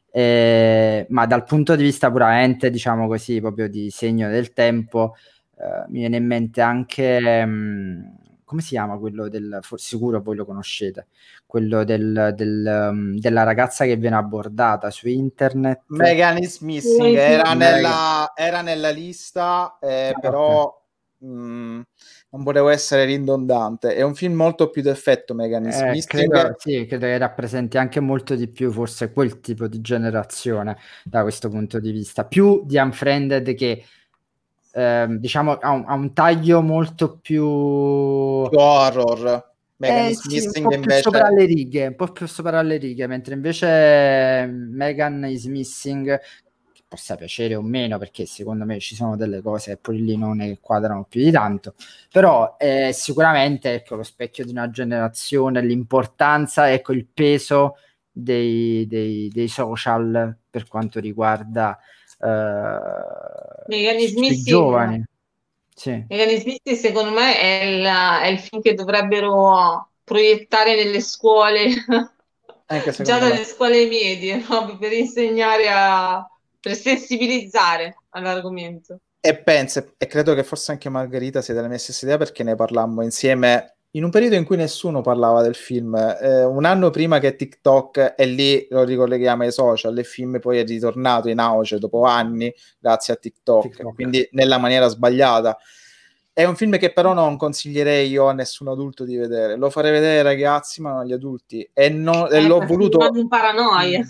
Eh, ma dal punto di vista puramente, diciamo così, proprio di segno del tempo, eh, mi viene in mente anche, mh, come si chiama quello del, for- sicuro voi lo conoscete, quello del, del, um, della ragazza che viene abbordata su internet. Megan is Missing Sì, era sì. nella, era nella lista, eh, Ah, ok. però mh, non volevo essere ridondante. È un film molto più d'effetto, Megan is Eh, credo, Missing. sì, credo che rappresenti anche molto di più forse quel tipo di generazione da questo punto di vista, più di Unfriended che ehm, diciamo ha un, ha un taglio molto più Più horror. Megan eh, is sì, un Missing po' più sopra invece... le righe, un po' più sopra le righe, mentre invece Megan is Missing, che possa piacere o meno, perché secondo me ci sono delle cose che pure lì non ne quadrano più di tanto, però è sicuramente ecco, lo specchio di una generazione, l'importanza, ecco il peso dei, dei, dei social per quanto riguarda eh, Megan is sui Missing. giovani. Sì. Megan is Missing, secondo me è il, è il film che dovrebbero proiettare nelle scuole Anche già secondo me. dalle scuole medie, proprio per insegnare a, per sensibilizzare all'argomento. E penso, e credo che forse anche Margherita sia della mia stessa idea, perché ne parlammo insieme in un periodo in cui nessuno parlava del film, eh, un anno prima che TikTok, e lì lo ricolleghiamo ai social, il film poi è ritornato in auge dopo anni grazie a TikTok, TikTok. Quindi nella maniera sbagliata. È un film che però non consiglierei io a nessun adulto di vedere, lo farei vedere ai ragazzi ma non agli adulti, e, no, eh, e l'ho voluto un paranoia.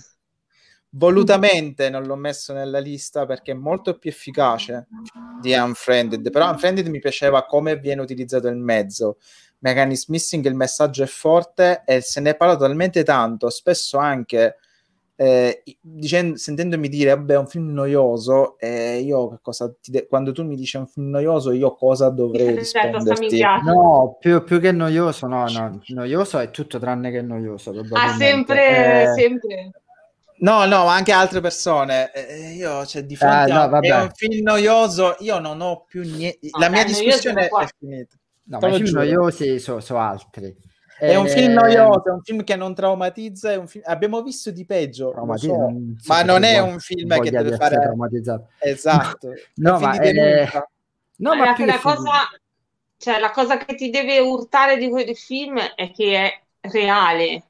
volutamente non l'ho messo nella lista perché è molto più efficace di Unfriended, però Unfriended mi piaceva come viene utilizzato il mezzo. Mechanism Missing, il messaggio è forte e se ne è parlato talmente tanto, spesso anche eh, dicendo, sentendomi dire vabbè è un film noioso, e io che cosa ti de- quando tu mi dici un film noioso io cosa dovrei risponderti? No, più, più che noioso, no, no, noioso è tutto tranne che noioso. Ah, sempre, eh... sempre. No, no, ma anche altre persone. Eh, io, cioè, di fronte ah, no, a è un film noioso, io non ho più niente. No, la beh, mia discussione è finita. No, ma i film giuro. noiosi sono so altri. È eh, un film noioso, è un film che non traumatizza, è un film... abbiamo visto di peggio, lo so, non so ma non è un film che deve fare traumatizzato. Esatto. No, ma è... no, ma, ma più la cosa, cioè la cosa che ti deve urtare di quel film è che è reale.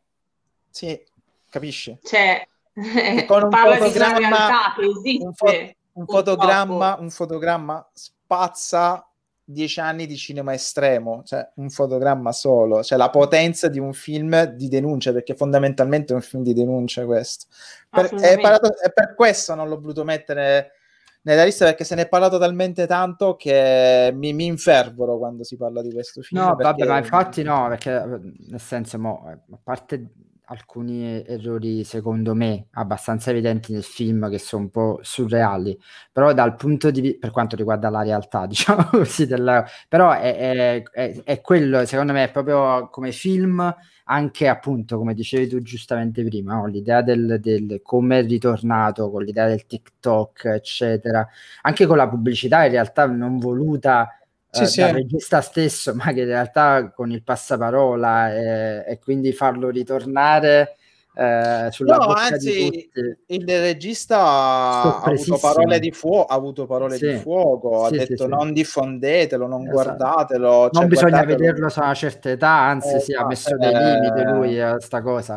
Sì, capisci? Cioè con un parla fotogramma, di una realtà che esiste. Un, fo- un fotogramma, un fotogramma spazza dieci anni di cinema estremo, cioè un fotogramma solo, cioè la potenza di un film di denuncia, perché fondamentalmente è un film di denuncia questo. Per, è, parlato, è per questo non l'ho voluto mettere nella lista, perché se ne è parlato talmente tanto che mi, mi infervoro quando si parla di questo film. No, perché... vabbè, ma infatti no, perché nel senso, mo, a parte alcuni errori secondo me abbastanza evidenti nel film che sono un po' surreali, però dal punto di vista, per quanto riguarda la realtà, diciamo così, della, però è, è, è, è quello, secondo me, è proprio come film, anche appunto come dicevi tu giustamente prima, no? L'idea del, del come è ritornato con l'idea del TikTok eccetera, anche con la pubblicità in realtà non voluta Sì, uh, sì. dal regista stesso, ma che in realtà con il passaparola e, e quindi farlo ritornare eh, sulla no, bocca anzi, di tutti. Il regista ha avuto parole di fuoco, ha avuto parole sì. di fuoco, sì, ha detto sì, non sì. diffondetelo, non esatto. guardatelo. Cioè, non bisogna guardatelo. vederlo a una certa età, anzi, eh, sì, ha messo eh, dei limiti lui a sta cosa.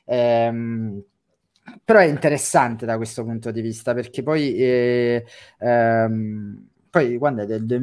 Ehm, però è interessante da questo punto di vista, perché poi eh, ehm, poi quando è del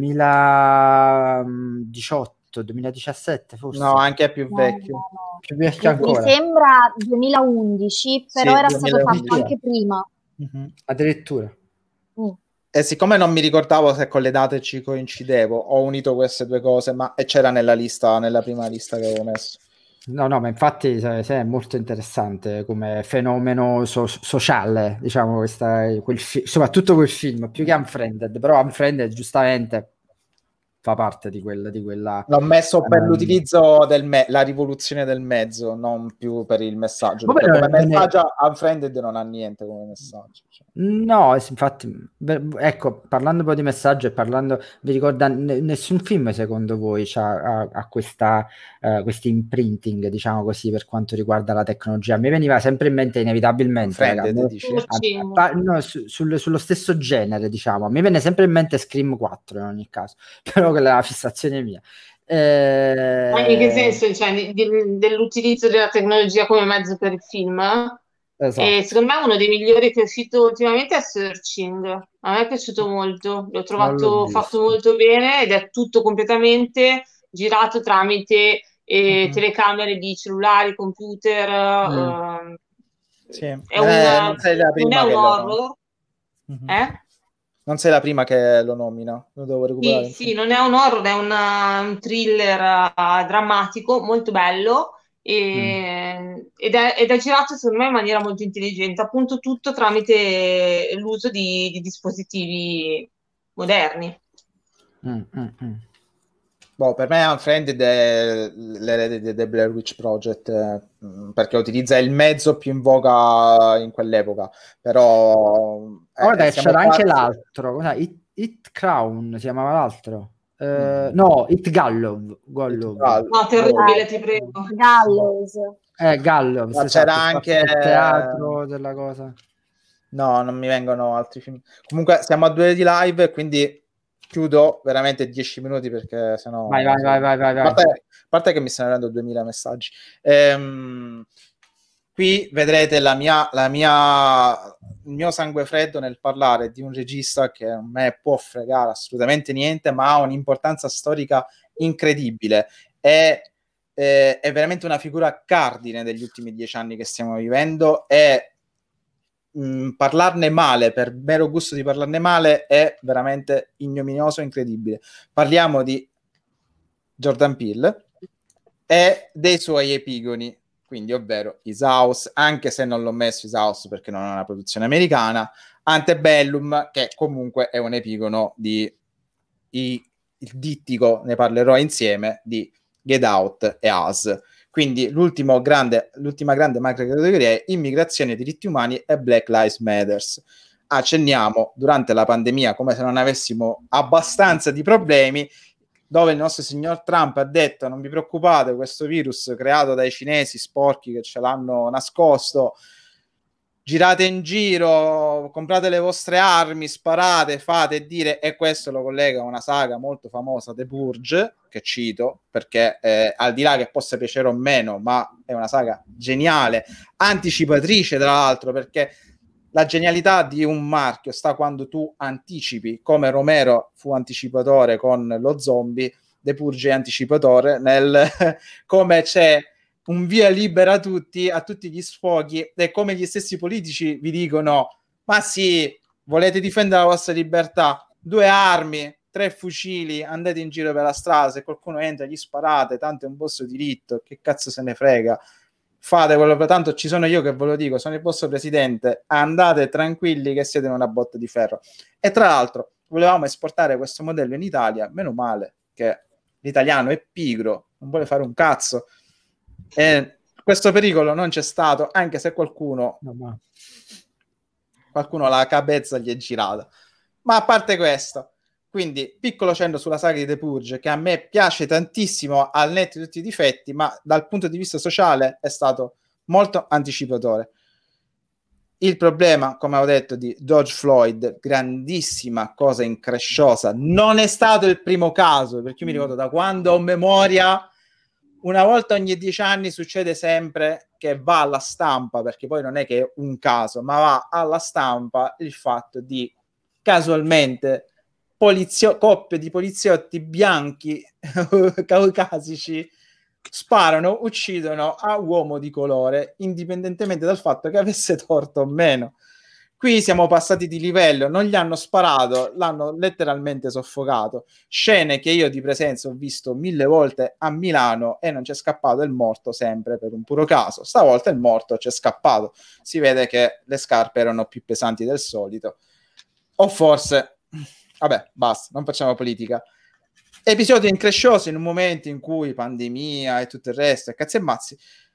duemiladiciotto duemiladiciassette forse? No, anche più vecchio. No, no, no. Più vecchio ancora. Mi sembra duemilaundici, però sì, era duemilaundici. Stato fatto anche prima. Mm-hmm. Addirittura. Mm. E siccome non mi ricordavo se con le date ci coincidevo, ho unito queste due cose, ma e c'era nella lista, nella prima lista che avevo messo. No, no, ma infatti se, se è molto interessante come fenomeno so- sociale, diciamo, questa, quel fi- soprattutto quel film, più che Unfriended, però Unfriended giustamente fa parte di quella... Di quella L'ho messo per um... l'utilizzo del me- la rivoluzione del mezzo, non più per il messaggio. Perché come messaggio è... Unfriended non ha niente come messaggio. Cioè. No, infatti, beh, ecco, parlando un po' di messaggio e parlando, vi ricorda, n- nessun film secondo voi ha, ha questa uh, questo imprinting, diciamo così, per quanto riguarda la tecnologia? A me veniva sempre in mente inevitabilmente Unfriended, raga, dici? A, a, a, no, su, sul, sullo stesso genere, diciamo. A me viene sempre in mente Scream quattro in ogni caso, però quella è la fissazione mia. Eh... Ma in che senso? Cioè, di, di, dell'utilizzo della tecnologia come mezzo per il film? Esatto. E secondo me uno dei migliori che è uscito ultimamente è Searching. A me è piaciuto molto, l'ho trovato fatto molto bene ed è tutto completamente girato tramite eh, uh-huh. telecamere di cellulari, computer. Mm. Uh, sì. È eh, una, non, sei la prima non è un horror. Lo... Uh-huh. Eh? Non sei la prima che lo nomina, lo devo recuperare. Sì, sì, non è un horror, è una, un thriller uh, drammatico, molto bello. E, mm. ed, è, ed è girato secondo me in maniera molto intelligente, appunto tutto tramite l'uso di, di dispositivi moderni. Mm, mm, mm. Boh, per me Unfriended è l'erede del Blair Witch Project, eh, perché utilizza il mezzo più in voga in quell'epoca, però eh, oh, dai, c'era anche l'altro, It, It Crown si chiamava l'altro. Uh, mm. No, It Gallows. Gallows. No, terribile, ti prego. Gallows. Eh, Gallows. Ma esatto, c'era anche il teatro della cosa. No, non mi vengono altri film. Comunque siamo a due di live, quindi chiudo veramente dieci minuti perché sennò... Vai, vai, vai, vai, vai, vai. A parte, a parte che mi stanno arrivando duemila messaggi. Ehm, qui vedrete la mia, la mia, il mio sangue freddo nel parlare di un regista che a me può fregare assolutamente niente, ma ha un'importanza storica incredibile. È, è, è veramente una figura cardine degli ultimi dieci anni che stiamo vivendo e mh, parlarne male per mero gusto di parlarne male è veramente ignominioso e incredibile. Parliamo di Jordan Peele e dei suoi epigoni, quindi ovvero His House, anche se non l'ho messo His House perché non è una produzione americana, Antebellum, che comunque è un epigono di i, il dittico, ne parlerò insieme, di Get Out e Us. Quindi l'ultimo grande, l'ultima grande macro categoria è immigrazione, diritti umani e Black Lives Matters. Accenniamo durante la pandemia, come se non avessimo abbastanza di problemi, dove il nostro signor Trump ha detto: non vi preoccupate, questo virus creato dai cinesi sporchi che ce l'hanno nascosto, girate in giro, comprate le vostre armi, sparate, fate e dire, e questo lo collega a una saga molto famosa, The Purge, che cito, perché eh, al di là che possa piacere o meno, ma è una saga geniale, anticipatrice tra l'altro, perché la genialità di un marchio sta quando tu anticipi, come Romero fu anticipatore con lo zombie, The Purge è anticipatore nel come c'è un via libera a tutti, a tutti gli sfoghi, e come gli stessi politici vi dicono: ma sì, volete difendere la vostra libertà, due armi, tre fucili, andate in giro per la strada, se qualcuno entra gli sparate, tanto è un vostro diritto, che cazzo se ne frega, fate quello, tanto ci sono io che ve lo dico, sono il vostro presidente, andate tranquilli che siete in una botta di ferro. E tra l'altro volevamo esportare questo modello in Italia, meno male che l'italiano è pigro, non vuole fare un cazzo, e questo pericolo non c'è stato, anche se qualcuno no, ma... qualcuno la cabezza gli è girata. Ma a parte questo, quindi piccolo cenno sulla saga di The Purge, che a me piace tantissimo al netto di tutti i difetti, ma dal punto di vista sociale è stato molto anticipatore. Il problema, come ho detto, di George Floyd, grandissima cosa incresciosa, non è stato il primo caso, perché io mi ricordo da quando ho memoria, una volta ogni dieci anni succede sempre che va alla stampa, perché poi non è che è un caso, ma va alla stampa il fatto di casualmente polizio- coppie di poliziotti bianchi caucasici sparano, uccidono a uomo di colore, indipendentemente dal fatto che avesse torto o meno. Qui siamo passati di livello, non gli hanno sparato, l'hanno letteralmente soffocato. Scene che io di presenza ho visto mille volte a Milano e non c'è scappato il morto sempre per un puro caso. Stavolta il morto c'è scappato. Si vede che le scarpe erano più pesanti del solito. O forse... Vabbè, basta, non facciamo politica. Episodio increscioso in un momento in cui pandemia e tutto il resto, e cazzi e mazzi.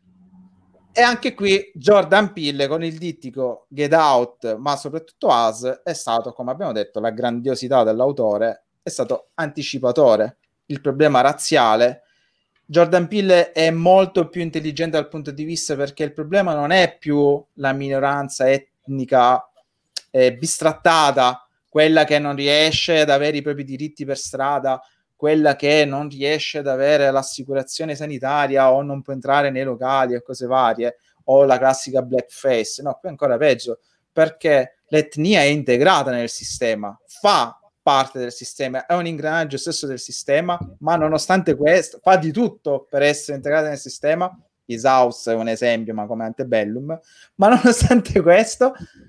E anche qui Jordan Peele con il dittico Get Out, ma soprattutto Us, è stato, come abbiamo detto, la grandiosità dell'autore, è stato anticipatore. Il problema razziale. Jordan Peele è molto più intelligente dal punto di vista, perché il problema non è più la minoranza etnica eh, bistrattata, quella che non riesce ad avere i propri diritti per strada, quella che non riesce ad avere l'assicurazione sanitaria o non può entrare nei locali e cose varie, o la classica blackface. No, qui è ancora peggio, perché l'etnia è integrata nel sistema, fa parte del sistema, è un ingranaggio stesso del sistema, ma nonostante questo fa di tutto per essere integrata nel sistema. His House è un esempio, ma come Antebellum, ma nonostante questo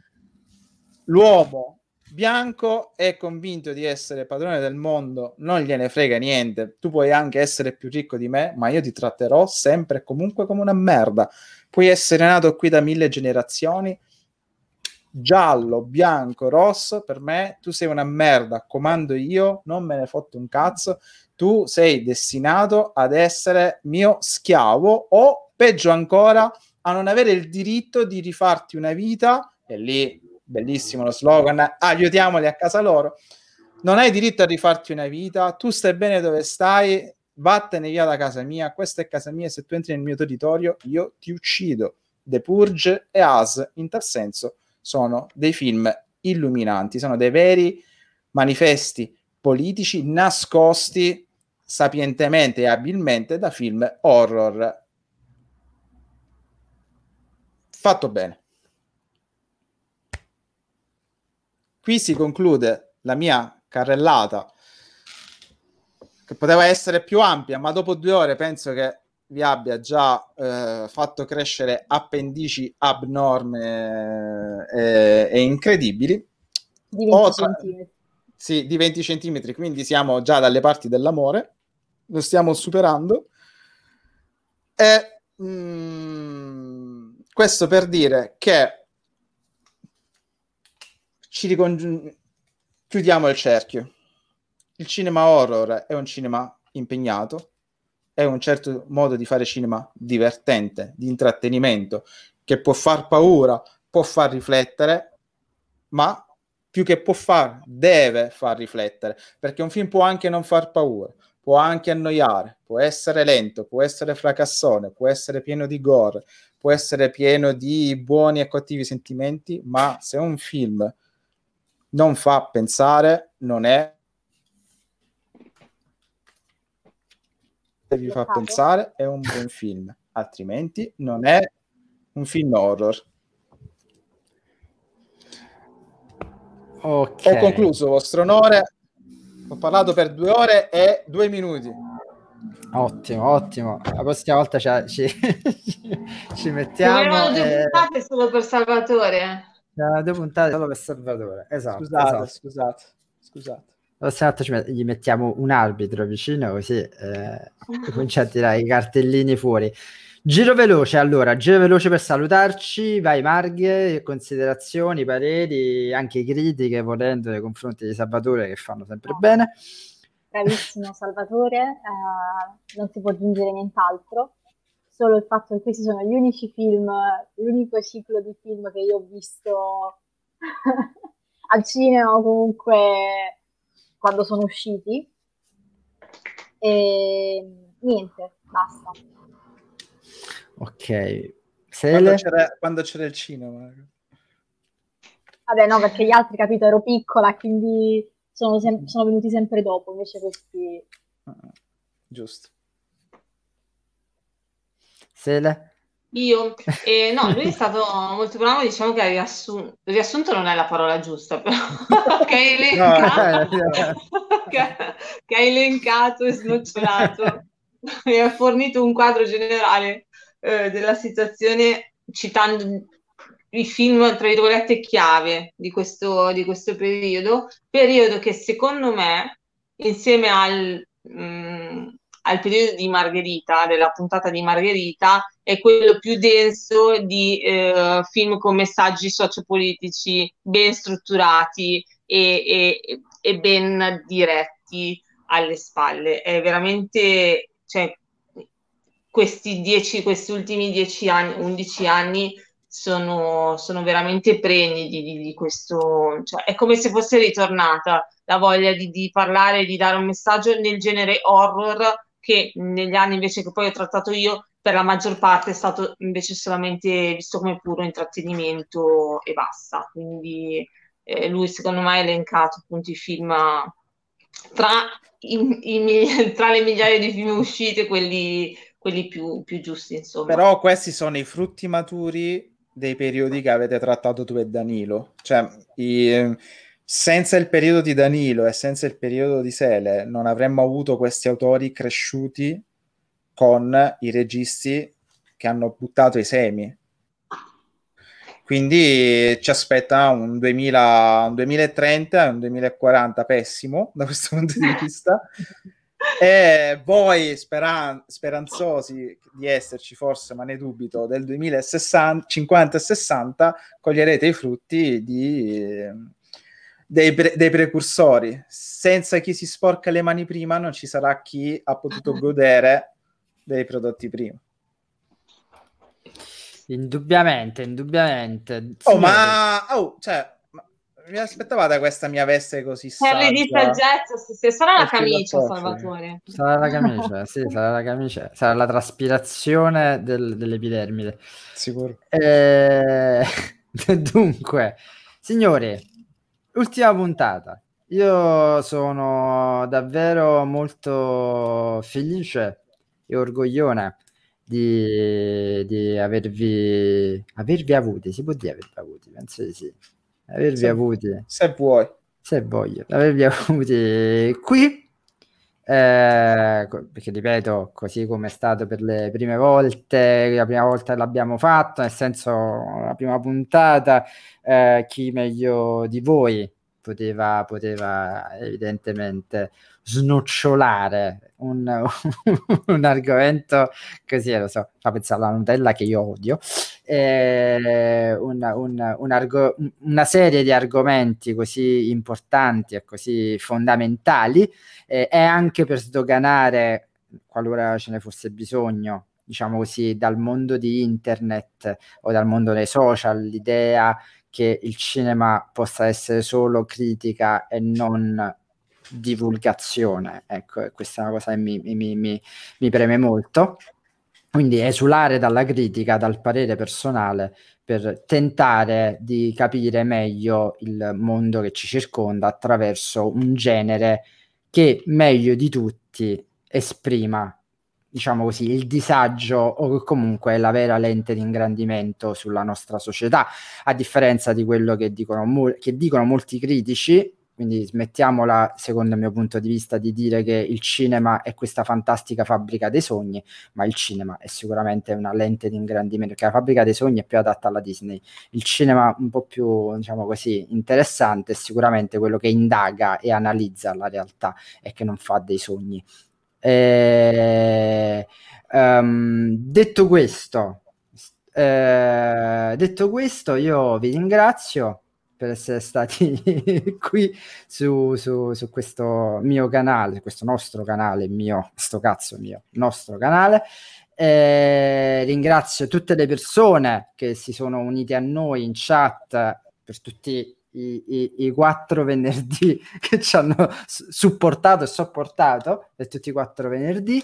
l'uomo bianco è convinto di essere padrone del mondo, non gliene frega niente, tu puoi anche essere più ricco di me, ma io ti tratterò sempre e comunque come una merda. Puoi essere nato qui da mille generazioni, giallo, bianco, rosso, per me tu sei una merda, comando io, non me ne fotto un cazzo, tu sei destinato ad essere mio schiavo, o peggio ancora a non avere il diritto di rifarti una vita. E lì bellissimo lo slogan, aiutiamoli a casa loro. Non hai diritto a rifarti una vita, tu stai bene dove stai, vattene via da casa mia, questa è casa mia, se tu entri nel mio territorio io ti uccido. The Purge e Us in tal senso sono dei film illuminanti, sono dei veri manifesti politici nascosti sapientemente e abilmente da film horror. Fatto bene. Qui si conclude la mia carrellata, che poteva essere più ampia, ma dopo due ore penso che vi abbia già eh, fatto crescere appendici abnorme e, e incredibili. Di venti centimetri. Sì, di venti centimetri, quindi siamo già dalle parti dell'amore, lo stiamo superando. E mm, questo per dire che ci ricongiu- chiudiamo il cerchio. Il cinema horror è un cinema impegnato, è un certo modo di fare cinema divertente, di intrattenimento, che può far paura, può far riflettere, ma più che può far, deve far riflettere, perché un film può anche non far paura, può anche annoiare, può essere lento, può essere fracassone, può essere pieno di gore, può essere pieno di buoni e cattivi sentimenti, ma se un film non fa pensare, non è se vi fa pensare è un buon film, altrimenti non è un film horror. Okay. Ho concluso, vostro onore, ho parlato per due ore e due minuti. Ottimo, ottimo. La prossima volta ci, ci, ci mettiamo. Dovevano due e... puntate solo per Salvatore. No, due puntate solo per Salvatore. Esatto. Scusate, esatto. scusate, scusate. La prossima volta ci met- gli mettiamo un arbitro vicino, così eh, comincia a tirare i cartellini fuori. Giro veloce, allora, giro veloce per salutarci. Vai Marghe, considerazioni, pareri, anche critiche volendo nei confronti di Salvatore, che fanno sempre No. bene. Bravissimo Salvatore, eh, non si può aggiungere nient'altro, solo il fatto che questi sono gli unici film, l'unico ciclo di film che io ho visto al cinema o comunque quando sono usciti, e niente, basta. Ok. Quando Sele? c'era, quando c'era il cinema. Vabbè no, perché gli altri, capito, ero piccola, quindi sono, sem- sono venuti sempre dopo, invece questi... Uh, giusto. Sele? Io, eh, no, lui è stato molto bravo, diciamo che ha riassunto, riassunto non è la parola giusta, però che ha elencato, No, che, che ha elencato e snocciolato e ha fornito un quadro generale eh, della situazione, citando i film, tra virgolette, chiave di questo, di questo periodo, periodo che secondo me, insieme al... mh, al periodo di Margherita, della puntata di Margherita, è quello più denso di eh, film con messaggi sociopolitici ben strutturati e, e, e ben diretti alle spalle. È veramente, cioè, questi dieci, questi ultimi dieci anni, undici anni sono, sono veramente pregni di, di, di questo, cioè, è come se fosse ritornata la voglia di, di parlare, di dare un messaggio nel genere horror, che negli anni invece che poi ho trattato io, per la maggior parte è stato invece solamente visto come puro intrattenimento e basta. Quindi eh, lui secondo me ha elencato appunto i film tra, i, i, tra le migliaia di film usciti, quelli, quelli più, più giusti, insomma. Però questi sono i frutti maturi dei periodi che avete trattato tu e Danilo. Cioè, i... senza il periodo di Danilo e senza il periodo di Sele non avremmo avuto questi autori cresciuti con i registi che hanno buttato i semi. Quindi ci aspetta un, duemila, un duemilatrenta e un duemilaquaranta pessimo da questo punto di vista. E voi speran- speranzosi di esserci, forse, ma ne dubito, del duemilacinquanta e sessanta coglierete i frutti di... Dei, pre- dei precursori. Senza chi si sporca le mani prima non ci sarà chi ha potuto godere dei prodotti prima. Indubbiamente, indubbiamente. Oh, ma oh, cioè, ma mi aspettavate questa mia veste così Parli di saggia? saggezza, se, se sarà la Eh, sì, camicia, lo so, Salvatore. Sarà la camicia, sì, sarà la camicia, sarà la traspirazione del, dell'epidermide. Sicuro. Eh, Dunque, signori, ultima puntata. Io sono davvero molto felice e orgoglione di, di avervi, avervi avuti, si può dire avervi avuti, penso di sì, avervi Se- avuti, Se vuoi. se voglio, avervi avuti qui. Eh, co- perché ripeto, così come è stato per le prime volte, la prima volta che l'abbiamo fatto, nel senso la prima puntata, eh, chi meglio di voi poteva, poteva evidentemente snocciolare un, un argomento così, lo so, fa pensare alla Nutella che io odio, eh, una, un, un argo- una serie di argomenti così importanti e così fondamentali, eh, è anche per sdoganare, qualora ce ne fosse bisogno, diciamo così, dal mondo di internet o dal mondo dei social, l'idea che il cinema possa essere solo critica e non divulgazione. Ecco, questa è una cosa che mi, mi, mi, mi preme molto. Quindi esulare dalla critica, dal parere personale, per tentare di capire meglio il mondo che ci circonda attraverso un genere che meglio di tutti esprima, diciamo così, il disagio o comunque la vera lente di ingrandimento sulla nostra società, a differenza di quello che dicono, mol- che dicono molti critici. Quindi smettiamola, secondo il mio punto di vista, di dire che il cinema è questa fantastica fabbrica dei sogni, ma il cinema è sicuramente una lente di ingrandimento, perché la fabbrica dei sogni è più adatta alla Disney. Il cinema un po' più, diciamo così, interessante è sicuramente quello che indaga e analizza la realtà e che non fa dei sogni. Eh, um, detto questo, eh, detto questo, io vi ringrazio per essere stati qui su, su, su questo mio canale, questo nostro canale, mio, sto cazzo mio, nostro canale. Eh, ringrazio tutte le persone che si sono unite a noi in chat per tutti i, i, i quattro venerdì che ci hanno supportato e sopportato per tutti i quattro venerdì.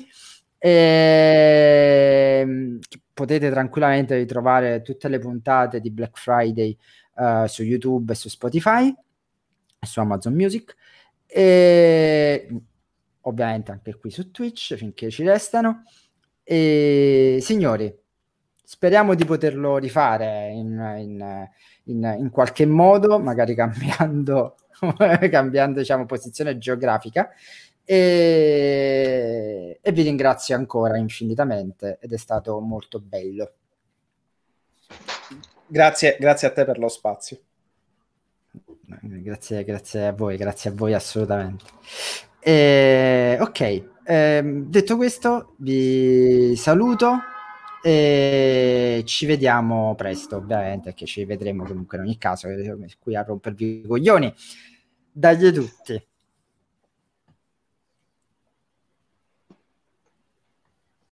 E potete tranquillamente ritrovare tutte le puntate di Black Friday uh, su YouTube e su Spotify e su Amazon Music, e ovviamente anche qui su Twitch finché ci restano. E signori, speriamo di poterlo rifare in, in, in, in qualche modo, magari cambiando cambiando diciamo posizione geografica. E, e vi ringrazio ancora infinitamente ed è stato molto bello. Grazie, grazie a te per lo spazio. Grazie, grazie a voi, grazie a voi assolutamente. E, ok, ehm, detto questo vi saluto e ci vediamo presto, ovviamente, che ci vedremo comunque in ogni caso, qui a rompervi i coglioni. Dagli tutti.